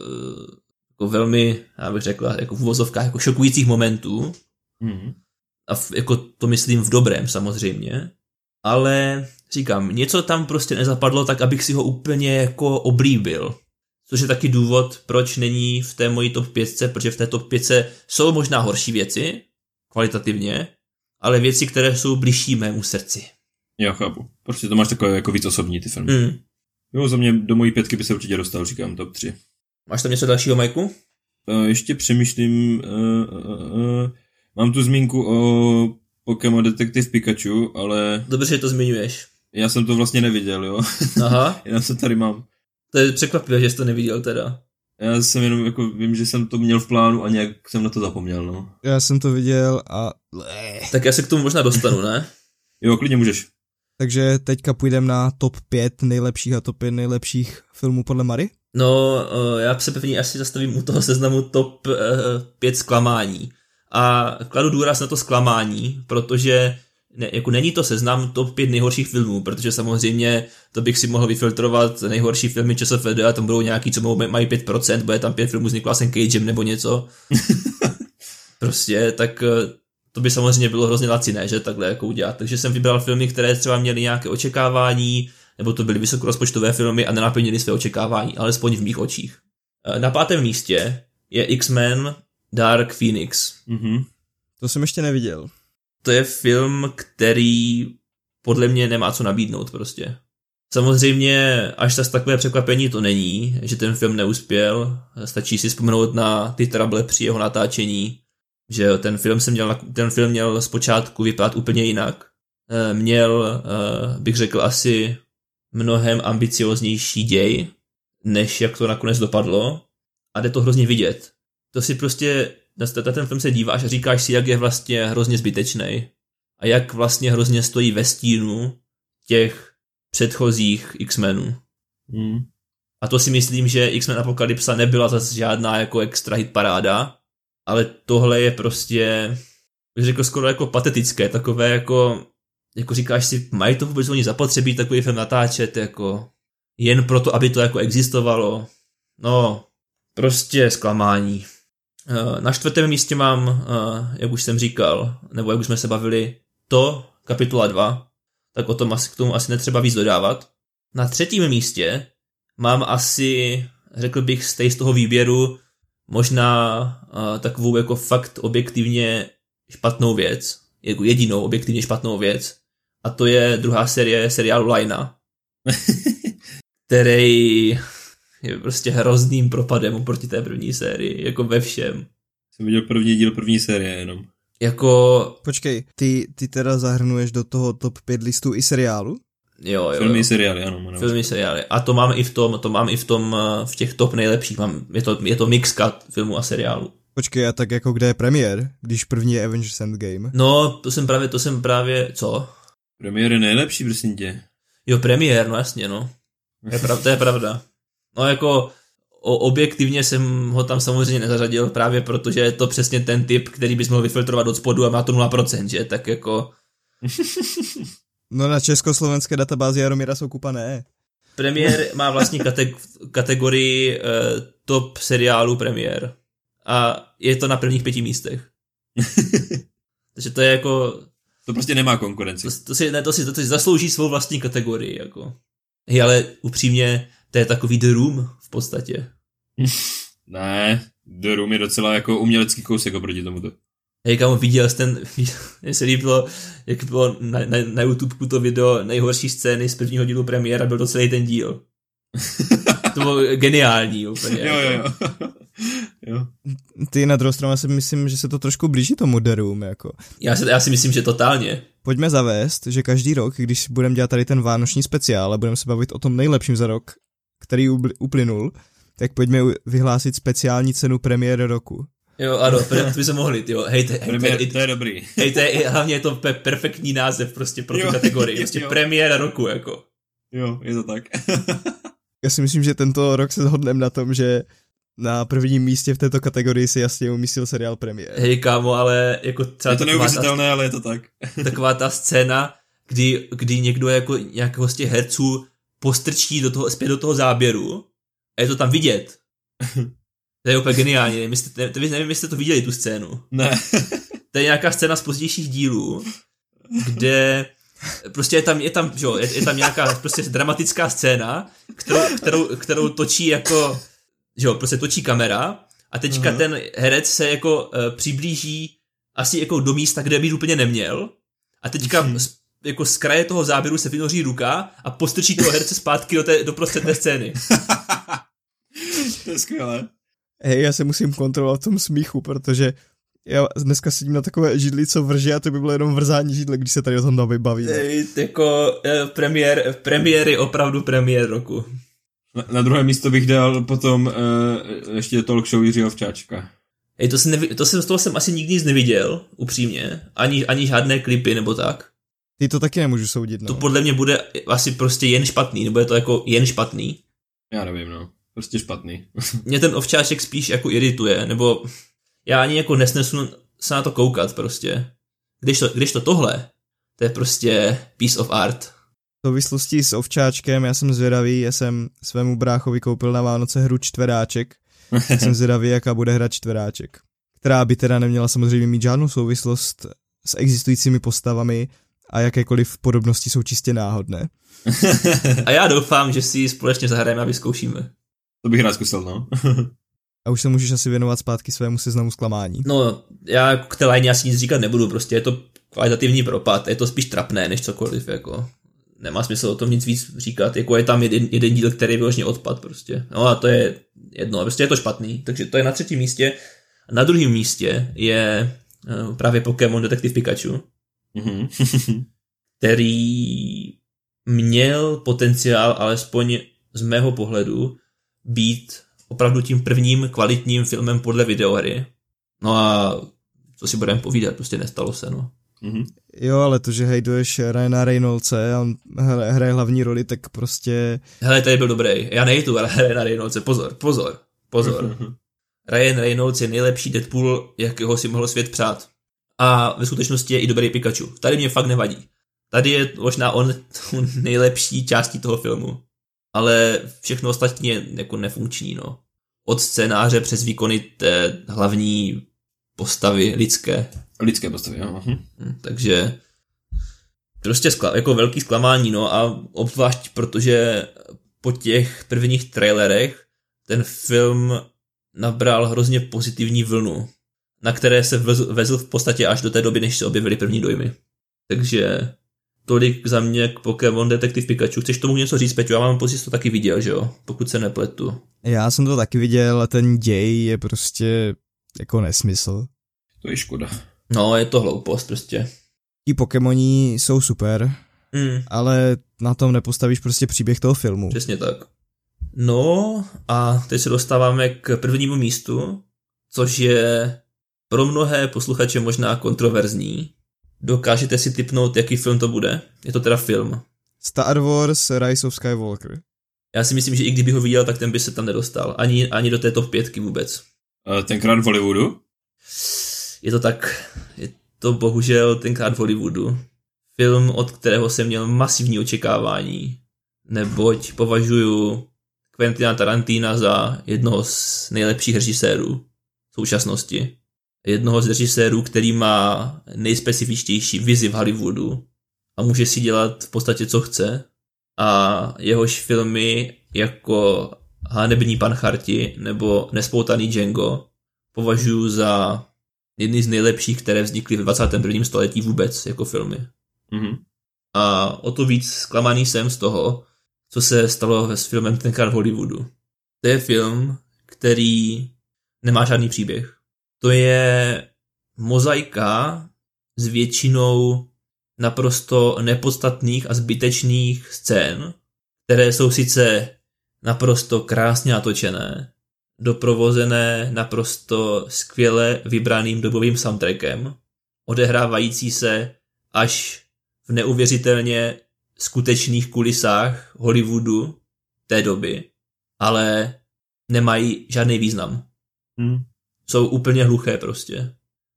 jako velmi, já bych řekla, jako v uvozovkách, jako šokujících momentů. Mm. A v, jako to myslím v dobrém samozřejmě, ale říkám, něco tam prostě nezapadlo tak, abych si ho úplně jako oblíbil. Což je taky důvod, proč není v té mojí top pětce, protože v té top pětce jsou možná horší věci, kvalitativně, ale věci, které jsou bližší mému srdci. Já chápu. Prostě to máš takové jako víc osobní ty filmy. Mm. Jo, za mě do mojí pětky by se určitě dostal, říkám, top tři. Máš tam něco dalšího, Majku? Uh, ještě přemýšlím, uh, uh, uh, mám tu zmínku o Pokémon Detective Pikachu, ale... Dobře, že to zmiňuješ. Já jsem to vlastně neviděl, jo. Aha. Já se tady mám. To je překvapivé, že jsi to neviděl teda. Já jsem jenom jako, vím, že jsem to měl v plánu a nějak jsem na to zapomněl, no. Já jsem to viděl a... Tak já se k tomu možná dostanu, ne? Jo, klidně můžeš. Takže teďka půjdeme na top pět nejlepších a top pět nejlepších filmů podle Mary? No, já se pevně asi zastavím u toho seznamu top pět zklamání. A kladu důraz na to zklamání, protože ne, jako není to seznam top pět nejhorších filmů, protože samozřejmě to bych si mohl vyfiltrovat nejhorší filmy ČSFD a tam budou nějaký, co mají pět procent, bude tam pět filmů s Nicolasem Cagem nebo něco. Prostě, tak to by samozřejmě bylo hrozně laciné, že takhle jako udělat. Takže jsem vybral filmy, které třeba měly nějaké očekávání, nebo to byly vysokorozpočtové filmy a nenaplnily své očekávání, alespoň v mých očích. Na pátém místě je X-Men Dark Phoenix. Mm-hmm. To jsem ještě neviděl. To je film, který podle mě nemá co nabídnout prostě. Samozřejmě až zas takové překvapení to není, že ten film neuspěl. Stačí si vzpomenout na ty trable při jeho natáčení, že ten film, se měl, ten film měl zpočátku vypadat úplně jinak. Měl, bych řekl, asi mnohem ambicioznější děj, než jak to nakonec dopadlo. A jde to hrozně vidět. To si prostě na ten film se díváš a říkáš si, jak je vlastně hrozně zbytečný a jak vlastně hrozně stojí ve stínu těch předchozích X-menů. Hmm. A to si myslím, že X-Men Apokalypsa nebyla zase žádná jako extra hit paráda, ale tohle je prostě, bych řekl, skoro jako patetické, takové jako, jako říkáš si, mají to vůbec oni zapotřebí takový film natáčet, jako jen proto, aby to jako existovalo. No, prostě zklamání. Na čtvrtém místě mám, jak už jsem říkal, nebo jak už jsme se bavili, to kapitola dva, tak o tom asi, k tomu asi netřeba víc dodávat. Na třetím místě mám asi, řekl bych, z té z toho výběru možná uh, takovou jako fakt objektivně špatnou věc, jako jedinou objektivně špatnou věc, a to je druhá série seriálu Lina, který je prostě hrozným propadem oproti té první sérii, jako ve všem. Jsem viděl první díl první série jenom. Jako... Počkej, ty, ty teda zahrnuješ do toho top pět listů i seriálu? Jo, jo. Filmy, seriály, ano. ano. Filmy, seriály. A to mám i v tom, to mám i v tom, v těch top nejlepších. Mám, je to, je to mix cut filmu a seriálu. Počkej, a tak jako kde je premiér, když první je Avengers Endgame? No, to jsem právě, to jsem právě, co? Premiér je nejlepší, prosím tě. Jo, premiér, no jasně, no. Je pravda, to je pravda. No jako, o, objektivně jsem ho tam samozřejmě nezařadil, právě protože je to přesně ten typ, který bys mohl vyfiltrovat od spodu a má to nula procent, že? Tak jako... No na československé databázi Jaromíra Soukupa ne. Premiér má vlastní kate- kategorii uh, top seriálu premiér. A je to na prvních pěti místech. Takže to je jako... To prostě nemá konkurenci. To, to, si, ne, to, si, to si zaslouží svou vlastní kategorii. Jako. Hej, ale upřímně, to je takový The Room v podstatě. Ne, The Room je docela jako umělecký kousek oproti tomuto. Hej, kámo, viděl jsi ten, mně se líbilo, jak bylo na, na, na YouTubeku to video nejhorší scény z prvního dílu premiéra, byl to celý ten díl. To bylo geniální úplně. Jo, jo, jo. jo. Ty na druhou stranu si myslím, že se to trošku blíží tomu The Room, jako. Já si, já si myslím, že totálně. Pojďme zavést, že každý rok, když budeme dělat tady ten vánoční speciál a budeme se bavit o tom nejlepším za rok, který uplynul, tak pojďme vyhlásit speciální cenu premiéry roku. Jo, ano, to by se mohli, jo. Hej, te, hej, premiér, te, to je dobrý. Hej, to je, hlavně je to pe- perfektní název prostě pro tu jo, kategorii. Prostě jo. Premiéra roku, jako. Jo, je to tak. Já si myslím, že tento rok se shodneme na tom, že na prvním místě v této kategorii si jasně umístil seriál premiér. Hej, kámo, ale jako třeba je to neuvěřitelné, ta, ale je to tak. Taková ta scéna, kdy, kdy někdo jako nějakého z těch herců postrčí do toho, zpět do toho záběru a je to tam vidět. To je úplně geniální, nevím, jestli, nevím, jestli jste to viděli, tu scénu. Ne. To je nějaká scéna z pozdějších dílů, kde prostě je tam, je tam, že jo, je, je tam nějaká prostě dramatická scéna, kterou, kterou, kterou točí jako, že jo, prostě točí kamera a teďka uh-huh. ten herec se jako uh, přiblíží asi jako do místa, kde by úplně neměl a teďka uh-huh. z, jako z kraje toho záběru se vynoří ruka a postrčí toho herce zpátky do, té, do prostřed té scény. To je skvělé. Hej, já se musím kontrolovat v tom smíchu, protože já dneska sedím na takové židli, co vrže a to by bylo jenom vrzání židle, když se tady o tom bavíme. Hej, jako eh, premiér, premiér je opravdu premiér roku. Na, na druhé místo bych dal potom eh, ještě talk show Jiřího Ovčáčka. Hej, to, nevi- to jsem, z toho jsem asi nikdy nic neviděl, upřímně. Ani, ani žádné klipy nebo tak. Ty to taky nemůžu soudit, no. To podle mě bude asi prostě jen špatný, nebo je to jako jen špatný. Já nevím, no. Prostě špatný. Mě ten Ovčáček spíš jako irituje, nebo já ani jako nesnesu se na to koukat prostě. Když to, když to tohle, to je prostě piece of art. V souvislosti s Ovčáčkem, já jsem zvědavý, já jsem svému bráchovi koupil na Vánoce hru Čtveráček. Jsem zvědavý, jaká bude hra Čtveráček. Která by teda neměla samozřejmě mít žádnou souvislost s existujícími postavami a jakékoliv podobnosti jsou čistě náhodné. A já doufám, že si ji společně zahrajeme a vyzkoušíme. To bych rád zkusil, no. A už se můžeš asi věnovat zpátky svému seznamu zklamání. No, já k té Lině asi nic říkat nebudu, prostě je to kvalitativní propad, je to spíš trapné než cokoliv, jako. Nemá smysl o tom nic víc říkat, jako je tam jeden, jeden díl, který je vyloženě odpad prostě. No a to je jedno, prostě je to špatný, takže to je na třetím místě. Na druhém místě je uh, právě Pokémon Detektiv Pikachu, mm-hmm. který měl potenciál, alespoň z mého pohledu, být opravdu tím prvním kvalitním filmem podle videohry. No a co si budeme povídat, prostě nestalo se, no. Mm-hmm. Jo, ale to, že hejtuješ Ryana Reynoldse a on hraje hlavní roli, tak prostě... Hele, tady byl dobrý. Já nejdu, ale Ryana Reynoldse, pozor, pozor, pozor. Mm-hmm. Ryan Reynolds je nejlepší Deadpool, jakého si mohl svět přát. A ve skutečnosti je i dobrý Pikachu. Tady mě fakt nevadí. Tady je možná on nejlepší částí toho filmu. Ale všechno ostatní je jako nefunkční, no. Od scénáře přes výkony té hlavní postavy lidské. Lidské postavy, jo. Hm. Takže prostě skla, jako velký zklamání, no a obzvlášť protože po těch prvních trailerech ten film nabral hrozně pozitivní vlnu, na které se vezl v podstatě až do té doby, než se objevily první dojmy. Takže tolik za mě k Pokémon Detektiv Pikachu. Chceš tomu něco říct, Peťo? Já mám pocit, že to taky viděl, že jo? Pokud se nepletu. Já jsem to taky viděl a ten děj je prostě jako nesmysl. To je škoda. No, je to hloupost prostě. Ti Pokémoni jsou super, mm. ale na tom nepostavíš prostě příběh toho filmu. Přesně tak. No a teď se dostáváme k prvnímu místu, což je pro mnohé posluchače možná kontroverzní. Dokážete si tipnout, jaký film to bude? Je to teda film. Star Wars Rise of Skywalker. Já si myslím, že i kdyby ho viděl, tak ten by se tam nedostal. Ani, ani do té top pětky vůbec. Tenkrát v Hollywoodu? Je to tak. Je to bohužel tenkrát v Hollywoodu. Film, od kterého jsem měl masivní očekávání. Neboť považuji Quentina Tarantina za jednoho z nejlepších režisérů v současnosti. Jednoho z režisérů, který má nejspecifičtější vizi v Hollywoodu a může si dělat v podstatě co chce. A jehož filmy jako Hanební pancharti nebo Nespoutaný Django považuji za jedny z nejlepších, které vznikly v dvacátém prvním století vůbec jako filmy. Mm-hmm. A o to víc zklamaný jsem z toho, co se stalo s filmem tenkrát v Hollywoodu. To je film, který nemá žádný příběh. To je mozaika s většinou naprosto nepodstatných a zbytečných scén, které jsou sice naprosto krásně natočené, doprovozené naprosto skvěle vybraným dobovým soundtrackem, odehrávající se až v neuvěřitelně skutečných kulisách Hollywoodu té doby, ale nemají žádný význam. Hmm. Jsou úplně hluché prostě.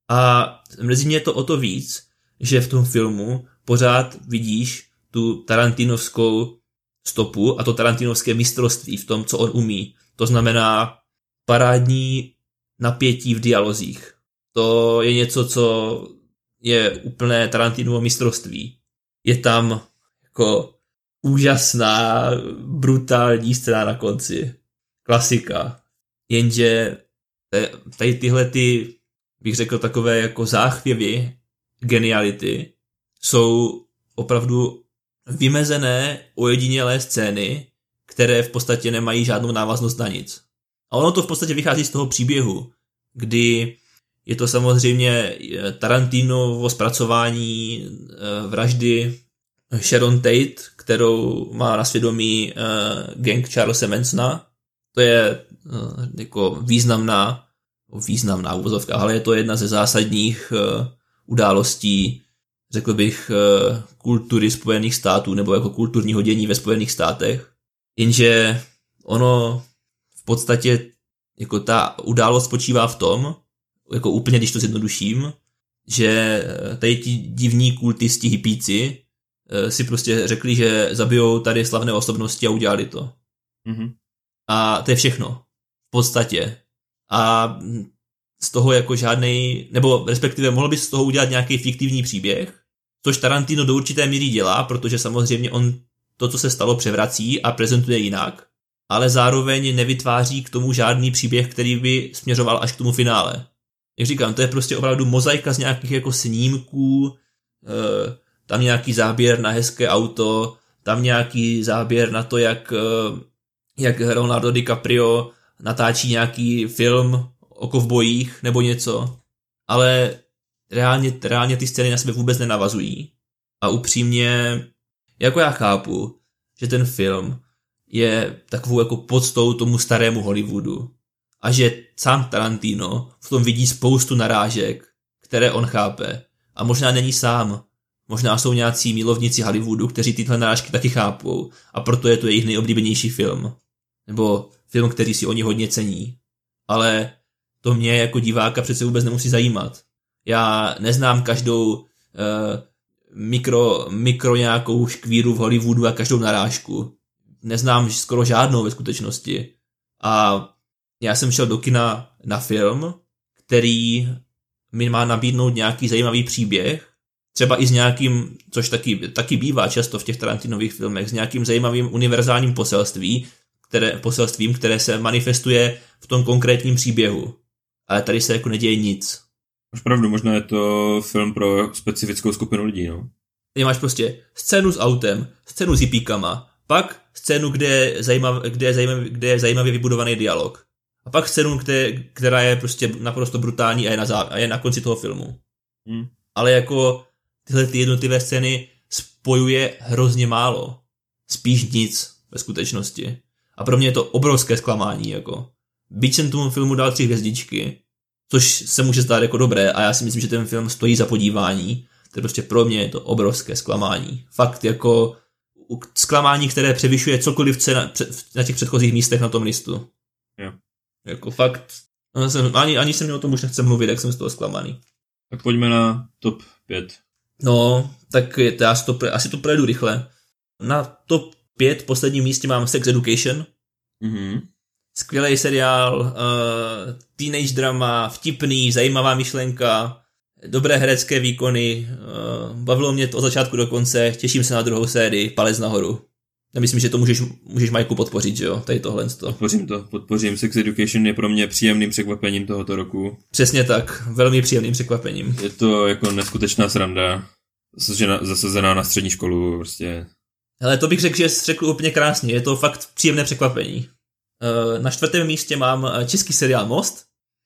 A mrzí mě to o to víc, že v tom filmu pořád vidíš tu tarantinovskou stopu a to tarantinovské mistrovství v tom, co on umí. To znamená parádní napětí v dialozích. To je něco, co je úplné Tarantinovo mistrovství. Je tam jako úžasná, brutální scéna na konci. Klasika. Jenže tady tyhle ty, bych řekl, takové jako záchvěvy geniality jsou opravdu vymezené ojedinělé scény, které v podstatě nemají žádnou návaznost na nic. A ono to v podstatě vychází z toho příběhu, kdy je to samozřejmě Tarantinovo zpracování vraždy Sharon Tate, kterou má na svědomí gang Charlesa Mansona. To je jako významná, významná uvozovka, ale je to jedna ze zásadních událostí, řekl bych, kultury Spojených států, nebo jako kulturního dění ve Spojených státech. Jenže ono v podstatě jako ta událost spočívá v tom, jako úplně, když to zjednoduším, že tady ti divní kultisti hippíci si prostě řekli, že zabijou tady slavné osobnosti a udělali to. Mm-hmm. A to je všechno. V podstatě. A z toho jako žádnej, nebo respektive mohl by z toho udělat nějaký fiktivní příběh, což Tarantino do určité míry dělá, protože samozřejmě on to, co se stalo, převrací a prezentuje jinak, ale zároveň nevytváří k tomu žádný příběh, který by směřoval až k tomu finále. Jak říkám, to je prostě opravdu mozaika z nějakých jako snímků, e, tam nějaký záběr na hezké auto, tam nějaký záběr na to, jak, e, jak Leonardo DiCaprio natáčí nějaký film o kovbojích nebo něco, ale reálně, reálně ty scény na sebe vůbec nenavazují. A upřímně, jako já chápu, že ten film je takovou jako podstou tomu starému Hollywoodu. a že sám Tarantino v tom vidí spoustu narážek, které on chápe. A možná není sám. Možná jsou nějací milovníci Hollywoodu, kteří tyhle narážky taky chápou a proto je to jejich nejoblíbenější film. Nebo film, který si oni hodně cení. Ale to mě jako diváka přece vůbec nemusí zajímat. Já neznám každou uh, mikro, mikro nějakou škvíru v Hollywoodu a každou narážku. Neznám skoro žádnou ve skutečnosti. A já jsem šel do kina na film, který mi má nabídnout nějaký zajímavý příběh, třeba i s nějakým, což taky, taky bývá často v těch Tarantinových filmech, s nějakým zajímavým univerzálním poselství, které, poselstvím, které se manifestuje v tom konkrétním příběhu. Ale tady se jako neděje nic. Máš pravdu, možná je to film pro specifickou skupinu lidí, no. Ty máš prostě scénu s autem, scénu s hippíkama, pak scénu, kde je, zajímav, kde je, zajímavě, kde je zajímavě vybudovaný dialog. A pak scénu, kde, která je prostě naprosto brutální a je na, zá, a je na konci toho filmu. Hmm. Ale jako tyhle ty jednotlivé scény spojuje hrozně málo. Spíš nic ve skutečnosti. A pro mě je to obrovské zklamání, jako. Byť jsem tomu filmu dal tři hvězdičky, což se může zdát jako dobré a já si myslím, že ten film stojí za podívání, to prostě pro mě je to obrovské zklamání. Fakt jako zklamání, které převyšuje cokoliv na, na těch předchozích místech na tom listu. Jo. Jako fakt, no, jsem, ani, ani se mi o tom už nechce mluvit, jak jsem z toho zklamaný. Tak pojďme na top pět. No, tak to já to, asi to projedu rychle. Na top pět posledním místě mám Sex Education. Mhm. Skvělý seriál, uh, teenage drama, vtipný, zajímavá myšlenka, dobré herecké výkony, uh, bavilo mě to od začátku do konce, těším se na druhou sérii, palec nahoru. Já myslím, že to můžeš, můžeš Majku podpořit, že jo, tady tohle. Podpořím to, podpořím. Sex Education je pro mě příjemným překvapením tohoto roku. Přesně tak, velmi příjemným překvapením. Je to jako neskutečná sranda, zasazená na střední školu, prostě. Hele, to bych řekl, že jsi řekl úplně krásně, je to fakt příjemné překvapení. Na čtvrtém místě mám český seriál Most,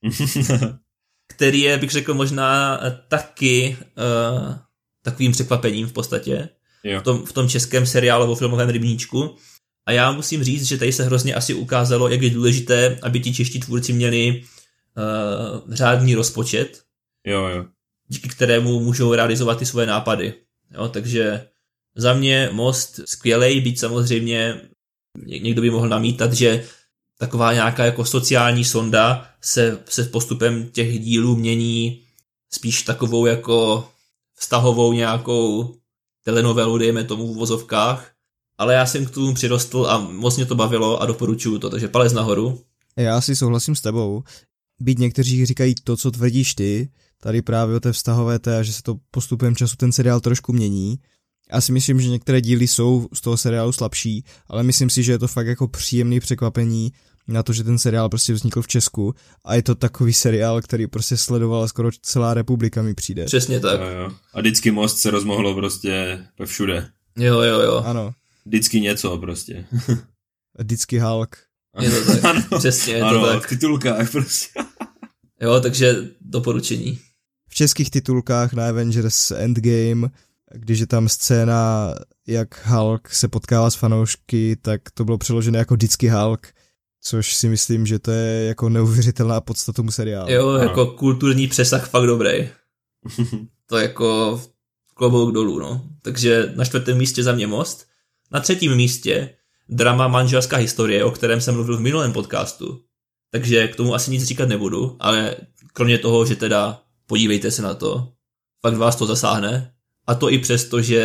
který je, bych řekl, možná taky uh, takovým překvapením v podstatě. V tom, v tom českém seriálu filmovém rybníčku. A já musím říct, že tady se hrozně asi ukázalo, jak je důležité, aby ti čeští tvůrci měli uh, řádný rozpočet, jo, jo. díky kterému můžou realizovat ty svoje nápady. Jo, takže za mě Most skvělej, byť samozřejmě někdo by mohl namítat, že taková nějaká jako sociální sonda se, se postupem těch dílů mění spíš takovou jako vztahovou nějakou telenovelu, dejme tomu v uvozovkách, ale já jsem k tomu přirostl a moc mě to bavilo a doporučuju to, takže palec nahoru. Já si souhlasím s tebou, byť někteří říkají to, co tvrdíš ty, tady právě o té vztahové té, že se to postupem času ten seriál trošku mění. Já si myslím, že některé díly jsou z toho seriálu slabší, ale myslím si, že je to fakt jako příjemný překvapení na to, že ten seriál prostě vznikl v Česku a je to takový seriál, který prostě sledovala skoro celá republika, mi přijde. Přesně tak. Jo, jo. A vždycky Most se rozmohlo prostě ve všude. Jo, jo, jo. Ano. Vždycky něco prostě. Vždycky Hulk. Je to tak. Ano. Přesně, je ano, to tak. v titulkách prostě. Jo, takže doporučení. V českých titulkách na Avengers Endgame, když je tam scéna, jak Hulk se potkává s fanoušky, tak to bylo přeložené jako vždycky Hulk, což si myslím, že to je jako neuvěřitelná podstata tomu seriálu. Jo, ano. Jako kulturní přesah fakt dobrý. To jako klobouk dolů, no. Takže na čtvrtém místě za mě Most. Na třetím místě drama Manželská historie, o kterém jsem mluvil v minulém podcastu. Takže k tomu asi nic říkat nebudu, ale kromě toho, že teda podívejte se na to, fakt vás to zasáhne. A to i přesto, že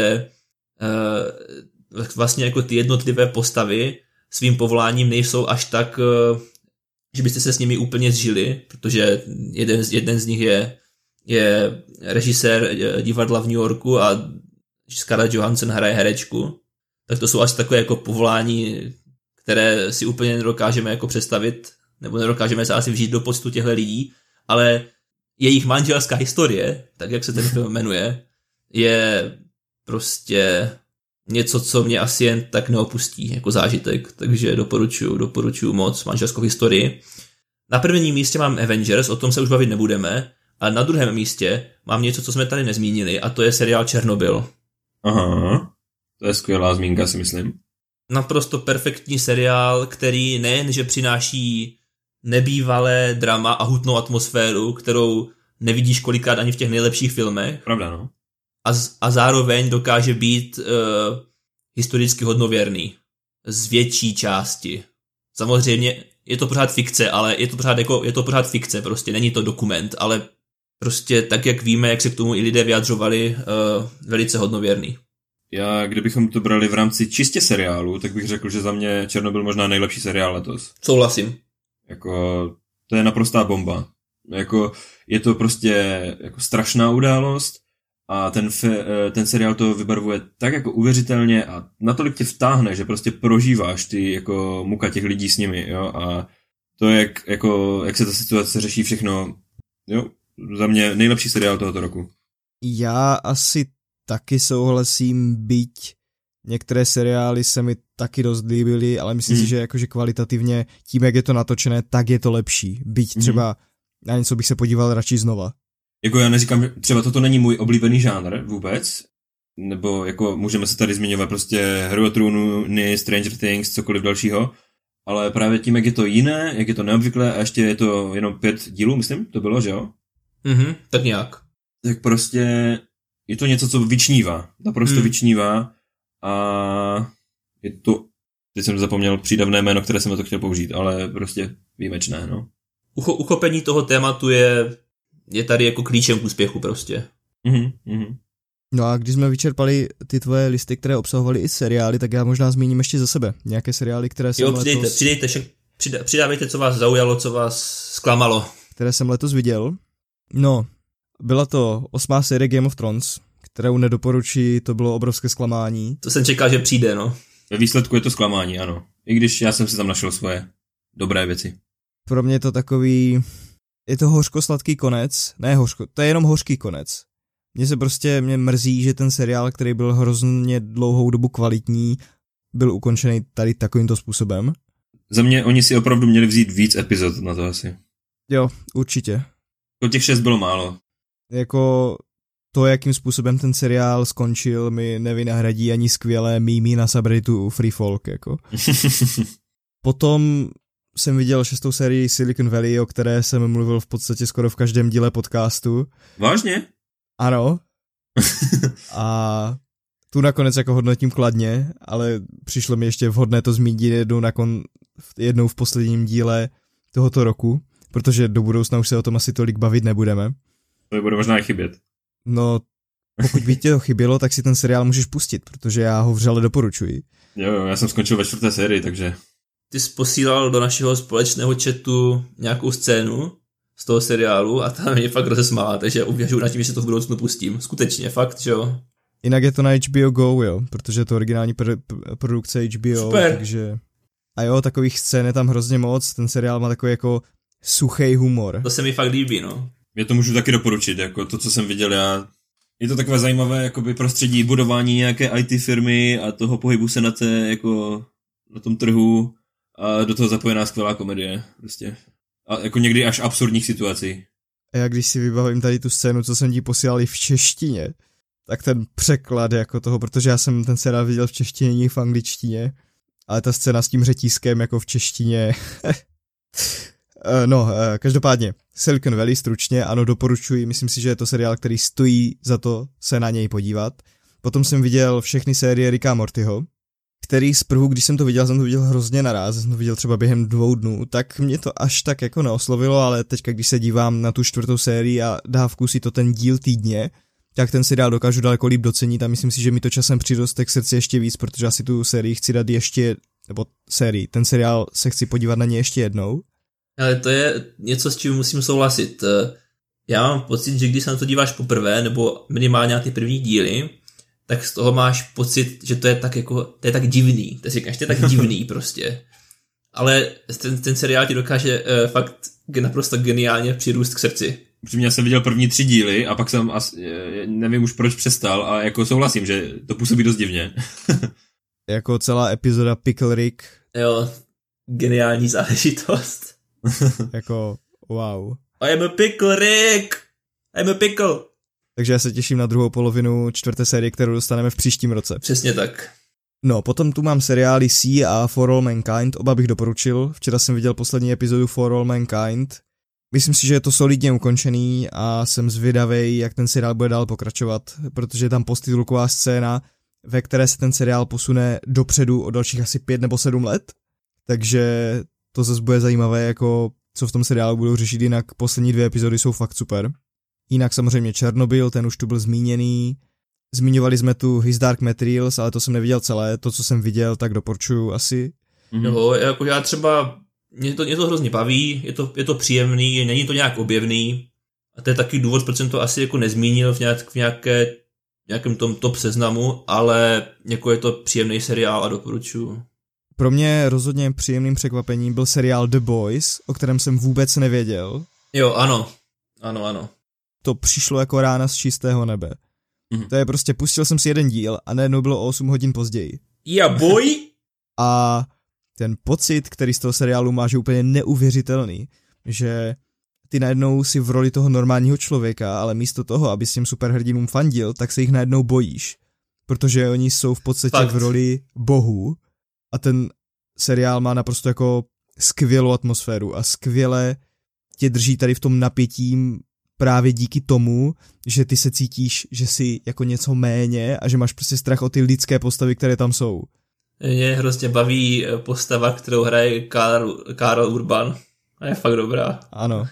e, vlastně jako ty jednotlivé postavy svým povoláním nejsou až tak, e, že byste se s nimi úplně zžili, protože jeden, jeden z nich je, je režisér divadla v New Yorku a Scarlett Johansson hraje herečku. Tak to jsou asi takové jako povolání, které si úplně nedokážeme jako představit, nebo nedokážeme se asi vžít do pocitu těchto lidí, ale jejich manželská historie, tak jak se ten film jmenuje, je prostě něco, co mě asi jen tak neopustí jako zážitek, takže doporučuju, doporučuju moc manželskou historii. Na prvním místě mám Avengers, o tom se už bavit nebudeme, ale na druhém místě mám něco, co jsme tady nezmínili, a to je seriál Černobyl. Aha, to je skvělá zmínka, si myslím. Naprosto perfektní seriál, který nejen, že přináší nebývalé drama a hutnou atmosféru, kterou nevidíš kolikrát ani v těch nejlepších filmech. Pravda, no. A, a zároveň dokáže být uh, historicky hodnověrný. Z větší části. Samozřejmě je to pořád fikce, ale je to pořád, jako, je to pořád fikce, prostě není to dokument, ale prostě tak, jak víme, jak se k tomu i lidé vyjadřovali, uh, velice hodnověrný. Já, kdybychom to brali v rámci čistě seriálu, tak bych řekl, že za mě Černobyl možná nejlepší seriál letos. Souhlasím. Jako, to je naprostá bomba. Jako, je to prostě jako strašná událost a ten, fe, ten seriál to vybarvuje tak jako uvěřitelně a natolik tě vtáhne, že prostě prožíváš ty jako muka těch lidí s nimi, jo, a to, jak, jako, jak se ta situace řeší všechno, jo, za mě nejlepší seriál tohoto roku. Já asi taky souhlasím, byť některé seriály se mi taky dost líbily, ale myslím mm. si, že jakože kvalitativně tím, jak je to natočené, tak je to lepší. Byť třeba mm. na něco bych se podíval radši znova. Jako já neříkám, že třeba toto není můj oblíbený žánr vůbec, nebo jako můžeme se tady zmiňovat prostě Hru o trůnu, Stranger Things, cokoliv dalšího, ale právě tím, jak je to jiné, jak je to neobvyklé a ještě je to jenom pět dílů, myslím, to bylo, že jo? Mhm, tak nějak. Tak prostě je to něco, co vyčnívá, naprosto hmm. vyčnívá a je to, teď jsem zapomněl přídavné jméno, které jsem na to chtěl použít, ale prostě výjimečné, no. Ucho, uchopení toho tématu je, je tady jako klíčem k úspěchu prostě. Mhm, mhm. No a když jsme vyčerpali ty tvoje listy, které obsahovaly i seriály, tak já možná zmíním ještě za sebe nějaké seriály, které jsem jo, přidejte, letos... přidejte, však přidá, přidávejte, co vás zaujalo, co vás zklamalo. Které jsem letos viděl. No, byla to osmá série Game of Thrones, kterou nedoporučuji, to bylo obrovské zklamání. To jsem čekal, že přijde, no. Ve výsledku je to zklamání, ano. I když já jsem si tam našel svoje dobré věci. Pro mě je to takový... Je to hořko-sladký konec. Ne hořko, to je jenom hořký konec. Mně se prostě, mě mrzí, že ten seriál, který byl hrozně dlouhou dobu kvalitní, byl ukončený tady takovýmto způsobem. Za mě oni si opravdu měli vzít víc epizod na to asi. Jo, určitě. To těch šest bylo málo. Jako to, jakým způsobem ten seriál skončil, mi nevynahradí ani skvělé mýmy na subredditu Free Folk, jako. Potom jsem viděl šestou sérii Silicon Valley, o které jsem mluvil v podstatě skoro v každém díle podcastu. Vážně? Ano. A tu nakonec jako hodnotím kladně, ale přišlo mi ještě vhodné to zmínit jednou, nakon, jednou v posledním díle tohoto roku, protože do budoucna už se o tom asi tolik bavit nebudeme. To bude možná i chybět. No, pokud by tě to chybělo, tak si ten seriál můžeš pustit, protože já ho vřele doporučuji. Jo, jo, já jsem skončil ve čtvrté sérii, takže... Ty jsi posílal do našeho společného chatu nějakou scénu z toho seriálu a ta mě fakt rozesmála, takže uvěřuji na tím, že si to v budoucnu pustím. Skutečně, fakt, že jo. Jinak je to na H B O Go, jo, protože je to originální pr- pr- produkce H B O, super. Takže... A jo, takových scén je tam hrozně moc, ten seriál má takový jako suchý humor. To se mi fakt líbí, no. Já to můžu taky doporučit, jako to, co jsem viděl já. Je to takové zajímavé jakoby prostředí budování nějaké I T firmy a toho pohybu se na té, jako na tom trhu a do toho zapojená skvělá komedie, prostě. A jako někdy až absurdních situací. A já když si vybavím tady tu scénu, co jsem ti posílal i v češtině, tak ten překlad jako toho, protože já jsem ten seriál viděl v češtině, nie v angličtině, ale ta scéna s tím řetízkem jako v češtině... No, každopádně, Silicon Valley stručně, ano, doporučuji, myslím si, že je to seriál, který stojí za to se na něj podívat. Potom jsem viděl všechny série Ricka a Mortyho, který zprvu, když jsem to viděl, jsem to viděl hrozně naraz, jsem to viděl třeba během dvou dnů, tak mě to až tak jako neoslovilo, ale teďka, když se dívám na tu čtvrtou sérii a dávku si to ten díl týdně, tak ten seriál dokážu daleko líp docenit a myslím si, že mi to časem přiroste k srdci ještě víc, protože asi tu sérii chci dát ještě, nebo sérii, ten seriál se chci podívat na ně ještě jednou. Ale to je něco, s čím musím souhlasit. Já mám pocit, že když se na to díváš poprvé, nebo minimálně na ty první díly, tak z toho máš pocit, že to je tak jako, to je tak divný. Ty si říkáš, to je tak divný prostě. Ale ten, ten seriál ti dokáže uh, fakt naprosto geniálně přirůst k srdci. Upřímně já jsem viděl první tři díly a pak jsem, asi, nevím už proč přestal a jako souhlasím, že to působí dost divně. Jako celá epizoda Pickle Rick. Jo, geniální záležitost. Jako, wow. I'm a pickle, Rick! I'm a pickle! Takže já se těším na druhou polovinu čtvrté série, kterou dostaneme v příštím roce. Přesně tak. No, potom tu mám seriály Sea a For All Mankind, oba bych doporučil. Včera jsem viděl poslední epizodu For All Mankind. Myslím si, že je to solidně ukončený a jsem zvědavej, jak ten seriál bude dál pokračovat, protože je tam posttitulková scéna, ve které se ten seriál posune dopředu o dalších asi pět nebo sedm let. Takže to zase bude zajímavé, jako co v tom seriálu budou řešit, jinak poslední dvě epizody jsou fakt super. Jinak samozřejmě Černobyl, ten už tu byl zmíněný. Zmiňovali jsme tu His Dark Materials, ale to jsem neviděl celé, to, co jsem viděl, tak doporučuju asi. Mm-hmm. Jo, jako já třeba, mě to, mě to hrozně baví, je to, je to příjemný, není to nějak objevný a to je taky důvod, proč jsem to asi jako nezmínil v, nějak, v nějaké, nějakém tom top seznamu, ale jako je to příjemný seriál a doporučuju. Pro mě rozhodně příjemným překvapením byl seriál The Boys, o kterém jsem vůbec nevěděl. Jo, ano, ano, ano. To přišlo jako rána z čistého nebe. Mm-hmm. To je prostě, pustil jsem si jeden díl a najednou bylo o osm hodin později. Yeah, boy! A ten pocit, který z toho seriálu máš, je úplně neuvěřitelný, že ty najednou si v roli toho normálního člověka, ale místo toho, aby s těm superhrdinům fandil, tak se jich najednou bojíš. Protože oni jsou v podstatě Fakt. v roli bohů a ten seriál má naprosto jako skvělou atmosféru a skvěle tě drží tady v tom napětím právě díky tomu, že ty se cítíš, že jsi jako něco méně a že máš prostě strach o ty lidské postavy, které tam jsou. Mě hrozně baví postava, kterou hraje Karl, Karl Urban. A je fakt dobrá. Ano.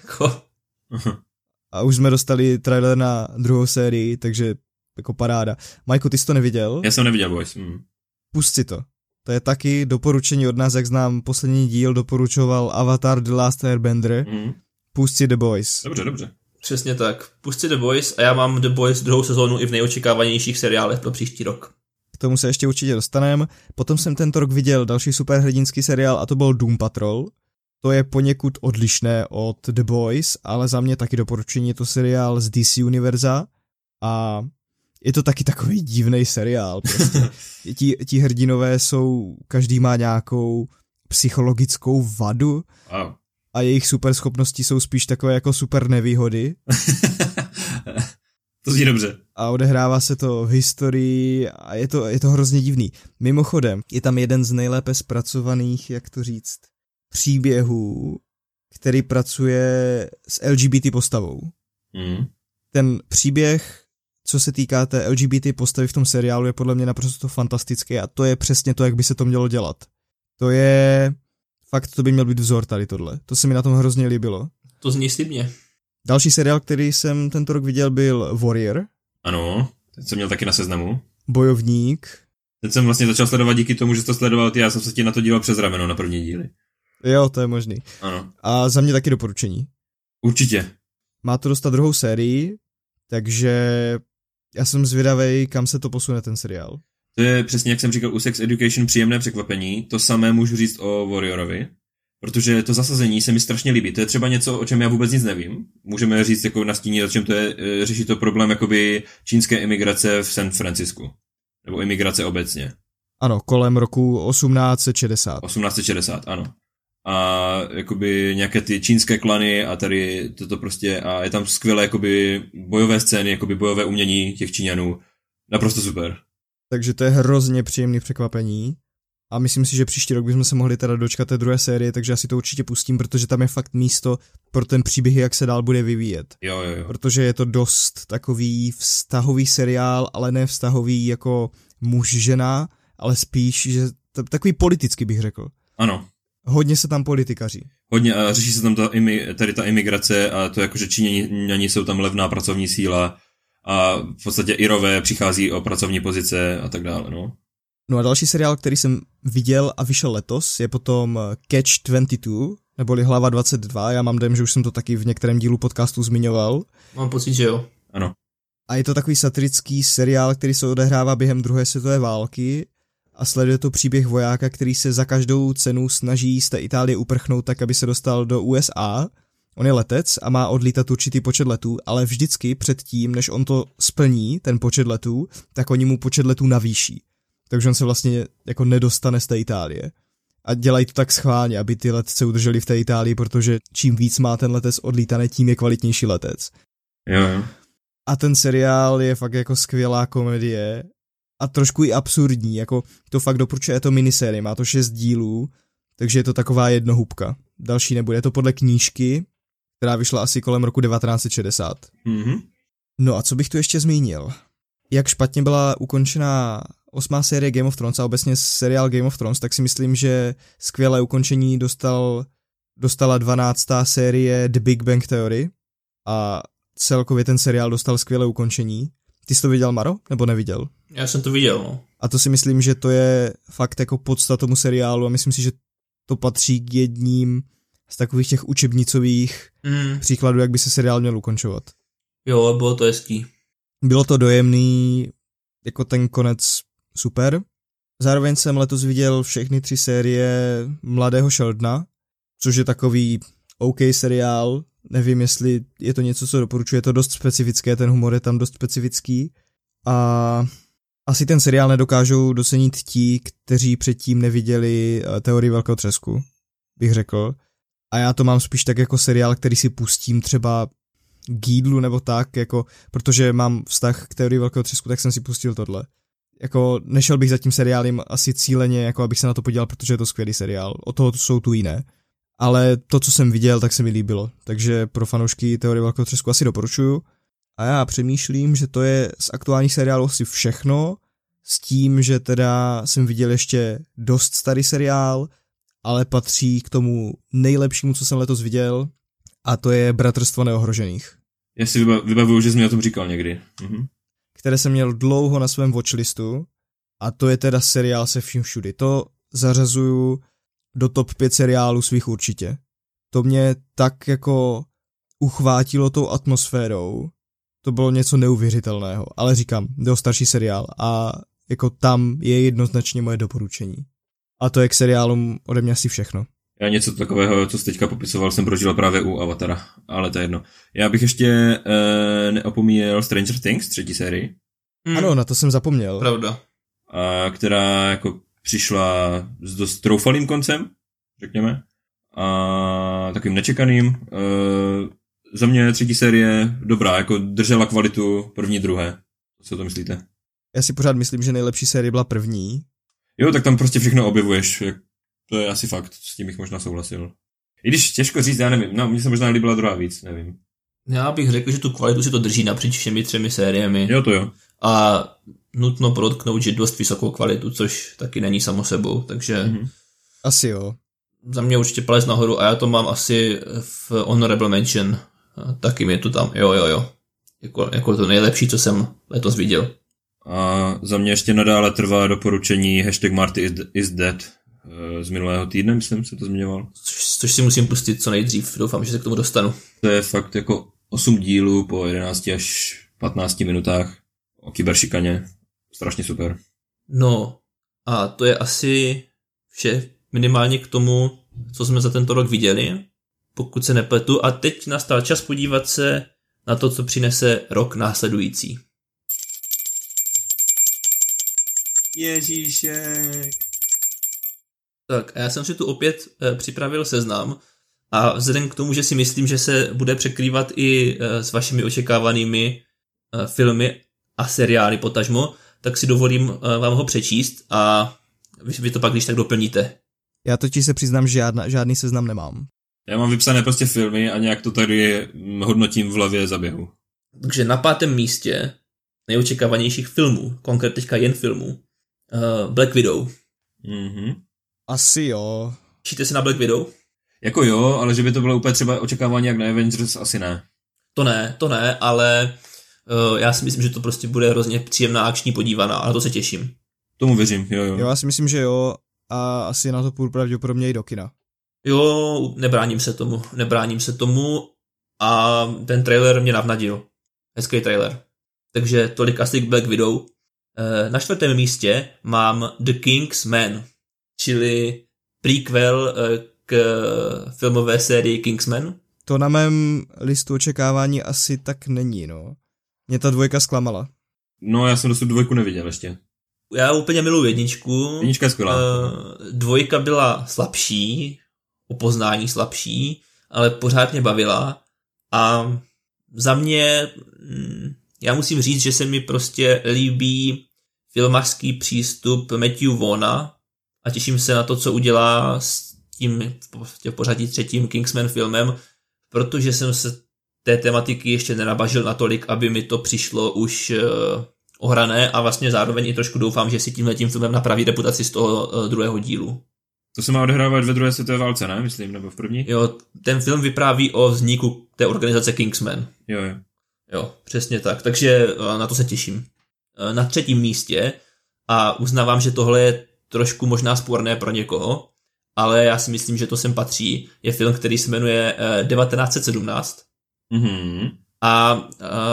A už jsme dostali trailer na druhou sérii, takže jako paráda. Majko, ty jsi to neviděl? Já jsem neviděl, boys. Mm. Pust si to. To je taky doporučení od nás, jak znám, poslední díl doporučoval Avatar The Last Airbender. Mm. Pust si The Boys. Dobře, dobře. Přesně tak. Pust si The Boys a já mám The Boys druhou sezónu i v nejočekávanějších seriálech pro příští rok. K tomu se ještě určitě dostaneme. Potom jsem tento rok viděl další superhrdinský seriál a to byl Doom Patrol. To je poněkud odlišné od The Boys, ale za mě taky doporučení, je to seriál z D C univerza a je to taky takový divný seriál. Prostě. ti, ti hrdinové jsou, každý má nějakou psychologickou vadu wow. a jejich superschopnosti jsou spíš takové jako super nevýhody. To zní dobře. A odehrává se to v historii a je to, je to hrozně divný. Mimochodem, je tam jeden z nejlépe zpracovaných, jak to říct, příběhů, který pracuje s L G B T postavou. Mm. Ten příběh, co se týká té L G B T postavy v tom seriálu, je podle mě naprosto fantastický a to je přesně to, jak by se to mělo dělat. To je... Fakt, to by měl být vzor tady tohle. To se mi na tom hrozně líbilo. To zní slibně. Další seriál, který jsem tento rok viděl, byl Warrior. Ano, ten jsem měl taky na seznamu. Bojovník. Teď jsem vlastně začal sledovat díky tomu, že jsi to sledoval ty, já jsem se ti na to díval přes rameno na první díly. Jo, to je možný. Ano. A za mě taky doporučení. Určitě. Má to dostat druhou sérii, takže já jsem zvědavej, kam se to posune ten seriál. To je přesně, jak jsem říkal, u Sex Education příjemné překvapení. To samé můžu říct o Warriorovi, protože to zasazení se mi strašně líbí. To je třeba něco, o čem já vůbec nic nevím. Můžeme říct jako nastínit, o čem to je, řešit to problém jakoby čínské imigrace v San Francisku. Nebo imigrace obecně. Ano, kolem roku osmnáct set šedesát. osmnáct set šedesát, ano. A jakoby nějaké ty čínské klany a tady toto prostě, a je tam skvělé jakoby bojové scény, jakoby bojové umění těch Číňanů. Naprosto super. Takže to je hrozně příjemný překvapení. A myslím si, že příští rok bychom se mohli teda dočkat té druhé série, takže já si to určitě pustím, protože tam je fakt místo pro ten příběh, jak se dál bude vyvíjet. Jo, jo, jo. Protože je to dost takový vztahový seriál, ale ne vztahový jako muž-žena, ale spíš, že t- takový politicky bych řekl. Ano. Hodně se tam politikaří. Hodně a řeší se tam ta imi, tady ta imigrace a to jako, že Číňani jsou tam levná pracovní síla a v podstatě Irové přichází o pracovní pozice a tak dále, no. No a další seriál, který jsem viděl a vyšel letos, je potom Catch dvacet dva, neboli Hlava dvacet dva, já mám dojem, že už jsem to taky v některém dílu podcastu zmiňoval. Mám pocit, že jo. Ano. A je to takový satirický seriál, který se odehrává během druhé světové války a sleduje to příběh vojáka, který se za každou cenu snaží z té Itálie uprchnout tak, aby se dostal do U S A. On je letec a má odlítat určitý počet letů, ale vždycky předtím, než on to splní, ten počet letů, tak oni mu počet letů navýší. Takže on se vlastně jako nedostane z té Itálie. A dělají to tak schválně, aby ty letce udrželi v té Itálii, protože čím víc má ten letec odlítané, tím je kvalitnější letec. Jo, jo. A ten seriál je fakt jako skvělá komedie a trošku i absurdní, jako to fakt doporučuje, je to minisérie, má to šest dílů, takže je to taková jednohubka. Další nebude, je to podle knížky, která vyšla asi kolem roku devatenáct set šedesát. Mm-hmm. No a co bych tu ještě zmínil? Jak špatně byla ukončená osmá série Game of Thrones a obecně seriál Game of Thrones, tak si myslím, že skvělé ukončení dostal, dostala dvanáctá série The Big Bang Theory a celkově ten seriál dostal skvělé ukončení. Ty jsi to viděl, Maro? Nebo neviděl? Já jsem to viděl, no. A to si myslím, že to je fakt jako podsta tomu seriálu a myslím si, že to patří k jedním z takových těch učebnicových mm. příkladů, jak by se seriál měl ukončovat. Jo, bylo to hezký. Bylo to dojemný, jako ten konec super. Zároveň jsem letos viděl všechny tři série Mladého Sheldona, což je takový OK seriál. Nevím, jestli je to něco, co doporučuje, je to dost specifické, ten humor je tam dost specifický. A asi ten seriál nedokážou docenit ti, kteří předtím neviděli Teorii velkého třesku, bych řekl. A já to mám spíš tak jako seriál, který si pustím třeba k jídlu nebo tak, jako, protože mám vztah k Teorii velkého třesku, tak jsem si pustil tohle. Jako nešel bych za tím seriálem asi cíleně, jako abych se na to podíval, protože je to skvělý seriál. O toho jsou tu jiné. Ale to, co jsem viděl, tak se mi líbilo. Takže pro fanoušky Teorie velkého třesku asi doporučuju. A já přemýšlím, že to je z aktuálních seriálů asi všechno, s tím, že teda jsem viděl ještě dost starý seriál, ale patří k tomu nejlepšímu, co jsem letos viděl, a to je Bratrstvo neohrožených. Já si vybavuju, že jsi mi o tom říkal někdy. Mhm. Které jsem měl dlouho na svém watchlistu, a to je teda seriál Se vším všudy. To zařazuju do top pět seriálů svých určitě. To mě tak jako uchvátilo tou atmosférou, to bylo něco neuvěřitelného, ale říkám, jde o starší seriál a jako tam je jednoznačně moje doporučení. A to je k seriálům ode mě asi všechno. Já něco takového, co jsi teďka popisoval, jsem prožil právě u Avatara, ale to je jedno. Já bych ještě e, neopomíjel Stranger Things, třetí sérii. Mm. Ano, na to jsem zapomněl. Pravda. A která jako přišla s dost troufalým koncem, řekněme, a takovým nečekaným. E, za mě třetí série dobrá, jako držela kvalitu první, druhé. Co to myslíte? Já si pořád myslím, že nejlepší série byla první. Jo, tak tam prostě všechno objevuješ. To je asi fakt, s tím bych možná souhlasil. I když těžko říct, já nevím, no, mně se možná líbila druhá víc, nevím. Já bych řekl, že tu kvalitu si to drží napříč všemi třemi sériemi. Jo, to jo. A nutno podotknout, že dost vysokou kvalitu, což taky není samo sebou, takže... Mm-hmm. Asi jo. Za mě určitě palec nahoru a já to mám asi v honorable mention. Taky mi je to tam, jo, jo, jo. Jako, jako to nejlepší, co jsem letos viděl. A za mě ještě nadále trvá doporučení hashtag Marty is, is dead z minulého týdne, myslím, se to zmiňoval. Což, což si musím pustit co nejdřív, doufám, že se k tomu dostanu. To je fakt jako osm dílů po jedenácti až patnácti minutách o kyberšikaně. Strašně super. No a to je asi vše minimálně k tomu, co jsme za tento rok viděli, pokud se nepletu. A teď nastal čas podívat se na to, co přinese rok následující. Ježíšek. Tak a já jsem si tu opět e, připravil seznam a vzhledem k tomu, že si myslím, že se bude překrývat i e, s vašimi očekávanými e, filmy a seriály potažmo, tak si dovolím e, vám ho přečíst a vy, vy to pak když tak doplníte. Já totiž se přiznám, že žádná, žádný seznam nemám. Já mám vypsané prostě filmy a nějak to tady hodnotím v hlavě za běhu. Takže na pátém místě nejočekávanějších filmů, konkrétně teďka jen filmů, uh, Black Widow. Mhm. Asi jo. Těšíte se na Black Widow? Jako jo, ale že by to bylo úplně třeba očekávání jak na Avengers, asi ne. To ne, to ne, ale uh, já si myslím, že to prostě bude hrozně příjemná akční podívaná a na to se těším. Tomu věřím, jo, jo. Jo, já si myslím, že jo a asi na to půjdu pravděpodobně i do kina. Jo, nebráním se tomu, nebráním se tomu a ten trailer mě navnadil. Hezký trailer. Takže tolik asi k Black Widow. Na čtvrtém místě mám The King's Man, čili prequel k filmové sérii Kingsman. To na mém listu očekávání asi tak není, no. Mě ta dvojka zklamala. No, já jsem dosud dvojku neviděl ještě. Já úplně miluji jedničku. Jednička je skvělá. Dvojka byla slabší, o poznání slabší, ale pořád mě bavila a za mě, já musím říct, že se mi prostě líbí filmařský přístup Matthew Vaughna a těším se na to, co udělá s tím v pořadí třetím Kingsman filmem, protože jsem se té tematiky ještě nenabažil natolik, aby mi to přišlo už uh, ohrané a vlastně zároveň i trošku doufám, že si tímhletím filmem napraví reputaci z toho uh, druhého dílu. To se má odehrávat ve druhé světové válce, ne? Myslím, nebo v první? Jo, ten film vypráví o vzniku té organizace Kingsman. Jo, jo. Jo, přesně tak, takže uh, na to se těším. Uh, na třetím místě, a uznávám, že tohle je trošku možná sporné pro někoho, ale já si myslím, že to sem patří, je film, který se jmenuje uh, devatenáct set sedmnáct. Mhm. A uh,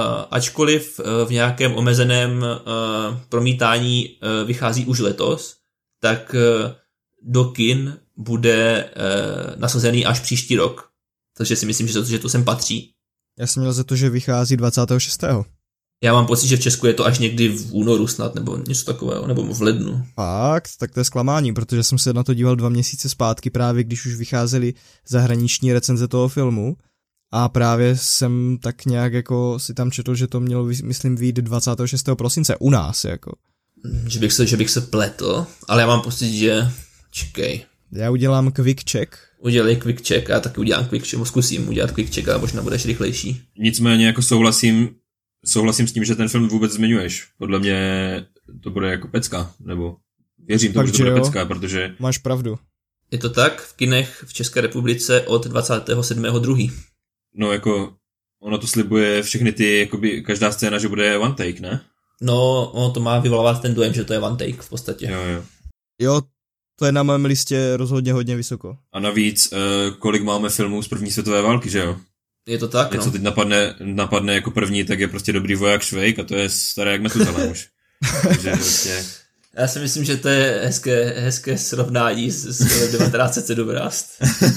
ačkoliv uh, v nějakém omezeném uh, promítání uh, vychází už letos, tak uh, do kin bude uh, nasazený až příští rok. Takže si myslím, že to, že to sem patří. Já jsem měl za to, že vychází dvacátého šestého Já mám pocit, že v Česku je to až někdy v únoru snad, nebo něco takového, nebo v lednu. Fakt? Tak to je zklamání, protože jsem se na to díval dva měsíce zpátky, právě když už vycházely zahraniční recenze toho filmu. A právě jsem tak nějak jako si tam četl, že to mělo, myslím, vyjít dvacátého šestého prosince u nás, jako. Že bych se, že bych se pletl, ale já mám pocit, že... Čekej. Já udělám quick check. Udělej quick check, já taky udělám quick check, zkusím udělat quick check, ale možná budeš rychlejší. Nicméně jako souhlasím, souhlasím s tím, že ten film vůbec zmiňuješ. Podle mě to bude jako pecka, nebo věřím tomu, že to bude jo. pecka, protože... Máš pravdu. Je to tak v kinech v České republice od dvacátého sedmého druhého No jako, ono to slibuje všechny ty, jakoby každá scéna, že bude one take, ne? No, ono to má vyvolávat ten dojem, že to je one take v podstatě. Jo, jo. Jo, to je na mém listě rozhodně hodně vysoko. A navíc, kolik máme filmů z první světové války, že jo? Je to tak, je, no. Co teď napadne, napadne jako první, tak je prostě Dobrý voják Švejk a to je staré jak Metuzalem už. Takže prostě... Já si myslím, že to je hezké, hezké srovnání s, s devatenáct set sedmnáct.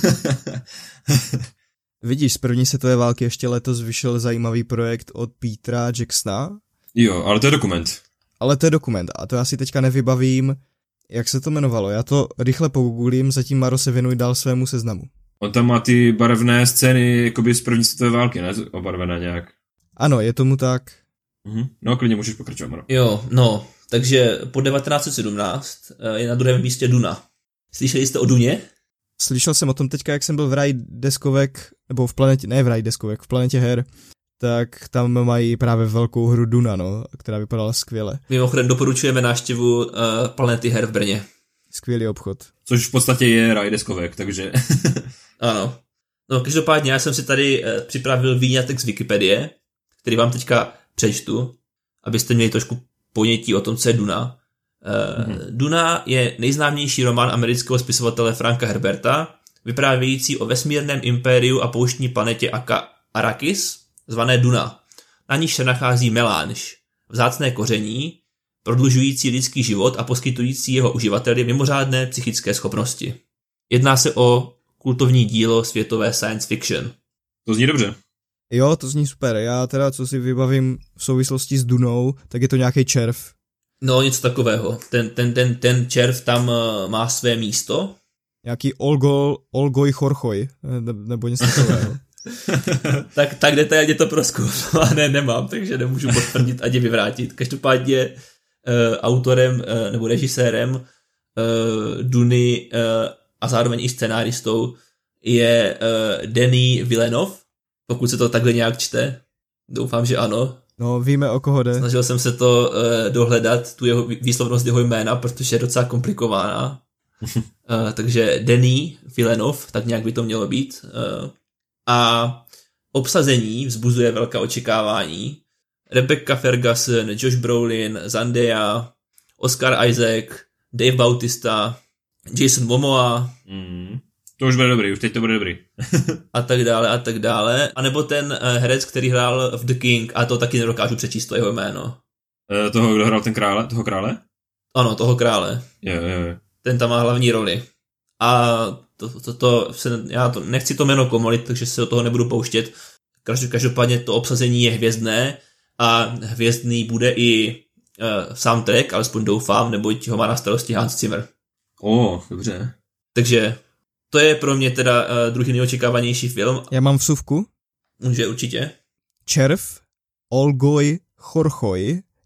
Vidíš, z první světové války ještě letos vyšel zajímavý projekt od Petera Jacksona. Jo, ale to je dokument. Ale to je dokument a to já si teďka nevybavím, jak se to jmenovalo. Já to rychle pogooglím, zatím Maro se věnuj dál svému seznamu. On tam má ty barevné scény jakoby z první světové války, ne? Obarvené nějak. Ano, je tomu tak. Mhm. No, klidně můžeš pokračovat, Maro. Jo, no, takže po devatenáct set sedmnáct je na druhém místě Duna. Slyšeli jste o Duně? Slyšel jsem o tom teďka, jak jsem byl v ráji deskovek, nebo v planetě, ne v ráji deskovek, v planetě her, tak tam mají právě velkou hru Duna, no, která vypadala skvěle. Mimochodem doporučujeme návštěvu uh, planety her v Brně. Skvělý obchod. Což v podstatě je ráj deskovek, takže... Ano. No, každopádně já jsem si tady uh, připravil výňatek z Wikipedie, který vám teďka přečtu, abyste měli trošku ponětí o tom, co je Duna. Uh, mm-hmm. Duna je nejznámější román amerického spisovatele Franka Herberta, vyprávějící o vesmírném impériu a pouštní planetě Aka- Arrakis, zvané Duna. Na níž se nachází melanž, vzácné koření, prodlužující lidský život a poskytující jeho uživateli mimořádné psychické schopnosti. Jedná se o kultovní dílo světové science fiction. To zní dobře. Jo, to zní super. Já teda, co si vybavím v souvislosti s Dunou, tak je to nějaký červ. No, něco takového. Ten, ten, ten, ten červ tam uh, má své místo. Nějaký Olgo, Olgoj Chorchoj, ne, nebo něco takového. tak, tak detailně to prozkoumované nemám, takže nemůžu potvrdit ani vyvrátit. Každopádně uh, autorem uh, nebo režisérem uh, Duny uh, a zároveň i scenáristou je uh, Denis Villeneuve, pokud se to takhle nějak čte. Doufám, že ano. No, víme, o koho jde. Snažil jsem se to uh, dohledat, tu jeho výslovnost jeho jména, protože je docela komplikovaná. uh, takže Denis Villeneuve, tak nějak by to mělo být. Uh, a obsazení vzbuzuje velká očekávání. Rebecca Ferguson, Josh Brolin, Zendaya, Oscar Isaac, Dave Bautista, Jason Momoa. Mm. To už bude dobrý, už teď to bude dobrý. a tak dále, a tak dále. A nebo ten uh, herec, který hrál v The King, a to taky nedokážu přečíst to jeho jméno. Uh, toho, kdo hrál ten krále? Toho krále? Ano, toho krále. Jo, jo, jo. Ten tam má hlavní roli. A to, to, to se, já to, nechci to jméno komolit, takže se do toho nebudu pouštět. Každopádně to obsazení je hvězdné a hvězdný bude i uh, soundtrack, alespoň doufám, neboť ho má na starosti Hans Zimmer. O, oh, dobře. Takže to je pro mě teda uh, druhý nejočekávanější film. Já mám vsuvku. Může určitě. Červ, Olgoj Chorchoj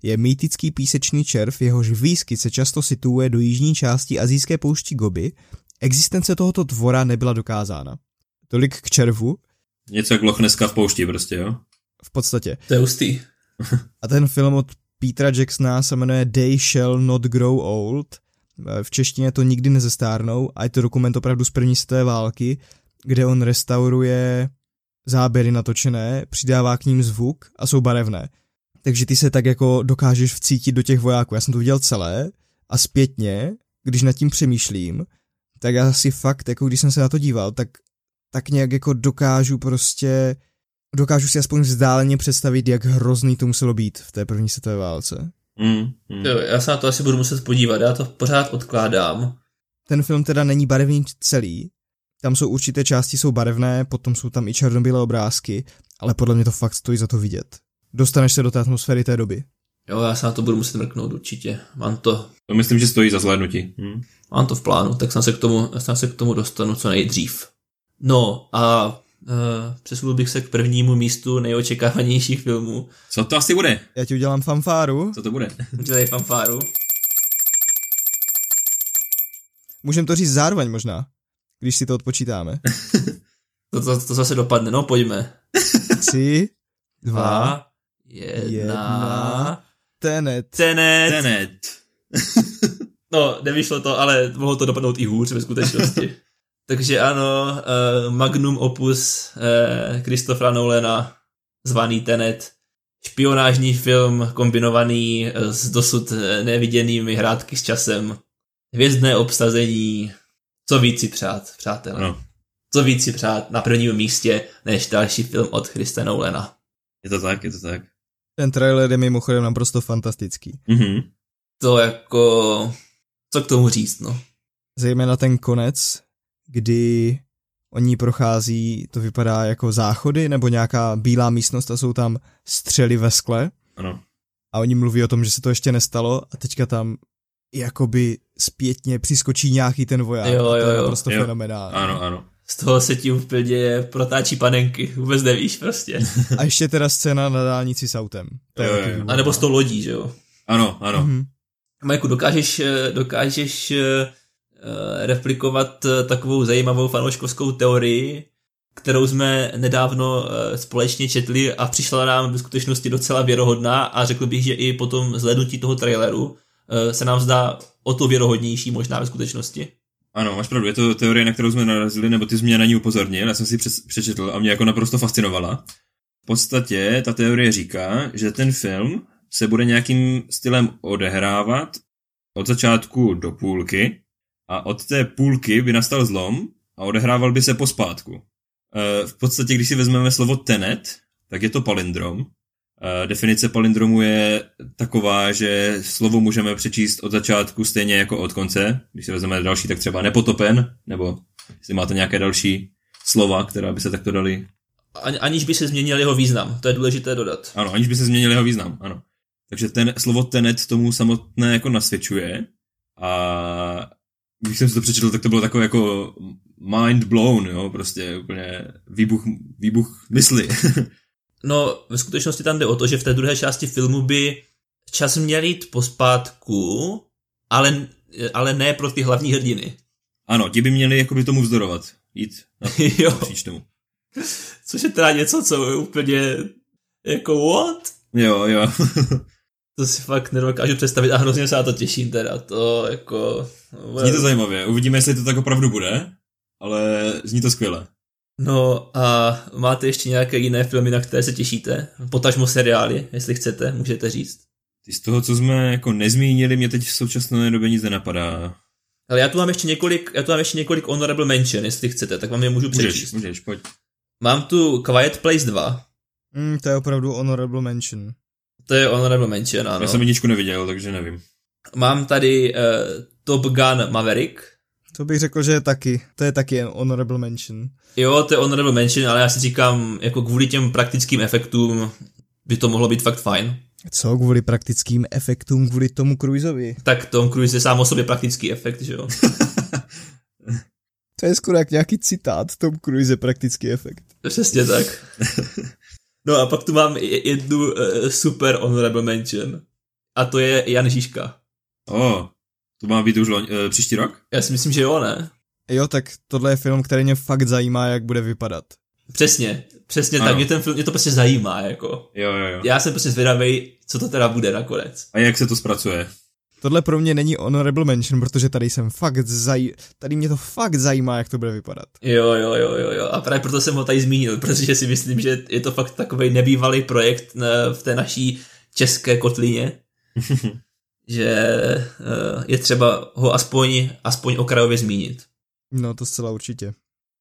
je mýtický písečný červ, jehož výskyt se často situuje do jižní části asijské poušti Gobi. Existence tohoto tvora nebyla dokázána. Tolik k červu. Něco jak Loch Nesska v poušti prostě, jo? V podstatě. To je hustý. A ten film od Petera Jacksona se jmenuje They Shall Not Grow Old. V češtině to nikdy nezestárnou a je to dokument opravdu z první světové války, kde on restauruje záběry natočené, přidává k ním zvuk a jsou barevné. Takže ty se tak jako dokážeš vcítit do těch vojáků. Já jsem to viděl celé a zpětně, když nad tím přemýšlím, tak já si fakt, jako když jsem se na to díval, tak, tak nějak jako dokážu prostě, dokážu si aspoň vzdáleně představit, jak hrozný to muselo být v té první světové válce. Mm, mm. Jo, já se na to asi budu muset podívat, já to pořád odkládám. Ten film teda není barevný celý, tam jsou určité části jsou barevné, potom jsou tam i černobílé obrázky, ale podle mě to fakt stojí za to vidět. Dostaneš se do té atmosféry té doby. Jo, já se na to budu muset mrknout určitě. Mám to... To myslím, že stojí za zhlédnutí. Hm. Mám to v plánu, tak jsem se k tomu, jsem se k tomu dostanu co nejdřív. No a uh, přesunul bych se k prvnímu místu nejočekávanějších filmů. Co to asi bude? Já ti udělám fanfáru. Co to bude? Udělej fanfáru. Můžeme to říct zároveň možná, když si to odpočítáme. to, to, to zase dopadne, no pojďme. Tři, dva, Dva jedna... jedna. Tenet. Tenet. Tenet. No, nevyšlo to, ale mohlo to dopadnout i hůř ve skutečnosti. Takže ano, uh, magnum opus uh, Christophera Nolana, zvaný Tenet. Špionážní film kombinovaný uh, s dosud neviděnými hrátky s časem. Hvězdné obsazení. Co víc si přát, přátelé. No. Co víc si přát na prvním místě, než další film od Christa Nolana. Je to tak, je to tak. Ten trailer je mimochodem naprosto fantastický. Mhm. To jako... Co k tomu říct, no? Zejména ten konec, kdy oni prochází, to vypadá jako záchody, nebo nějaká bílá místnost a jsou tam střely ve skle. Ano. A oni mluví o tom, že se to ještě nestalo a teďka tam jakoby zpětně přiskočí nějaký ten voják. Jo, a to jo, je jo. naprosto Jo. fenomenální. Ano, ano. Z toho se ti úplně protáčí panenky, vůbec nevíš prostě. A ještě teda scéna na dálnici s autem. To je Jo, taky jo. výborná. A nebo s tou lodí, že jo? Ano, ano. Mhm. Majku, dokážeš, dokážeš uh, replikovat takovou zajímavou fanouškovskou teorii, kterou jsme nedávno uh, společně četli a přišla nám v skutečnosti docela věrohodná a řekl bych, že i po tom zhlédnutí toho traileru uh, se nám zdá o to věrohodnější možná ve skutečnosti. Ano, máš pravdu, je to teorie, na kterou jsme narazili, nebo ty jsi mě na ní upozornil, já jsem si přes, přečetl a mě jako naprosto fascinovala. V podstatě ta teorie říká, že ten film se bude nějakým stylem odehrávat od začátku do půlky a od té půlky by nastal zlom a odehrával by se pospátku. E, v podstatě, když si vezmeme slovo tenet, tak je to palindrom. E, definice palindromu je taková, že slovo můžeme přečíst od začátku stejně jako od konce. Když si vezmeme další, tak třeba nepotopen, nebo jestli máte nějaké další slova, která by se takto dali. Ani, aniž by se změnil jeho význam, to je důležité dodat. Ano, aniž by se změnil jeho význam, ano. Takže ten slovo tenet tomu samotné jako nasvědčuje a když jsem si to přečetl, tak to bylo takové jako mind blown, jo, prostě úplně výbuch, výbuch mysli. No, ve skutečnosti tam jde o to, že v té druhé části filmu by čas měl jít pospátku, ale, ale ne pro ty hlavní hrdiny. Ano, ti by měli jakoby tomu vzdorovat, jít Jo. napříč tomu. Což je teda něco, co je úplně jako what? Jo, jo. To si fakt nedokážu představit a hrozně se na to těším teda, to jako... Zní to zajímavě, uvidíme, jestli to tak opravdu bude, ale zní to skvěle. No a máte ještě nějaké jiné filmy, na které se těšíte? Potažmo seriály, jestli chcete, můžete říct. Ty z toho, co jsme jako nezmínili, mě teď v současné době nic nenapadá. Ale já tu mám ještě několik, já tu mám ještě několik honorable mention, jestli chcete, tak vám je můžu přečíst. Můžeš, můžeš, pojď. Mám tu Quiet Place dva. Mm, to je opravdu honorable mention. To je honorable mention, ano. Já jsem jedničku neviděl, takže nevím. Mám tady uh, Top Gun Maverick. To bych řekl, že je taky. To je taky honorable mention. Jo, to je honorable mention, ale já si říkám, jako kvůli těm praktickým efektům by to mohlo být fakt fajn. Co? Kvůli praktickým efektům, kvůli tomu Cruiseovi? Tak Tom Cruise je sám o sobě praktický efekt, že jo? To je skoro jak nějaký citát. Tom Cruise je praktický efekt. Přesně tak. No a pak tu mám jednu uh, super honorable mention. a to je Jan Žižka. O, oh, to má být už loň, e, příští rok? Já si myslím, že jo, ne? Jo, tak tohle je film, který mě fakt zajímá, jak bude vypadat. Přesně, přesně ano. tak, mě ten film, mě to prostě zajímá, jako. Jo, jo, jo. Já jsem prostě zvědavej, co to teda bude nakonec. A jak se to zpracuje? Tohle pro mě není honorable mention, protože tady jsem fakt zaj... tady mě to fakt zajímá, jak to bude vypadat. Jo, jo, jo, jo, jo. A právě proto jsem ho tady zmínil, protože si myslím, že je to fakt takovej nebývalý projekt v té naší české kotlině, že je třeba ho aspoň, aspoň okrajově zmínit. No, to zcela určitě.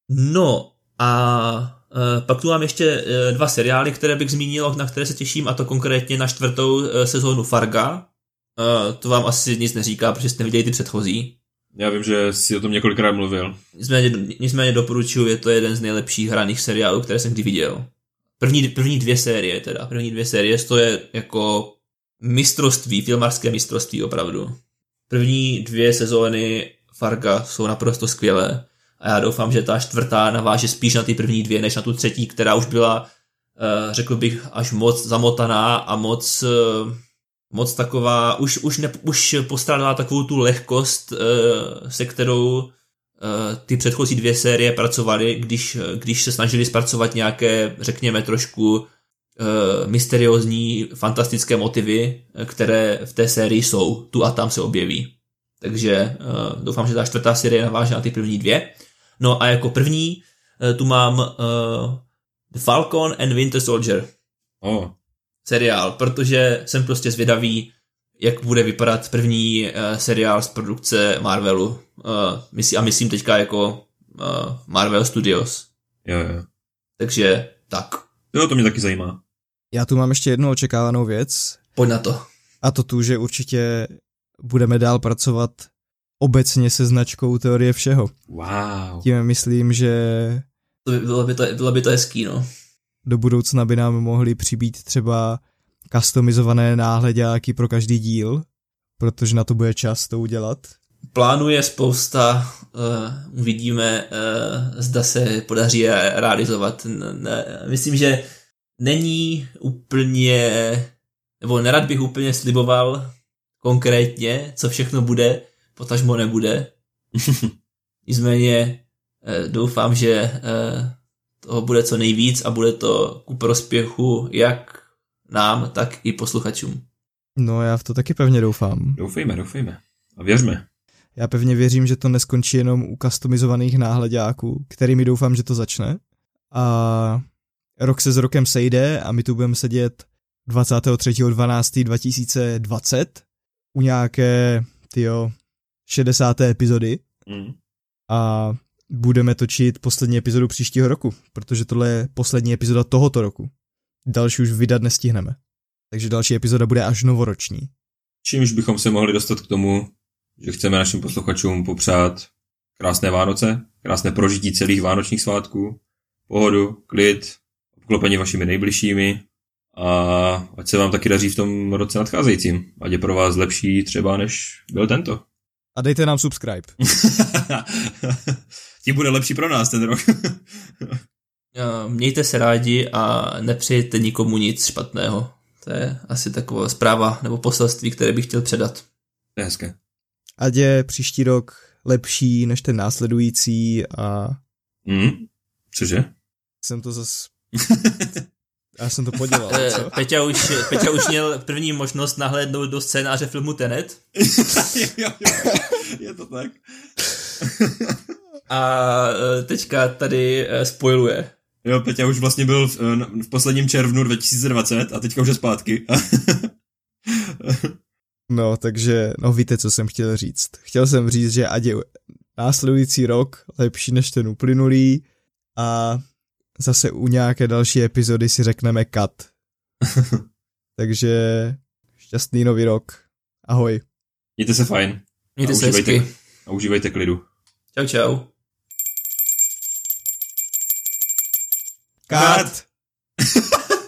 No a pak tu mám ještě dva seriály, které bych zmínil, na které se těším, a to konkrétně na čtvrtou sezónu Farga. Uh, to vám asi nic neříká, protože jste viděli ty předchozí. Já vím, že jsi o tom několikrát mluvil. Nicméně, nicméně doporučuji, je to jeden z nejlepších hraných seriálů, které jsem kdy viděl. První, první dvě série teda, první dvě série, to je jako mistrovství, filmářské mistrovství opravdu. První dvě sezóny Farga jsou naprosto skvělé a já doufám, že ta čtvrtá naváže spíš na ty první dvě, než na tu třetí, která už byla, uh, řekl bych, až moc zamotaná a moc... Uh, moc taková, už, už, ne, už postrádala takovou tu lehkost, se kterou ty předchozí dvě série pracovaly, když, když se snažili zpracovat nějaké, řekněme, trošku mysteriózní, fantastické motivy, které v té sérii jsou, tu a tam se objeví. Takže doufám, že ta čtvrtá série naváže na ty první dvě. No a jako první tu mám The Falcon and Winter Soldier. Oh. Seriál, protože jsem prostě zvědavý, jak bude vypadat první uh, seriál z produkce Marvelu. Uh, myslí, a myslím teďka jako uh, Marvel Studios. Jo, jo. Takže tak. Jo, to mě taky zajímá. Já tu mám ještě jednu očekávanou věc. Pojď na to. A to tu, že určitě budeme dál pracovat obecně se značkou Teorie všeho. Wow. Tím myslím, že... To by, bylo, by to, bylo by to hezký, no. Do budoucna by nám mohly přibýt třeba customizované náhleďáky pro každý díl, protože na to bude čas to udělat. Plánuje spousta, uh, uvidíme, uh, zda se podaří realizovat. Ne, myslím, že není úplně, nebo nerad bych úplně sliboval konkrétně, co všechno bude, potažmo nebude. Nicméně uh, doufám, že uh, toho bude co nejvíc a bude to ku prospěchu jak nám, tak i posluchačům. No, já v to taky pevně doufám. Doufejme, doufejme. A věřme. Já pevně věřím, že to neskončí jenom u customizovaných náhleďáků, kterými doufám, že to začne. A rok se s rokem sejde a my tu budeme sedět dvacátého třetího prosince dva tisíce dvacet u nějaké, tyjo, šedesáté epizody. Mm. A budeme točit poslední epizodu příštího roku, protože tohle je poslední epizoda tohoto roku. Další už vydat nestihneme. Takže další epizoda bude až novoroční. Čímž bychom se mohli dostat k tomu, že chceme našim posluchačům popřát krásné Vánoce, krásné prožití celých vánočních svátků, pohodu, klid, obklopení vašimi nejbližšími a ať se vám taky daří v tom roce nadcházejícím. Ať je pro vás lepší třeba, než byl tento. A dejte nám subscribe. Tím bude lepší pro nás ten rok. Mějte se rádi a nepřejete nikomu nic špatného. To je asi taková zpráva nebo poselství, které bych chtěl předat. To je hezké. Ať je příští rok lepší než ten následující a... Mm, cože? Jsem to zas... Já jsem to podělal, co? Peťa už, Peťa už měl první možnost nahlédnout do scénáře filmu Tenet. jo, jo, jo. Je to tak. A teďka tady spoiluje. Jo, Peťa už vlastně byl v, v posledním červnu dva tisíce dvacet a teďka už je zpátky. No, takže, no víte, co jsem chtěl říct. Chtěl jsem říct, že ať je následující rok lepší než ten uplynulý a zase u nějaké další epizody si řekneme cut. Takže šťastný nový rok. Ahoj. Mějte se fajn. Mějte se hezky. A užívejte klidu. Čau, čau. Cut!